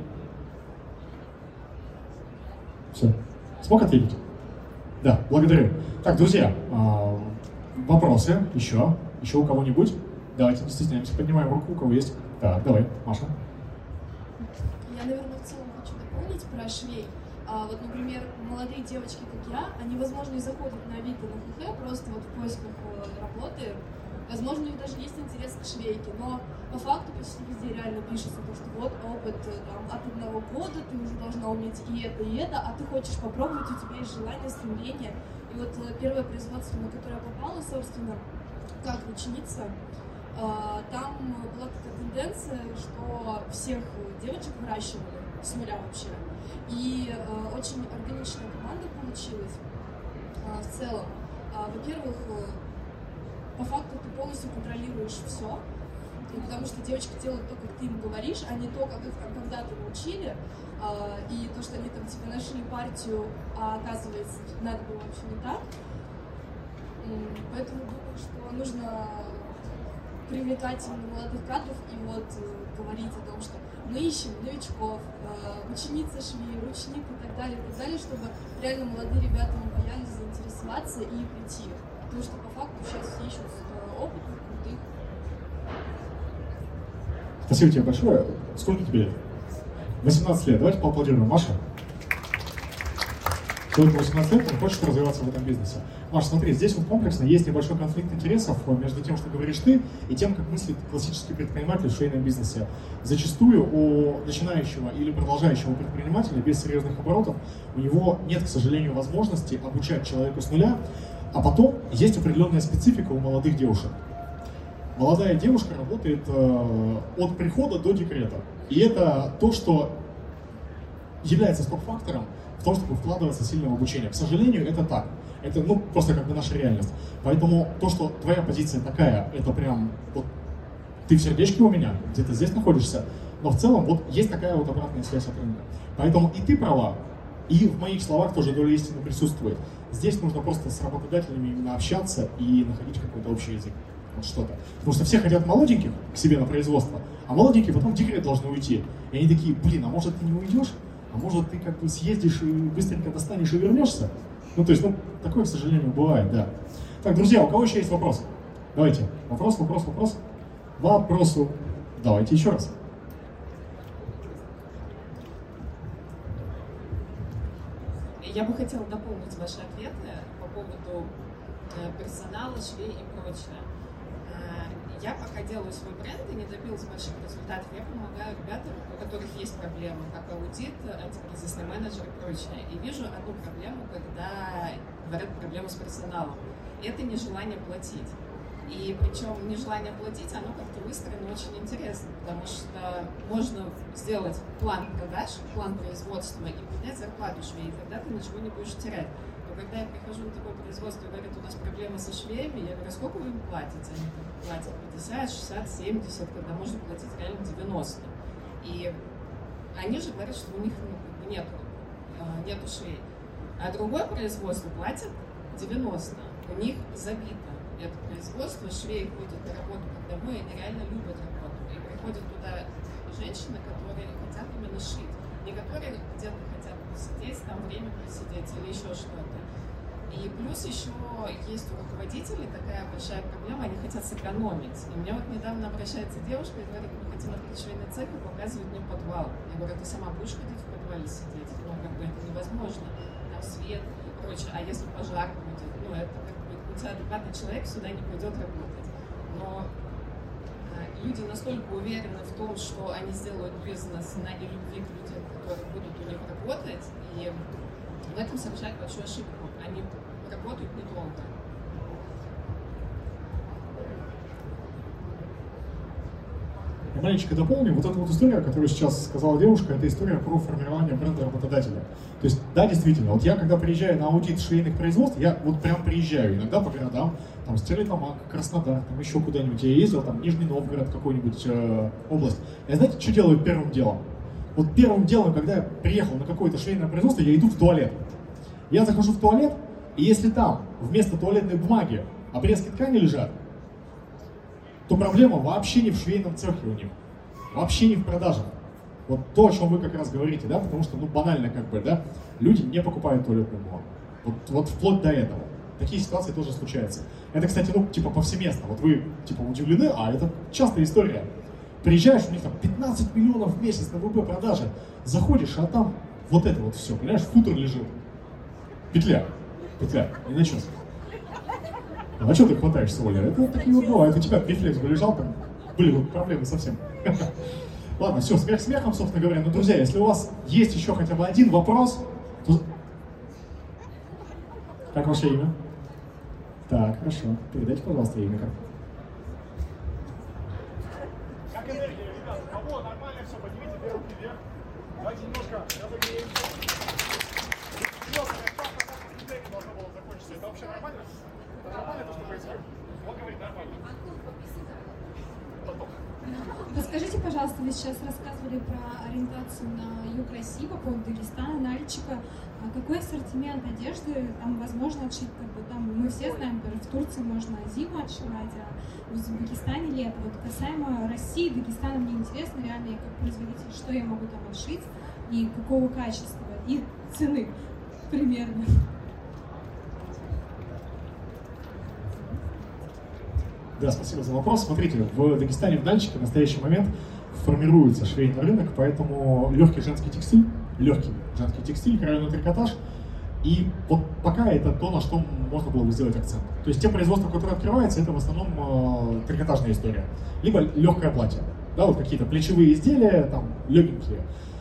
Все. Смог ответить? Да, благодарю. Так, друзья, вопросы еще? Еще у кого-нибудь? Давайте, не стесняемся, поднимаем руку, у кого есть. Так, давай, Маша. Я, наверное, в целом хочу дополнить про швей. А, вот, например, молодые девочки, как я, они, возможно, и заходят на Авито, на ХХ, просто вот в поисках работы. Возможно, у них даже есть интерес к швейке, но по факту почти везде реально пишется, что вот опыт там, от одного года, ты уже должна уметь и это, и это, а ты хочешь попробовать, у тебя есть желание, стремление. И вот первое производство, на которое я попала, собственно, как ученица, там была такая тенденция, что всех девочек выращивали с нуля вообще. И очень органичная команда получилась в целом. Во-первых, по факту ты полностью контролируешь все. Потому что девочки делают то, как ты им говоришь, а не то, как их там когда-то научили. И то, что они там тебе нашли партию, а оказывается, надо было вообще не так. Поэтому думаю, что нужно привлекать именно молодых кадров и вот говорить о том, что мы ищем новичков, ученицы швей, ручник и так далее, и так далее, чтобы реально молодые ребята не боялись заинтересоваться и прийти. Потому что по факту сейчас все ищут опытных, крутых. Спасибо тебе большое. Сколько тебе лет? восемнадцать лет. Давайте поаплодируем Маше. Только восемнадцать лет, ты хочешь развиваться в этом бизнесе. Маша, смотри, здесь вот комплексно есть небольшой конфликт интересов между тем, что говоришь ты, и тем, как мыслит классический предприниматель в швейном бизнесе. Зачастую у начинающего или продолжающего предпринимателя без серьезных оборотов у него нет, к сожалению, возможности обучать человека с нуля, а потом есть определенная специфика у молодых девушек. Молодая девушка работает э, от прихода до декрета. И это то, что является стоп-фактором в том, чтобы вкладываться сильно в обучение. К сожалению, это так. Это, ну, просто как бы наша реальность. Поэтому то, что твоя позиция такая, это прям вот ты в сердечке у меня, где-то здесь находишься, но в целом вот есть такая вот обратная связь от рынка. Поэтому и ты права, и в моих словах тоже доля истины присутствует. Здесь нужно просто с работодателями именно общаться и находить какой-то общий язык. Вот что-то. Потому что все хотят молоденьких к себе на производство, а молоденькие потом в декрет должны уйти. И они такие, блин, а может ты не уйдешь? А может ты как бы съездишь и быстренько достанешь и вернешься? Ну, то есть, ну, такое, к сожалению, бывает, да. Так, друзья, у кого еще есть вопрос? Давайте. Вопрос, вопрос, вопрос. Вопросу. Давайте еще раз. Я бы хотела дополнить ваши ответы по поводу персонала, швей и прочее. Я пока делаю свой бренд и не добилась больших результатов, я помогаю ребятам, у которых есть проблемы, как аудит, антикризисный менеджер и прочее. И вижу одну проблему, когда говорят проблемы с персоналом. Это нежелание платить. И причем нежелание платить, оно как-то выстроено очень интересно, потому что можно сделать план продаж, план производства и поднять зарплату швей, и тогда ты ничего не будешь терять. Когда я прихожу на такое производство и говорят, у нас проблемы со швеями, я говорю, сколько вы им платите? Они платят пятьдесят, шестьдесят, семьдесят, когда можно платить реально девяносто. И они же говорят, что у них нету, нету швей. А другое производство платит девяносто. У них забито это производство, швеи ходят на работу как домой, они реально любят работу. И приходят туда женщины, которые хотят именно шить. Не которые где-то хотят посидеть, там время посидеть или еще что-то. И плюс еще есть у руководителей такая большая проблема, они хотят сэкономить. И мне вот недавно обращается девушка и говорит, мы хотим открыть швейный цех и показывать мне подвал. Я говорю, ты сама будешь ходить в подвале сидеть? Ну, как бы это невозможно. Там свет и прочее. А если пожар будет? Ну, это как бы у тебя адекватный человек сюда не пойдет работать. Но люди настолько уверены в том, что они сделают бизнес на нелюбви к людям, которые будут у них работать, и в этом совершают большую ошибку. Они работают недолго. Я маленечко дополню. Вот эта вот история, которую сейчас сказала девушка, это история про формирование бренда работодателя. То есть, да, действительно, вот я когда приезжаю на аудит швейных производств, я вот прям приезжаю иногда по городам, там Стерлитамак, Краснодар, там еще куда-нибудь. Я ездил, там Нижний Новгород, какую-нибудь э, область. Я знаете, что делаю первым делом? Вот первым делом, когда я приехал на какое-то швейное производство, я иду в туалет. Я захожу в туалет, и если там вместо туалетной бумаги обрезки ткани лежат, то проблема вообще не в швейном цехе у них, вообще не в продажах. Вот то, о чем вы как раз говорите, да, потому что, ну, банально как бы, да, люди не покупают туалетную бумагу. Вот, вот вплоть до этого. Такие ситуации тоже случаются. Это, кстати, ну, типа повсеместно. Вот вы, типа, удивлены, а это частая история. Приезжаешь, у них там пятнадцать миллионов в месяц на ВП продажи, заходишь, а там вот это вот все, понимаешь, футер лежит. Петля, петля, и начес. А что ты хватаешься, Оля? Это вот такие вот бывают. У тебя рефлекс бы лежал, там были вот проблемы совсем. Ладно, все, смех смехом, собственно говоря. Но, друзья, если у вас есть еще хотя бы один вопрос, то... Как ваше имя? Так, хорошо. Передайте, пожалуйста, имя. Как энергия, ребята? Кого? Нормально все, поднимите вверх, вверх. Давайте немножко разогреем. Должно было закончиться. Это вообще нормально? Это нормально то, что происходит? Он говорит нормально. Расскажите, пожалуйста, вы сейчас рассказывали про ориентацию на юг России по поводу Дагестана, Нальчика. А какой ассортимент одежды там возможно отшить? Как бы там мы все знаем, например, в Турции можно зиму отшивать, а в Узбекистане лето. Вот касаемо России, Дагестана, мне интересно реально, я как производитель, что я могу там отшить и какого качества, и цены примерно. Да, спасибо за вопрос. Смотрите, в Дагестане, в Нальчике в настоящий момент формируется швейный рынок, поэтому легкий женский текстиль, легкий женский текстиль, крайной трикотаж. И вот пока это то, на что можно было бы сделать акцент. То есть те производства, которые открываются, это в основном э, трикотажная история. Либо легкое платье, да, вот какие-то плечевые изделия, там, легенькие.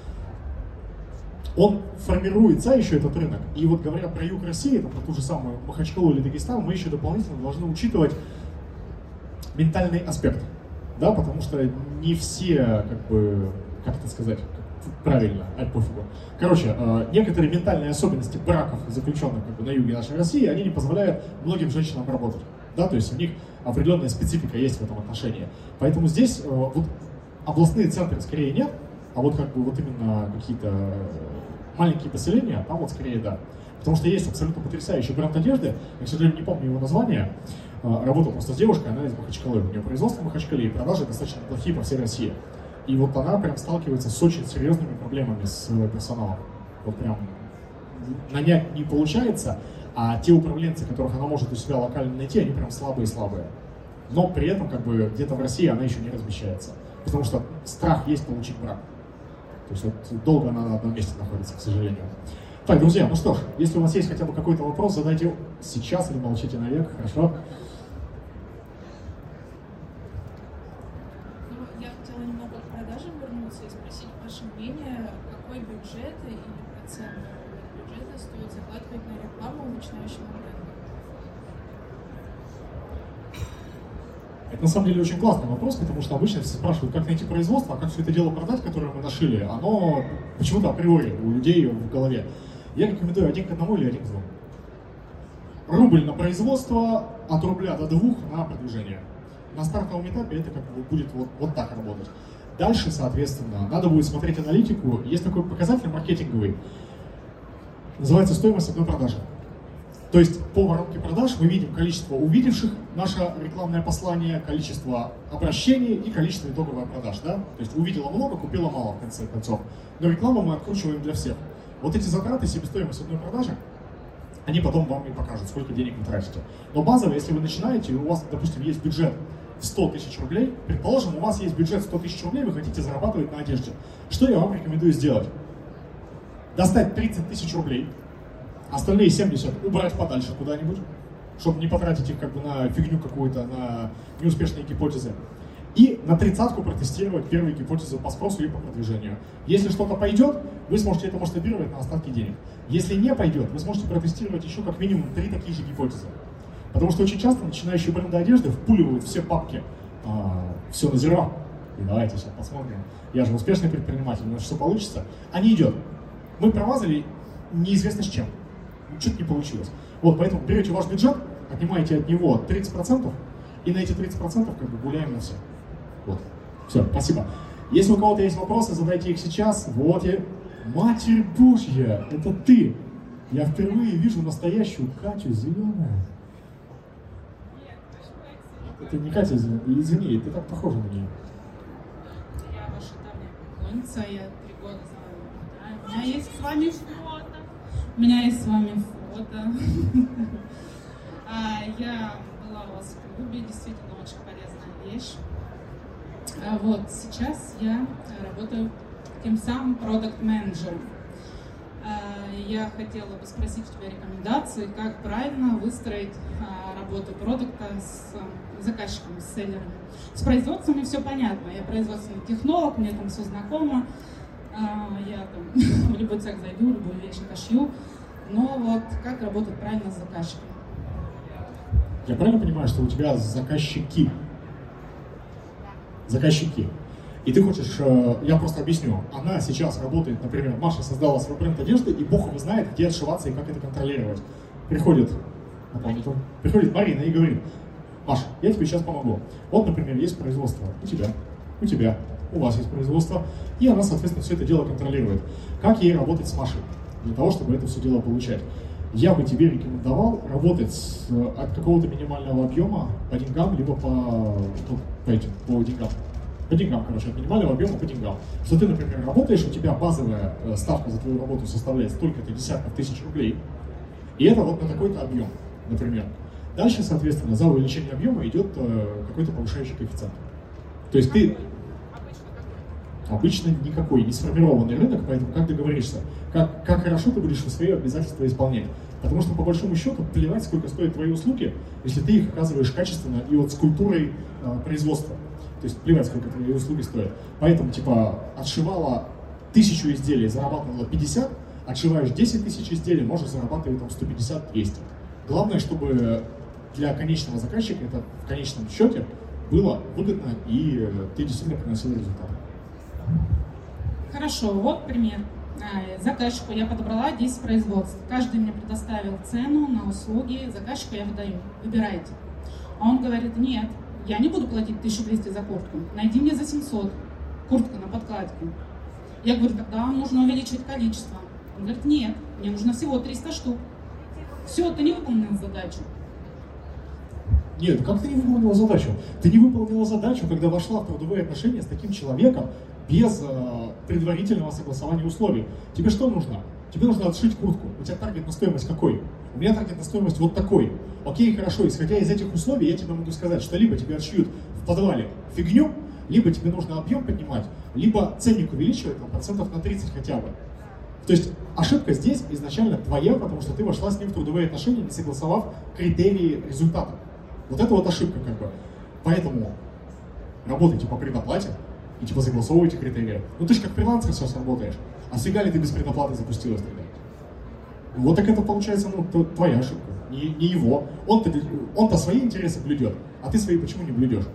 Он формируется еще, этот рынок. И вот говоря про юг России, там, про ту же самую Махачкалу или Дагестан, мы еще дополнительно должны учитывать ментальный аспект, да, потому что не все, как бы, как это сказать, правильно, ай, пофигу. Короче, э, некоторые ментальные особенности браков, заключенных как бы на юге нашей России, они не позволяют многим женщинам работать, да, то есть у них определенная специфика есть в этом отношении. Поэтому здесь э, вот областные центры скорее нет, а вот как бы вот именно какие-то маленькие поселения, там вот скорее да. Потому что есть абсолютно потрясающий бренд одежды, я, к сожалению, не помню его название. Работал просто с девушкой, она из Махачкалы. У нее производство в Махачкале и продажи достаточно плохие по всей России. И вот она прям сталкивается с очень серьезными проблемами с персоналом. Вот прям нанять не получается, а те управленцы, которых она может у себя локально найти, они прям слабые-слабые. Но при этом как бы где-то в России она еще не размещается. Потому что страх есть получить брак. То есть вот долго она на одном месте находится, к сожалению. Так, друзья, ну что ж, если у вас есть хотя бы какой-то вопрос, задайте сейчас или молчите навек, хорошо? Ну, я хотела немного к продажам вернуться и спросить ваше мнение, какой бюджет или процент бюджета стоит закладывать на рекламу начинающим брендам? Это на самом деле очень классный вопрос, потому что обычно все спрашивают, как найти производство, а как все это дело продать, которое мы нашили, оно почему-то априори у людей в голове. Я рекомендую один к одному или один к двум. Рубль на производство, от рубля до двух на продвижение. На стартовом этапе это как бы будет вот, вот так работать. Дальше, соответственно, надо будет смотреть аналитику. Есть такой показатель маркетинговый, называется стоимость одной продажи. То есть по воронке продаж мы видим количество увидевших наше рекламное послание, количество обращений и количество итоговых продаж. Да? То есть увидела много, купила мало в конце концов. Но рекламу мы откручиваем для всех. Вот эти затраты, себестоимость одной продажи, они потом вам и покажут, сколько денег вы тратите. Но базово, если вы начинаете, и у вас, допустим, есть бюджет в сто тысяч рублей, предположим, у вас есть бюджет сто тысяч рублей, вы хотите зарабатывать на одежде. Что я вам рекомендую сделать? Достать тридцать тысяч рублей, остальные семьдесят убрать подальше куда-нибудь, чтобы не потратить их как бы на фигню какую-то, на неуспешные гипотезы. И на тридцатку протестировать первые гипотезы по спросу и по продвижению. Если что-то пойдет, вы сможете это масштабировать на остатки денег. Если не пойдет, вы сможете протестировать еще как минимум три такие же гипотезы. Потому что очень часто начинающие бренды одежды впуливают все папки, а, все на зеро. И давайте сейчас посмотрим. Я же успешный предприниматель, у нас все получится. А не идет. Мы промазали неизвестно с чем. Что-то не получилось. Вот, поэтому берете ваш бюджет, отнимаете от него тридцать процентов, и на эти тридцать процентов как бы гуляем на все. Вот. Все, спасибо. Если у кого-то есть вопросы, задайте их сейчас. Вот я. Матерь Божья, это ты. Я впервые вижу настоящую Катю Зеленая. Это не Катя Зеленая, извини, ты так похожа на нее. Я ваша давняя поклонница, я три года знаю. У меня есть с вами фото. У меня есть с вами фото. Я была у вас в клубе, действительно очень полезная вещь. Вот, сейчас я работаю тем самым продакт-менеджером. Я хотела бы спросить у тебя рекомендации, как правильно выстроить работу продукта с заказчиками, с селлерами. С производствами все понятно. Я производственный технолог, мне там все знакомо. Я там в любой цех зайду, любую вещь отошью. Но вот как работать правильно с заказчиками? Я правильно понимаю, что у тебя заказчики? Заказчики. И ты хочешь, я просто объясню, она сейчас работает, например, Маша создала свой бренд одежды, и бог его знает, где отшиваться и как это контролировать. Приходит, приходит Марина и говорит, Маша, я тебе сейчас помогу. Вот, например, есть производство у тебя, у тебя, у вас есть производство, и она, соответственно, все это дело контролирует. Как ей работать с Машей для того, чтобы это все дело получать? Я бы тебе рекомендовал работать с, от какого-то минимального объема по деньгам, либо по, ну, по этим, по деньгам. По деньгам, короче, от минимального объема по деньгам. Что ты, например, работаешь, у тебя базовая ставка за твою работу составляет столько-то десятков тысяч рублей, и это вот на такой-то объем, например. Дальше, соответственно, за увеличение объема идет э, какой-то повышающий коэффициент. То есть ты обычно никакой не сформированный рынок, поэтому как договоришься, как, как хорошо ты будешь свои обязательства исполнять. Потому что, по большому счету, плевать, сколько стоят твои услуги, если ты их оказываешь качественно и вот с культурой э, производства. То есть плевать, сколько твои услуги стоят. Поэтому, типа, отшивала тысячу изделий, зарабатывала пятьдесят, отшиваешь десять тысяч изделий, можешь зарабатывать там сто пятьдесят - двести. Главное, чтобы для конечного заказчика это в конечном счете было выгодно и ты действительно приносил результат. Хорошо, вот пример. Заказчику я подобрала десять производств. Каждый мне предоставил цену на услуги, заказчику я выдаю. Выбирайте. А он говорит, нет, я не буду платить тысячу двести за куртку. Найди мне за семьсот. Куртка на подкладке. Я говорю, тогда нужно увеличить количество. Он говорит, нет, мне нужно всего триста штук. Все, ты не выполнил задачу. Нет, как ты не выполнила задачу? Ты не выполнила задачу, когда вошла в трудовые отношения с таким человеком без э, предварительного согласования условий. Тебе что нужно? Тебе нужно отшить куртку. У тебя таргет на стоимость какой? У меня таргет на стоимость вот такой. Окей, хорошо, исходя из этих условий, я тебе могу сказать, что либо тебе отшьют в подвале фигню, либо тебе нужно объем поднимать, либо ценник увеличивать там, процентов на тридцать хотя бы. То есть ошибка здесь изначально твоя, потому что ты вошла с ним в трудовые отношения, не согласовав критерии результата. Вот это вот ошибка как бы. Поэтому работайте по предоплате и типа согласовывайте критерии. Ну ты же как фрилансер сейчас работаешь, а фига ли ты без предоплаты запустилась тогда? Вот так это получается, ну, твоя ошибка, не, не его. Он-то, он-то свои интересы блюдет, а ты свои почему не блюдешь?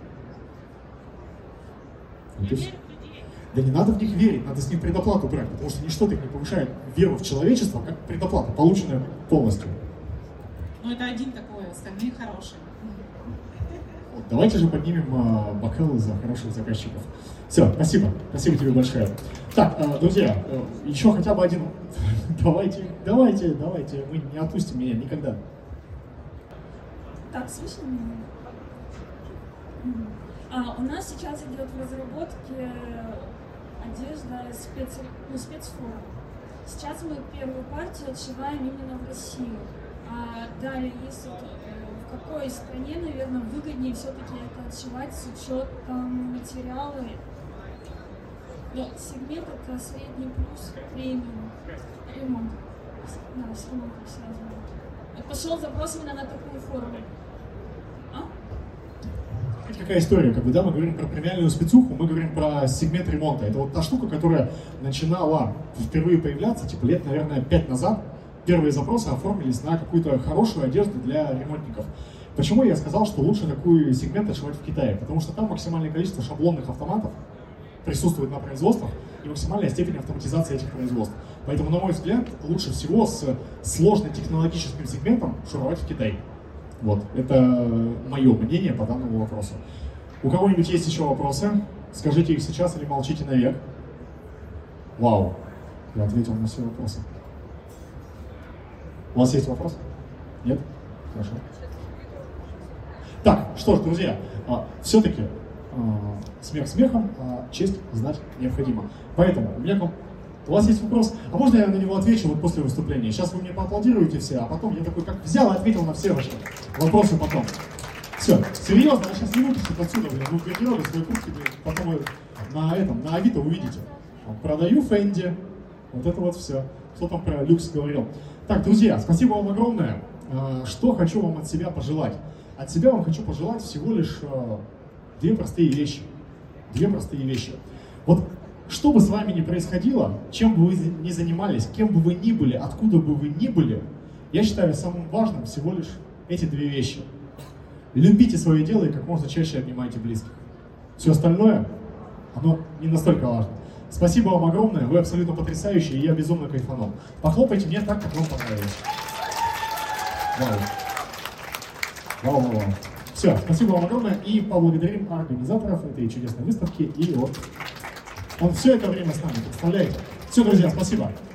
Вот да не надо в них верить, надо с них предоплату брать, потому что ничто так не повышает веру в человечество, как предоплата, полученная полностью. Ну это один такой, остальные хорошие. Вот, давайте же поднимем э, бокалы за хороших заказчиков. Все, спасибо, спасибо тебе большое. Так, э, друзья, э, еще хотя бы один. давайте, давайте, давайте, вы не отпустим меня никогда. Так, слышно меня? А, у нас сейчас идет в разработке одежда спец... ну, спецформа. Сейчас мы первую партию отшиваем именно в Россию. А далее, если в какой стране, наверное, выгоднее все-таки это отшивать с учетом материала. Но сегмент это средний плюс премиум. Ремонт. Да, с ремонтом связано. Вот пошел запрос именно на такую форму. А? Какая история, как бы, да, мы говорим про премиальную спецуху, мы говорим про сегмент ремонта. Это вот та штука, которая начинала впервые появляться, типа лет, наверное, пять назад. Первые запросы оформились на какую-то хорошую одежду для ремонтников. Почему я сказал, что лучше такой сегмент отшивать в Китае? Потому что там максимальное количество шаблонных автоматов присутствует на производствах и максимальная степень автоматизации этих производств. Поэтому, на мой взгляд, лучше всего с сложным технологическим сегментом шуровать в Китай. Вот, это мое мнение по данному вопросу. У кого-нибудь есть еще вопросы? Скажите их сейчас или молчите навек. Вау, я ответил на все вопросы. У вас есть вопрос? Нет? Хорошо. Так, что ж, друзья, все-таки смех смехом, а честь знать необходимо. Поэтому у меня к вам... У вас есть вопрос? А можно я на него отвечу вот после выступления? Сейчас вы мне поаплодируете все, а потом я такой, как взял и ответил на все ваши вопросы потом. Все, серьезно, я сейчас не вытащу отсюда, блин, вы гардеробе свои куртки, блин, потом вы на этом, на Авито увидите. Продаю Фенди, вот это вот все. Кто там про люкс говорил? Так, друзья, спасибо вам огромное. Что хочу вам от себя пожелать? От себя вам хочу пожелать всего лишь две простые вещи. Две простые вещи. Вот что бы с вами ни происходило, чем бы вы ни занимались, кем бы вы ни были, откуда бы вы ни были, я считаю самым важным всего лишь эти две вещи. Любите свое дело и как можно чаще обнимайте близких. Все остальное, оно не настолько важно. Спасибо вам огромное, вы абсолютно потрясающие, и я безумно кайфанул. Похлопайте мне так, как вам понравилось. Вау. Вау, вау, вау. Все, спасибо вам огромное и поблагодарим организаторов этой чудесной выставки. И вот он все это время с нами, представляете? Все, друзья, спасибо.